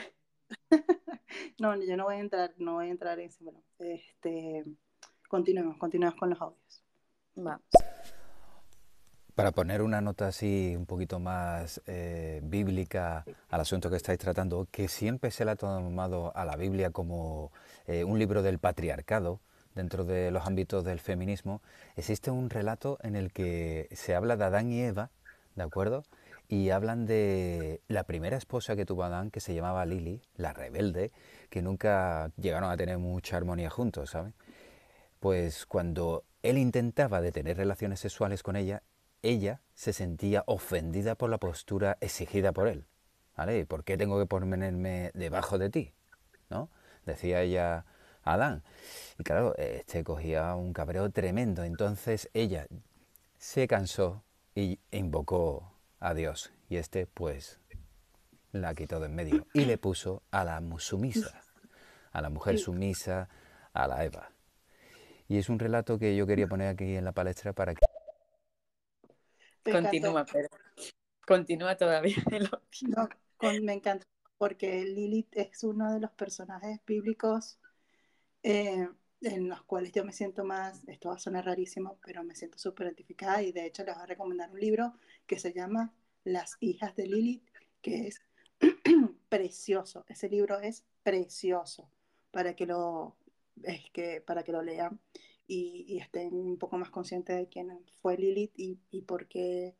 No, yo no voy a entrar en eso. Bueno, continuemos con los audios. Vamos. Para poner una nota así un poquito más bíblica al asunto que estáis tratando, que siempre se le ha tomado a la Biblia como un libro del patriarcado, dentro de los ámbitos del feminismo, existe un relato en el que se habla de Adán y Eva, ¿de acuerdo? Y hablan de la primera esposa que tuvo Adán, que se llamaba Lili, la rebelde, que nunca llegaron a tener mucha armonía juntos, ¿sabes? Pues cuando él intentaba de tener relaciones sexuales con ella se sentía ofendida por la postura exigida por él. ¿Vale? ¿Por qué tengo que ponerme debajo de ti? ¿No? Decía ella a Adán. Y claro, este cogía un cabreo tremendo. Entonces ella se cansó e invocó a Dios. Y este, pues, la quitó de en medio. Y le puso a la sumisa, a la mujer sumisa, a la Eva. Y es un relato que yo quería poner aquí en la palestra para que... Continúa, pero continúa todavía. No, me encanta porque Lilith es uno de los personajes bíblicos en los cuales yo me siento más, esto va a sonar rarísimo, pero me siento súper identificada y de hecho les voy a recomendar un libro que se llama Las hijas de Lilith, que es precioso. Ese libro es precioso para que para que lo lean y estén un poco más conscientes de quién fue Lilith y por qué,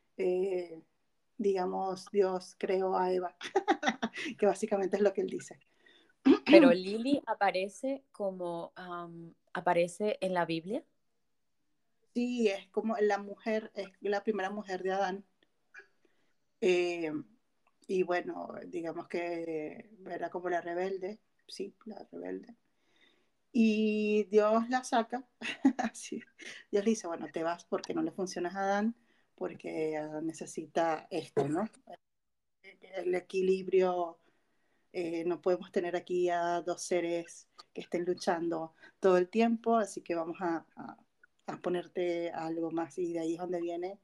digamos, Dios creó a Eva, que básicamente es lo que él dice. Pero Lili aparece en la Biblia. Sí, es como la mujer, es la primera mujer de Adán. Y bueno, digamos que era como la rebelde, sí, la rebelde. Y Dios la saca, así. Dios le dice, bueno, te vas porque no le funcionas a Adán, porque Adán necesita esto, ¿no? El equilibrio, no podemos tener aquí a dos seres que estén luchando todo el tiempo, así que vamos a ponerte algo más. Y de ahí es donde viene,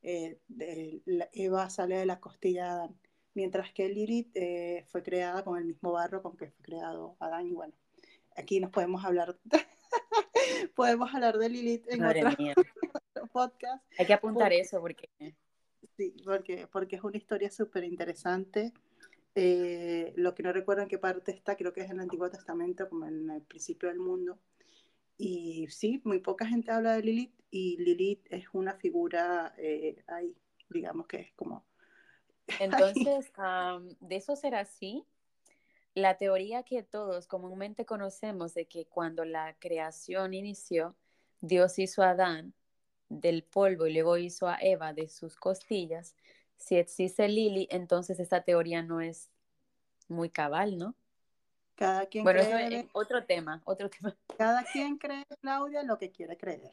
Eva sale de la costilla de Adán, mientras que Lilith fue creada con el mismo barro con que fue creado Adán. Y bueno, aquí nos podemos hablar Podemos hablar de Lilith en Madre otro mía. podcast. Hay que apuntar Porque, eso porque sí, porque es una historia súper interesante. Lo que no recuerdo en qué parte está, creo que es en el Antiguo Testamento, como en el principio del mundo. Y sí, muy poca gente habla de Lilith, y Lilith es una figura ahí, digamos que es como ahí. entonces, de eso ser así, la teoría que todos comúnmente conocemos de que cuando la creación inició, Dios hizo a Adán del polvo y luego hizo a Eva de sus costillas, si existe Lili, entonces esta teoría no es muy cabal, ¿no? Cada quien Bueno, eso cree, es otro tema, otro tema. cada quien cree, Claudia, lo que quiere creer.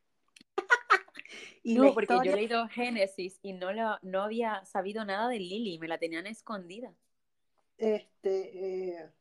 Y la No, porque yo he historia, leído Génesis y no había sabido nada de Lili, me la tenían escondida. este,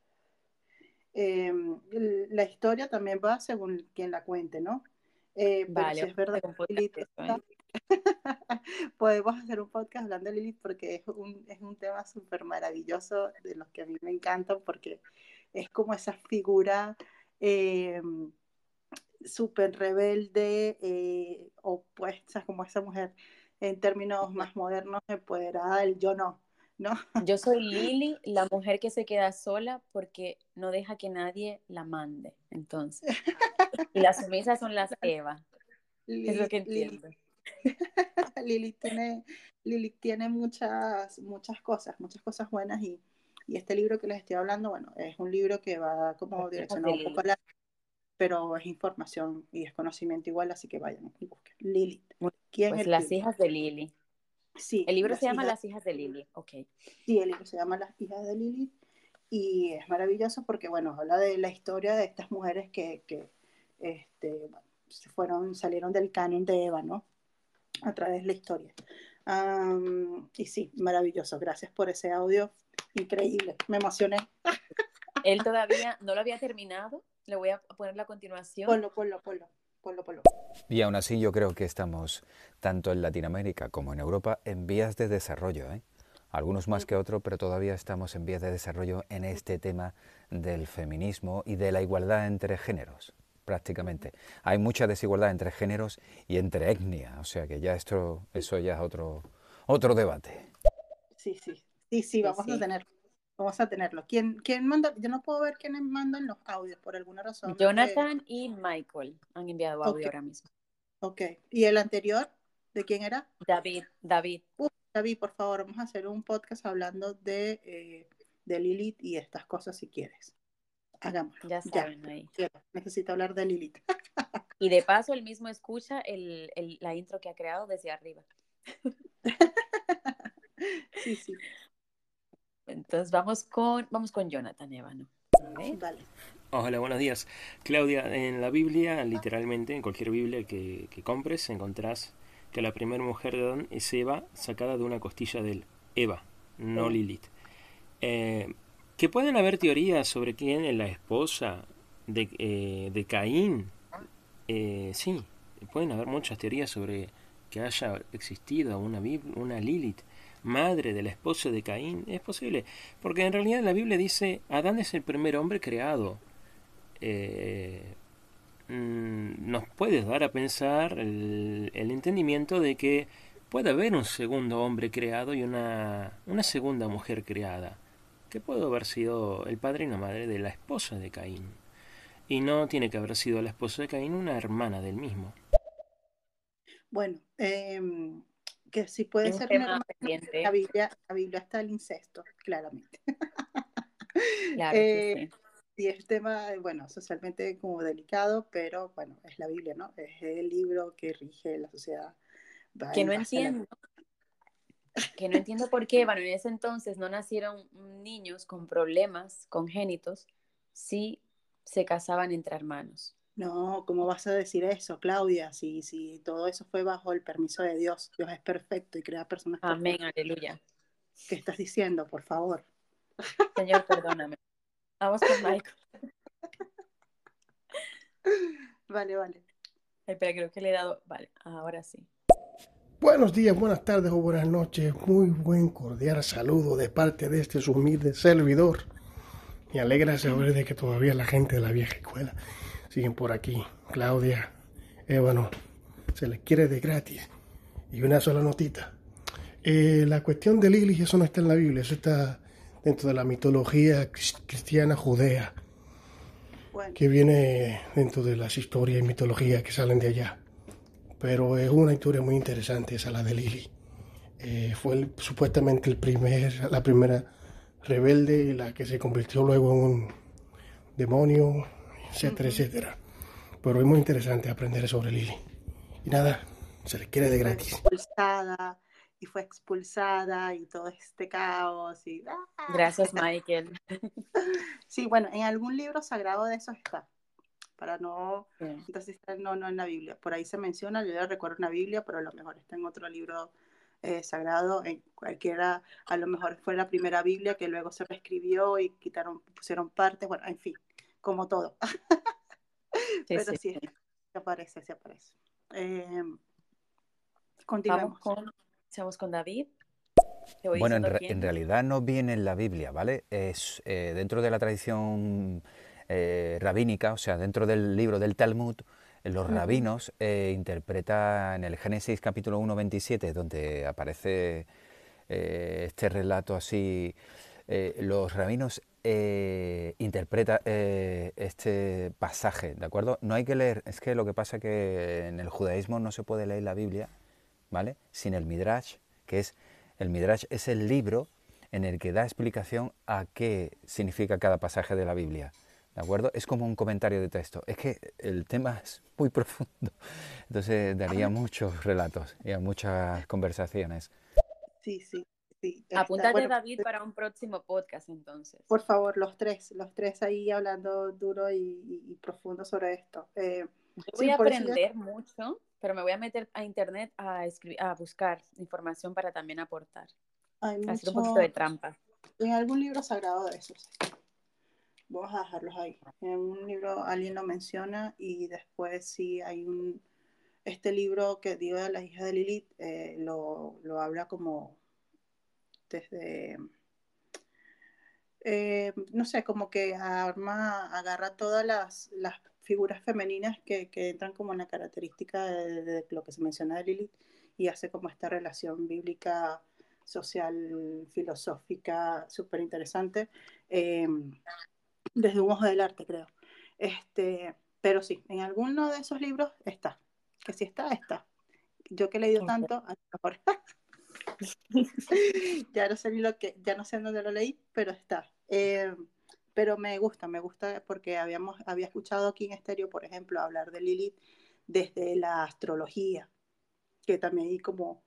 la historia también va según quien la cuente, ¿no? Pero Vale, si es vamos a verdad hacer un que podcast Lilith de eso, está, podemos hacer un podcast hablando de Lilith porque es un tema súper maravilloso, de los que a mí me encantan, porque es como esa figura eh, súper rebelde, opuesta, como esa mujer en términos más modernos, empoderada, el yo no, ¿no? Yo soy Lili, la mujer que se queda sola porque no deja que nadie la mande, entonces. Y las sumisas son las Eva, es lo Lilith, que Lilith, entiendo. Lilith tiene, Lilith tiene muchas cosas buenas, y este libro que les estoy hablando, bueno, es un libro que va Las como hijas de direccionado un poco a Lili. la, pero es información y es conocimiento igual, así que vayan y busquen. Lilith, Muy- ¿quién Pues las escribe? hijas de Lili. Sí, El libro se las llama hijas, Las hijas de Lili, ok. sí, el libro se llama Las hijas de Lilith, y es maravilloso porque, bueno, habla de la historia de estas mujeres que bueno, salieron del canon de Eva, ¿no? A través de la historia. Y sí, maravilloso. Gracias por ese audio. Increíble. Me emocioné. Él todavía no lo había terminado, le voy a poner la continuación. Ponlo. Y aún así yo creo que estamos, tanto en Latinoamérica como en Europa, en vías de desarrollo, ¿eh? Algunos más que otros, pero todavía estamos en vías de desarrollo en este tema del feminismo y de la igualdad entre géneros, prácticamente. Hay mucha desigualdad entre géneros y entre etnia, o sea que ya eso ya es otro debate. Sí, Sí, vamos a tenerlo. ¿Quién manda? Yo no puedo ver quiénes mandan los audios por alguna razón. Jonathan y Michael han enviado audio Ok, ahora mismo. ok. ¿Y el anterior? ¿De quién era? David. David, por favor, vamos a hacer un podcast hablando de Lilith y estas cosas si quieres. Hagámoslo. Ya saben ahí. Necesito hablar de Lilith. Y de paso, él mismo escucha la intro que ha creado desde arriba. Sí. Entonces vamos con Jonathan, Eva, ¿no? Vale. Hola, buenos días. Claudia, en la Biblia, literalmente, en cualquier Biblia que compres, encontrás que la primera mujer de Adán es Eva, sacada de una costilla de él. Eva, no Lilith. Que pueden haber teorías sobre quién es la esposa de Caín. Sí, pueden haber muchas teorías sobre que haya existido una Lilith, madre de la esposa de Caín. Es posible, porque en realidad la Biblia dice Adán es el primer hombre creado. Nos puede dar a pensar el entendimiento de que puede haber un segundo hombre creado y una segunda mujer creada, que puede haber sido el padre y la madre de la esposa de Caín. Y no tiene que haber sido la esposa de Caín una hermana del mismo. Bueno, que si puede ser una hermana, pendiente. la Biblia está el incesto, claramente. Claro que sí. Y es tema, bueno, socialmente como delicado, pero bueno, es la Biblia, ¿no? Es el libro que rige la sociedad. Que no entiendo por qué, bueno, en ese entonces no nacieron niños con problemas congénitos si se casaban entre hermanos. No, ¿cómo vas a decir eso, Claudia? Si todo eso fue bajo el permiso de Dios. Dios es perfecto y crea personas perfectas. Amén, aleluya. ¿Qué estás diciendo, por favor? Señor, perdóname. Vamos con Michael. Vale. Espera, creo que le he dado... Vale, ahora sí. Buenos días, buenas tardes o buenas noches. Muy buen cordial saludo de parte de este su humilde servidor. Me alegra saber de que todavía la gente de la vieja escuela siguen por aquí. Claudia, bueno, se les quiere de gratis. Y una sola notita. La cuestión de Lilith, eso no está en la Biblia, eso está dentro de la mitología cristiana judea, Bueno, que viene dentro de las historias y mitologías que salen de allá. Pero es una historia muy interesante esa, la de Lilith. Fue supuestamente la primera rebelde y la que se convirtió luego en un demonio, etcétera, etcétera. Pero es muy interesante aprender sobre Lilith. Y nada, se les quiere de gratis. Y fue expulsada y todo este caos y Gracias, Michael. sí, bueno, en algún libro sagrado de eso está, para no, Sí. entonces no en la Biblia, por ahí se menciona, yo ya recuerdo una Biblia, pero a lo mejor está en otro libro sagrado, en cualquiera, a lo mejor fue la primera Biblia que luego se reescribió y pusieron partes, bueno, en fin, como todo. Sí, Pero sí, sí, sí. se aparece. Vamos Continuemos. con David. Te voy Bueno, diciendo quién. en realidad no viene en la Biblia, ¿vale? Es dentro de la tradición rabínica, o sea, dentro del libro del Talmud, los rabinos interpretan en el Génesis capítulo 1, 27, donde aparece este relato así, los rabinos interpretan este pasaje, ¿de acuerdo? No hay que leer, es que lo que pasa es que en el judaísmo no se puede leer la Biblia, ¿vale? Sin el Midrash, que es... El Midrash es el libro en el que da explicación a qué significa cada pasaje de la Biblia, ¿de acuerdo? Es como un comentario de texto. Es que el tema es muy profundo, entonces daría muchos relatos y muchas conversaciones. Sí. Apúntate, Bueno, David, para un próximo podcast, entonces. por favor, los tres ahí hablando duro y profundo sobre esto. Yo Sí, voy a por eso aprender mucho, pero me voy a meter a internet a buscar información para también aportar. hay Hacer un poquito de mucho, trampa. en algún libro sagrado de esos. Vamos a dejarlos ahí. En un libro alguien lo menciona y después sí hay este libro que digo de la hija de Lilith, lo habla como desde, no sé, como que agarra todas las figuras femeninas que entran como en la característica de lo que se menciona de Lilith y hace como esta relación bíblica, social, filosófica, súper interesante, desde un ojo del arte, creo. Pero sí, en alguno de esos libros está, que si está. Yo que he leído tanto, a lo mejor ya no sé en dónde lo leí, pero está. Pero me gusta porque había escuchado aquí en Estéreo, por ejemplo, hablar de Lilith desde la astrología, que también hay como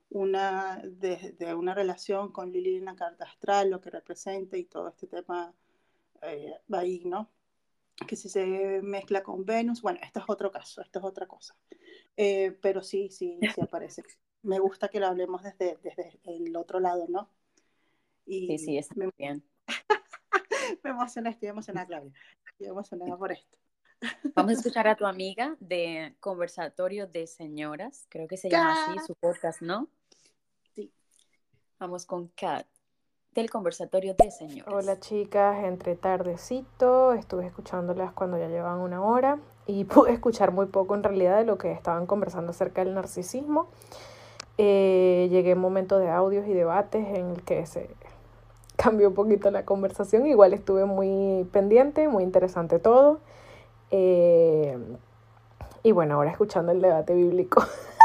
de una relación con Lilith en la carta astral, lo que representa y todo este tema ahí, ¿no? Que si se mezcla con Venus, bueno, esto es otro caso, esto es otra cosa. Pero sí aparece. Me gusta que lo hablemos desde el otro lado, ¿no? Sí, Y está bien. me emocioné, estoy emocionada, Claudia. Estoy emocionada por esto. Vamos a escuchar a tu amiga de Conversatorio de Señoras, creo que se llama así su podcast, ¿no? Sí. Vamos con Kat, del Conversatorio de Señoras. Hola chicas, entre tardecito, estuve escuchándolas cuando ya llevaban una hora y pude escuchar muy poco en realidad de lo que estaban conversando acerca del narcisismo. Llegué a un momento de audios y debates en el que se cambió un poquito la conversación, igual estuve muy pendiente, muy interesante todo. Y bueno, ahora escuchando el debate bíblico.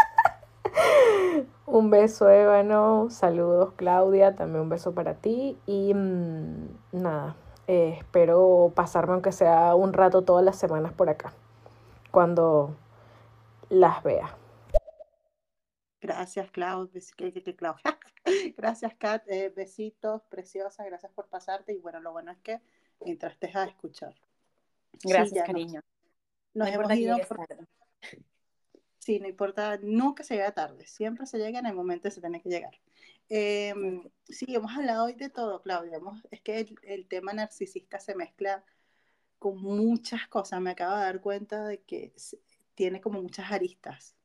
Un beso, Ébano, saludos, Claudia, también un beso para ti y nada, espero pasarme aunque sea un rato todas las semanas por acá, cuando las vea. Gracias, Claudia. Gracias, Kat. Besitos, preciosa. Gracias por pasarte. Y bueno, lo bueno es que mientras te dejas escuchar. Gracias, sí, cariño. Nos no hemos importa que ido. llegues tarde. Sí, no importa, nunca se llega tarde. Siempre se llega en el momento que se tiene que llegar. Sí, hemos hablado hoy de todo, Claudia. Es que el tema narcisista se mezcla con muchas cosas. Me acabo de dar cuenta de que tiene como muchas aristas.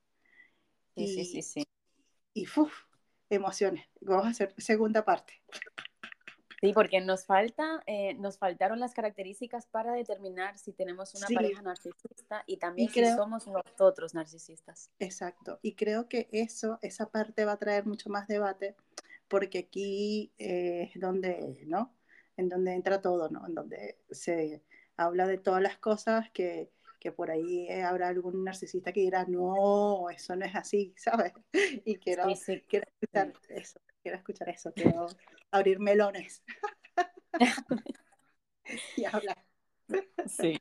Sí. Y emociones. Vamos a hacer segunda parte. Sí, porque nos faltaron las características para determinar si tenemos una Sí, pareja narcisista y y también si creo, somos nosotros narcisistas. exacto, y creo que esa parte va a traer mucho más debate, porque aquí es donde, ¿no? En donde entra todo, ¿no? En donde se habla de todas las cosas que por ahí habrá algún narcisista que dirá, no, eso no es así, ¿sabes? Y Sí, sí, quiero escuchar sí. eso, quiero abrir melones y hablar. Sí.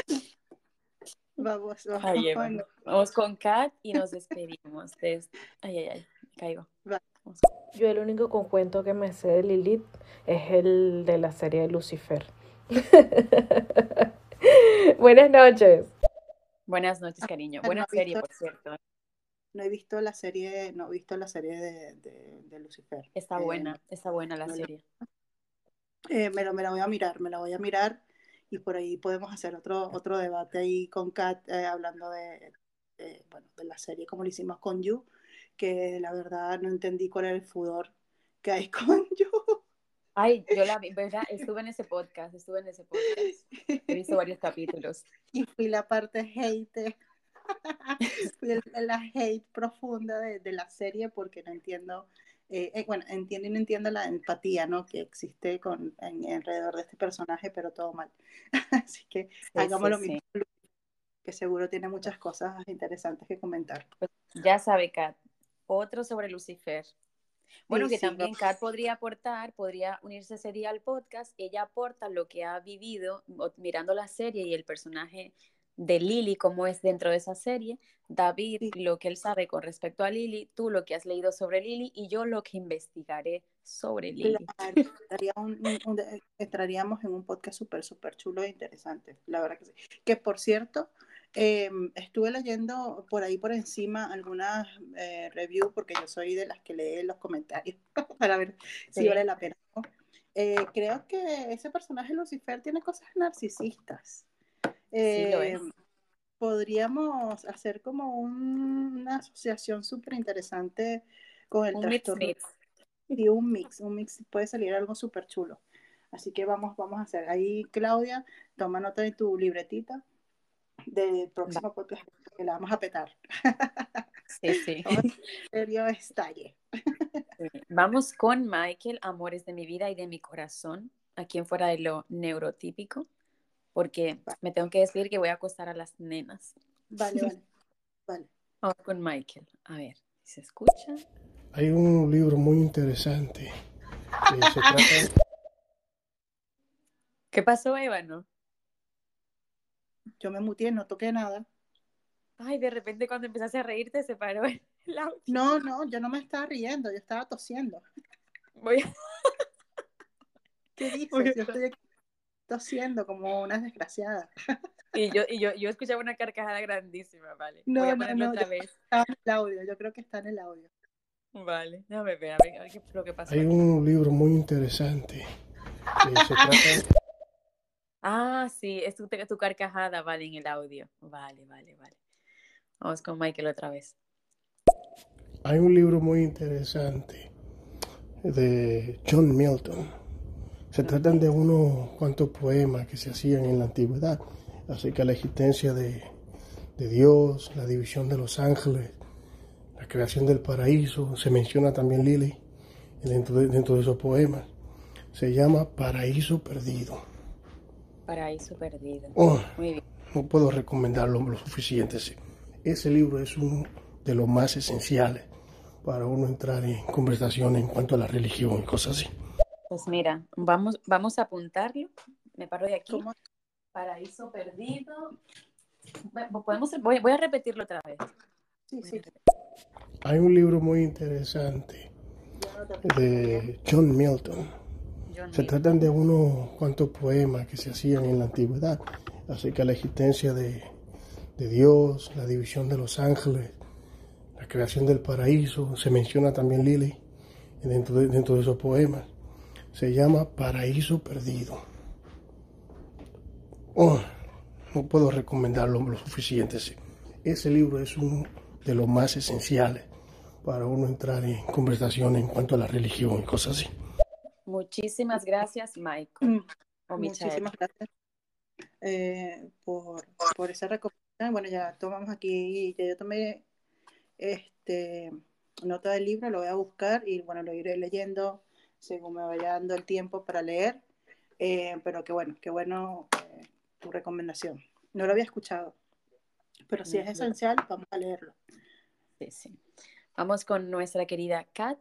Vamos, Ay, Eva. bueno, Vamos con Kat y nos despedimos. Ay, me caigo. va. Vamos. Yo el único concuento que me sé de Lilith es el de la serie de Lucifer. Buenas noches. Buenas noches, cariño. No Buena he serie, visto, por cierto. no he visto la serie, no he visto la serie de Lucifer. Está buena la No la- serie. me la voy a mirar, y por ahí podemos hacer otro debate ahí con Kat, hablando bueno, de la serie como lo hicimos con You, que la verdad no entendí cuál era el furor que hay con You. Ay, yo la vi, ¿verdad? Estuve en ese podcast. He visto varios capítulos. Y fui la parte hate, fui la hate profunda de la serie, porque no entiendo, bueno, entiendo y no entiendo la empatía, ¿no? Que existe alrededor de este personaje, pero todo mal. Así que hagamos lo mismo, que seguro tiene muchas cosas interesantes que comentar. Pues ya sabe, Kat. Otro sobre Lucifer. Bueno, Sí, que sí, también Kat podría aportar, podría unirse ese día al podcast. Ella aporta lo que ha vivido mirando la serie y el personaje de Lily, cómo es dentro de esa serie. David, sí, lo que él sabe con respecto a Lily, tú lo que has leído sobre Lily y yo lo que investigaré sobre Lily. claro. Entraríamos en un podcast súper chulo e interesante, la verdad que sí. Que por cierto, estuve leyendo por ahí por encima algunas reviews, porque yo soy de las que lee los comentarios para ver si Sí, vale la pena, ¿no? Creo que ese personaje Lucifer tiene cosas narcisistas. sí lo Eh, es. Podríamos hacer como una asociación súper interesante con el Un trastorno. mix. Y un mix puede salir algo súper chulo. Así que vamos a hacer. Ahí, Claudia, toma nota de tu libretita del Va. próximo podcast, que la vamos a petar. Sí, sí. Vamos a hacer un serio estalle. Sí. Vamos con Michael, Amores de mi vida y de mi corazón, aquí en Fuera de lo Neurotípico, porque me tengo que decir que voy a acostar a las nenas. Vale. Vamos con Michael. A ver, ¿se escucha? Hay un libro muy interesante que se trata... ¿Qué pasó, Ébano? Yo me muteé, no toqué nada. Ay, de repente cuando empezaste a reírte se paró el audio. No, yo no me estaba riendo, yo estaba tosiendo. Voy a... ¿Qué dices? Yo estoy aquí tosiendo como una desgraciada. Y yo escuchaba una carcajada grandísima, vale. Voy No, a ponerlo otra vez. está en el audio, yo creo que está en el audio. Vale, déjame ver, a ver qué es lo que pasó Hay aquí. un libro muy interesante que se trata... Ah, sí, es tu carcajada, vale, en el audio. Vale. Vamos con Michael otra vez. Hay un libro muy interesante de John Milton. Se tratan de unos cuantos poemas que se hacían en la antigüedad acerca de la existencia de Dios, la división de los ángeles, la creación del paraíso. Se menciona también Lily dentro de esos poemas. Se llama Paraíso Perdido. Paraíso perdido. Oh, Muy bien. no puedo recomendarlo lo suficiente. Ese libro es uno de los más esenciales para uno entrar en conversación en cuanto a la religión y cosas así. Pues mira, vamos a apuntarlo. Me paro de aquí. ¿Cómo? Paraíso perdido. Voy a repetirlo otra vez. Sí. Hay un libro muy interesante de John Milton. Se tratan de unos cuantos poemas que se hacían en la antigüedad acerca de la existencia de Dios, la división de los ángeles, la creación del paraíso. Se menciona también Lily dentro de esos poemas. Se llama Paraíso Perdido. Oh, no puedo recomendarlo lo suficiente. Ese libro es uno de los más esenciales para uno entrar en conversación en cuanto a la religión y cosas así. Muchísimas gracias, Michael o Michael. Muchísimas gracias por esa recomendación. Bueno, ya tomamos aquí, ya yo tomé nota del libro, lo voy a buscar y bueno, lo iré leyendo según me vaya dando el tiempo para leer. Pero qué bueno tu recomendación. No lo había escuchado, pero si es esencial, vamos a leerlo. Sí, sí. Vamos con nuestra querida Kat.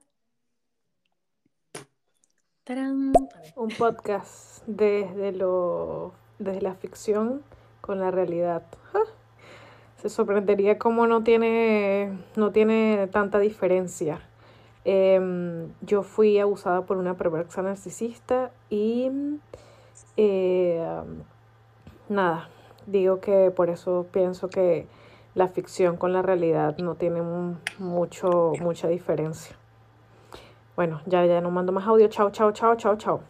¡Tarán! Un podcast desde la ficción con la realidad. Se sorprendería cómo no tiene tanta diferencia. Yo fui abusada por una perversa narcisista y nada, digo que por eso pienso que la ficción con la realidad no tiene mucha diferencia. Bueno, ya no mando más audio. Chao, chao, chao, chao, chao.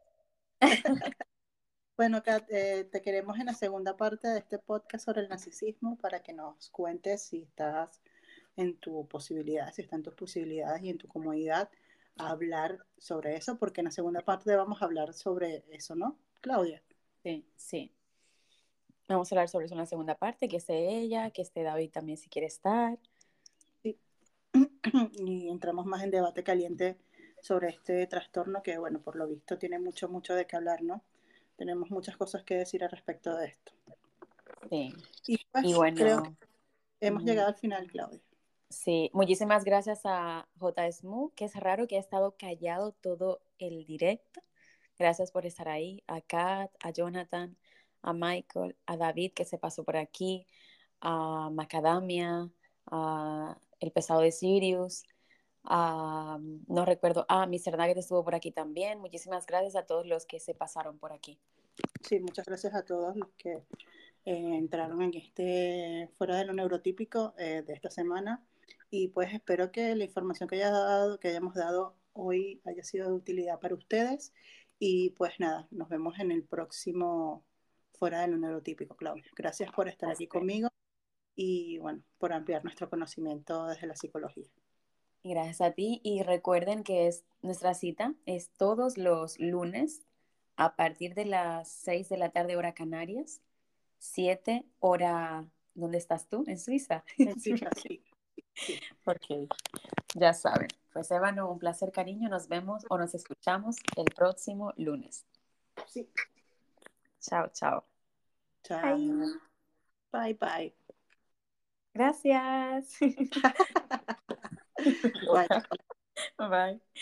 Bueno, Kat, te queremos en la segunda parte de este podcast sobre el narcisismo para que nos cuentes si estás en tu posibilidad, si está en tus posibilidades y en tu comodidad a hablar sobre eso, porque en la segunda parte vamos a hablar sobre eso, ¿no, Claudia? Sí, sí. Vamos a hablar sobre eso en la segunda parte, que esté ella, que esté David también si quiere estar. Sí. Y entramos más en debate caliente sobre este trastorno que, bueno, por lo visto tiene mucho de qué hablar, ¿no? Tenemos muchas cosas que decir al respecto de esto. Sí. Y pues bueno, creo que hemos llegado al final, Claudia. Sí, muchísimas gracias a J. Smoo, que es raro que ha estado callado todo el directo. Gracias por estar ahí. A Kat, a Jonathan, a Michael, a David que se pasó por aquí, a Macadamia, a El Pesado de Sirius, no recuerdo, Mr. Nugget estuvo por aquí también. Muchísimas gracias a todos los que se pasaron por aquí. Sí, muchas gracias a todos los que entraron en fuera de lo neurotípico de esta semana. Y pues espero que la información que hayamos dado hoy haya sido de utilidad para ustedes. Y pues nada, nos vemos en el próximo Fuera de lo Neurotípico, Claudia. Gracias por estar aquí conmigo y bueno, por ampliar nuestro conocimiento desde la psicología. Gracias a ti y recuerden que nuestra cita es todos los lunes a partir de las 6 de la tarde hora Canarias, 7 hora, ¿dónde estás tú? ¿En Suiza? En Suiza, sí. Ok, ya saben. Pues Ébano, un placer, cariño. Nos vemos o nos escuchamos el próximo lunes. Sí. Chao, chao. Chao. Bye, bye. Gracias. Bye. Bye.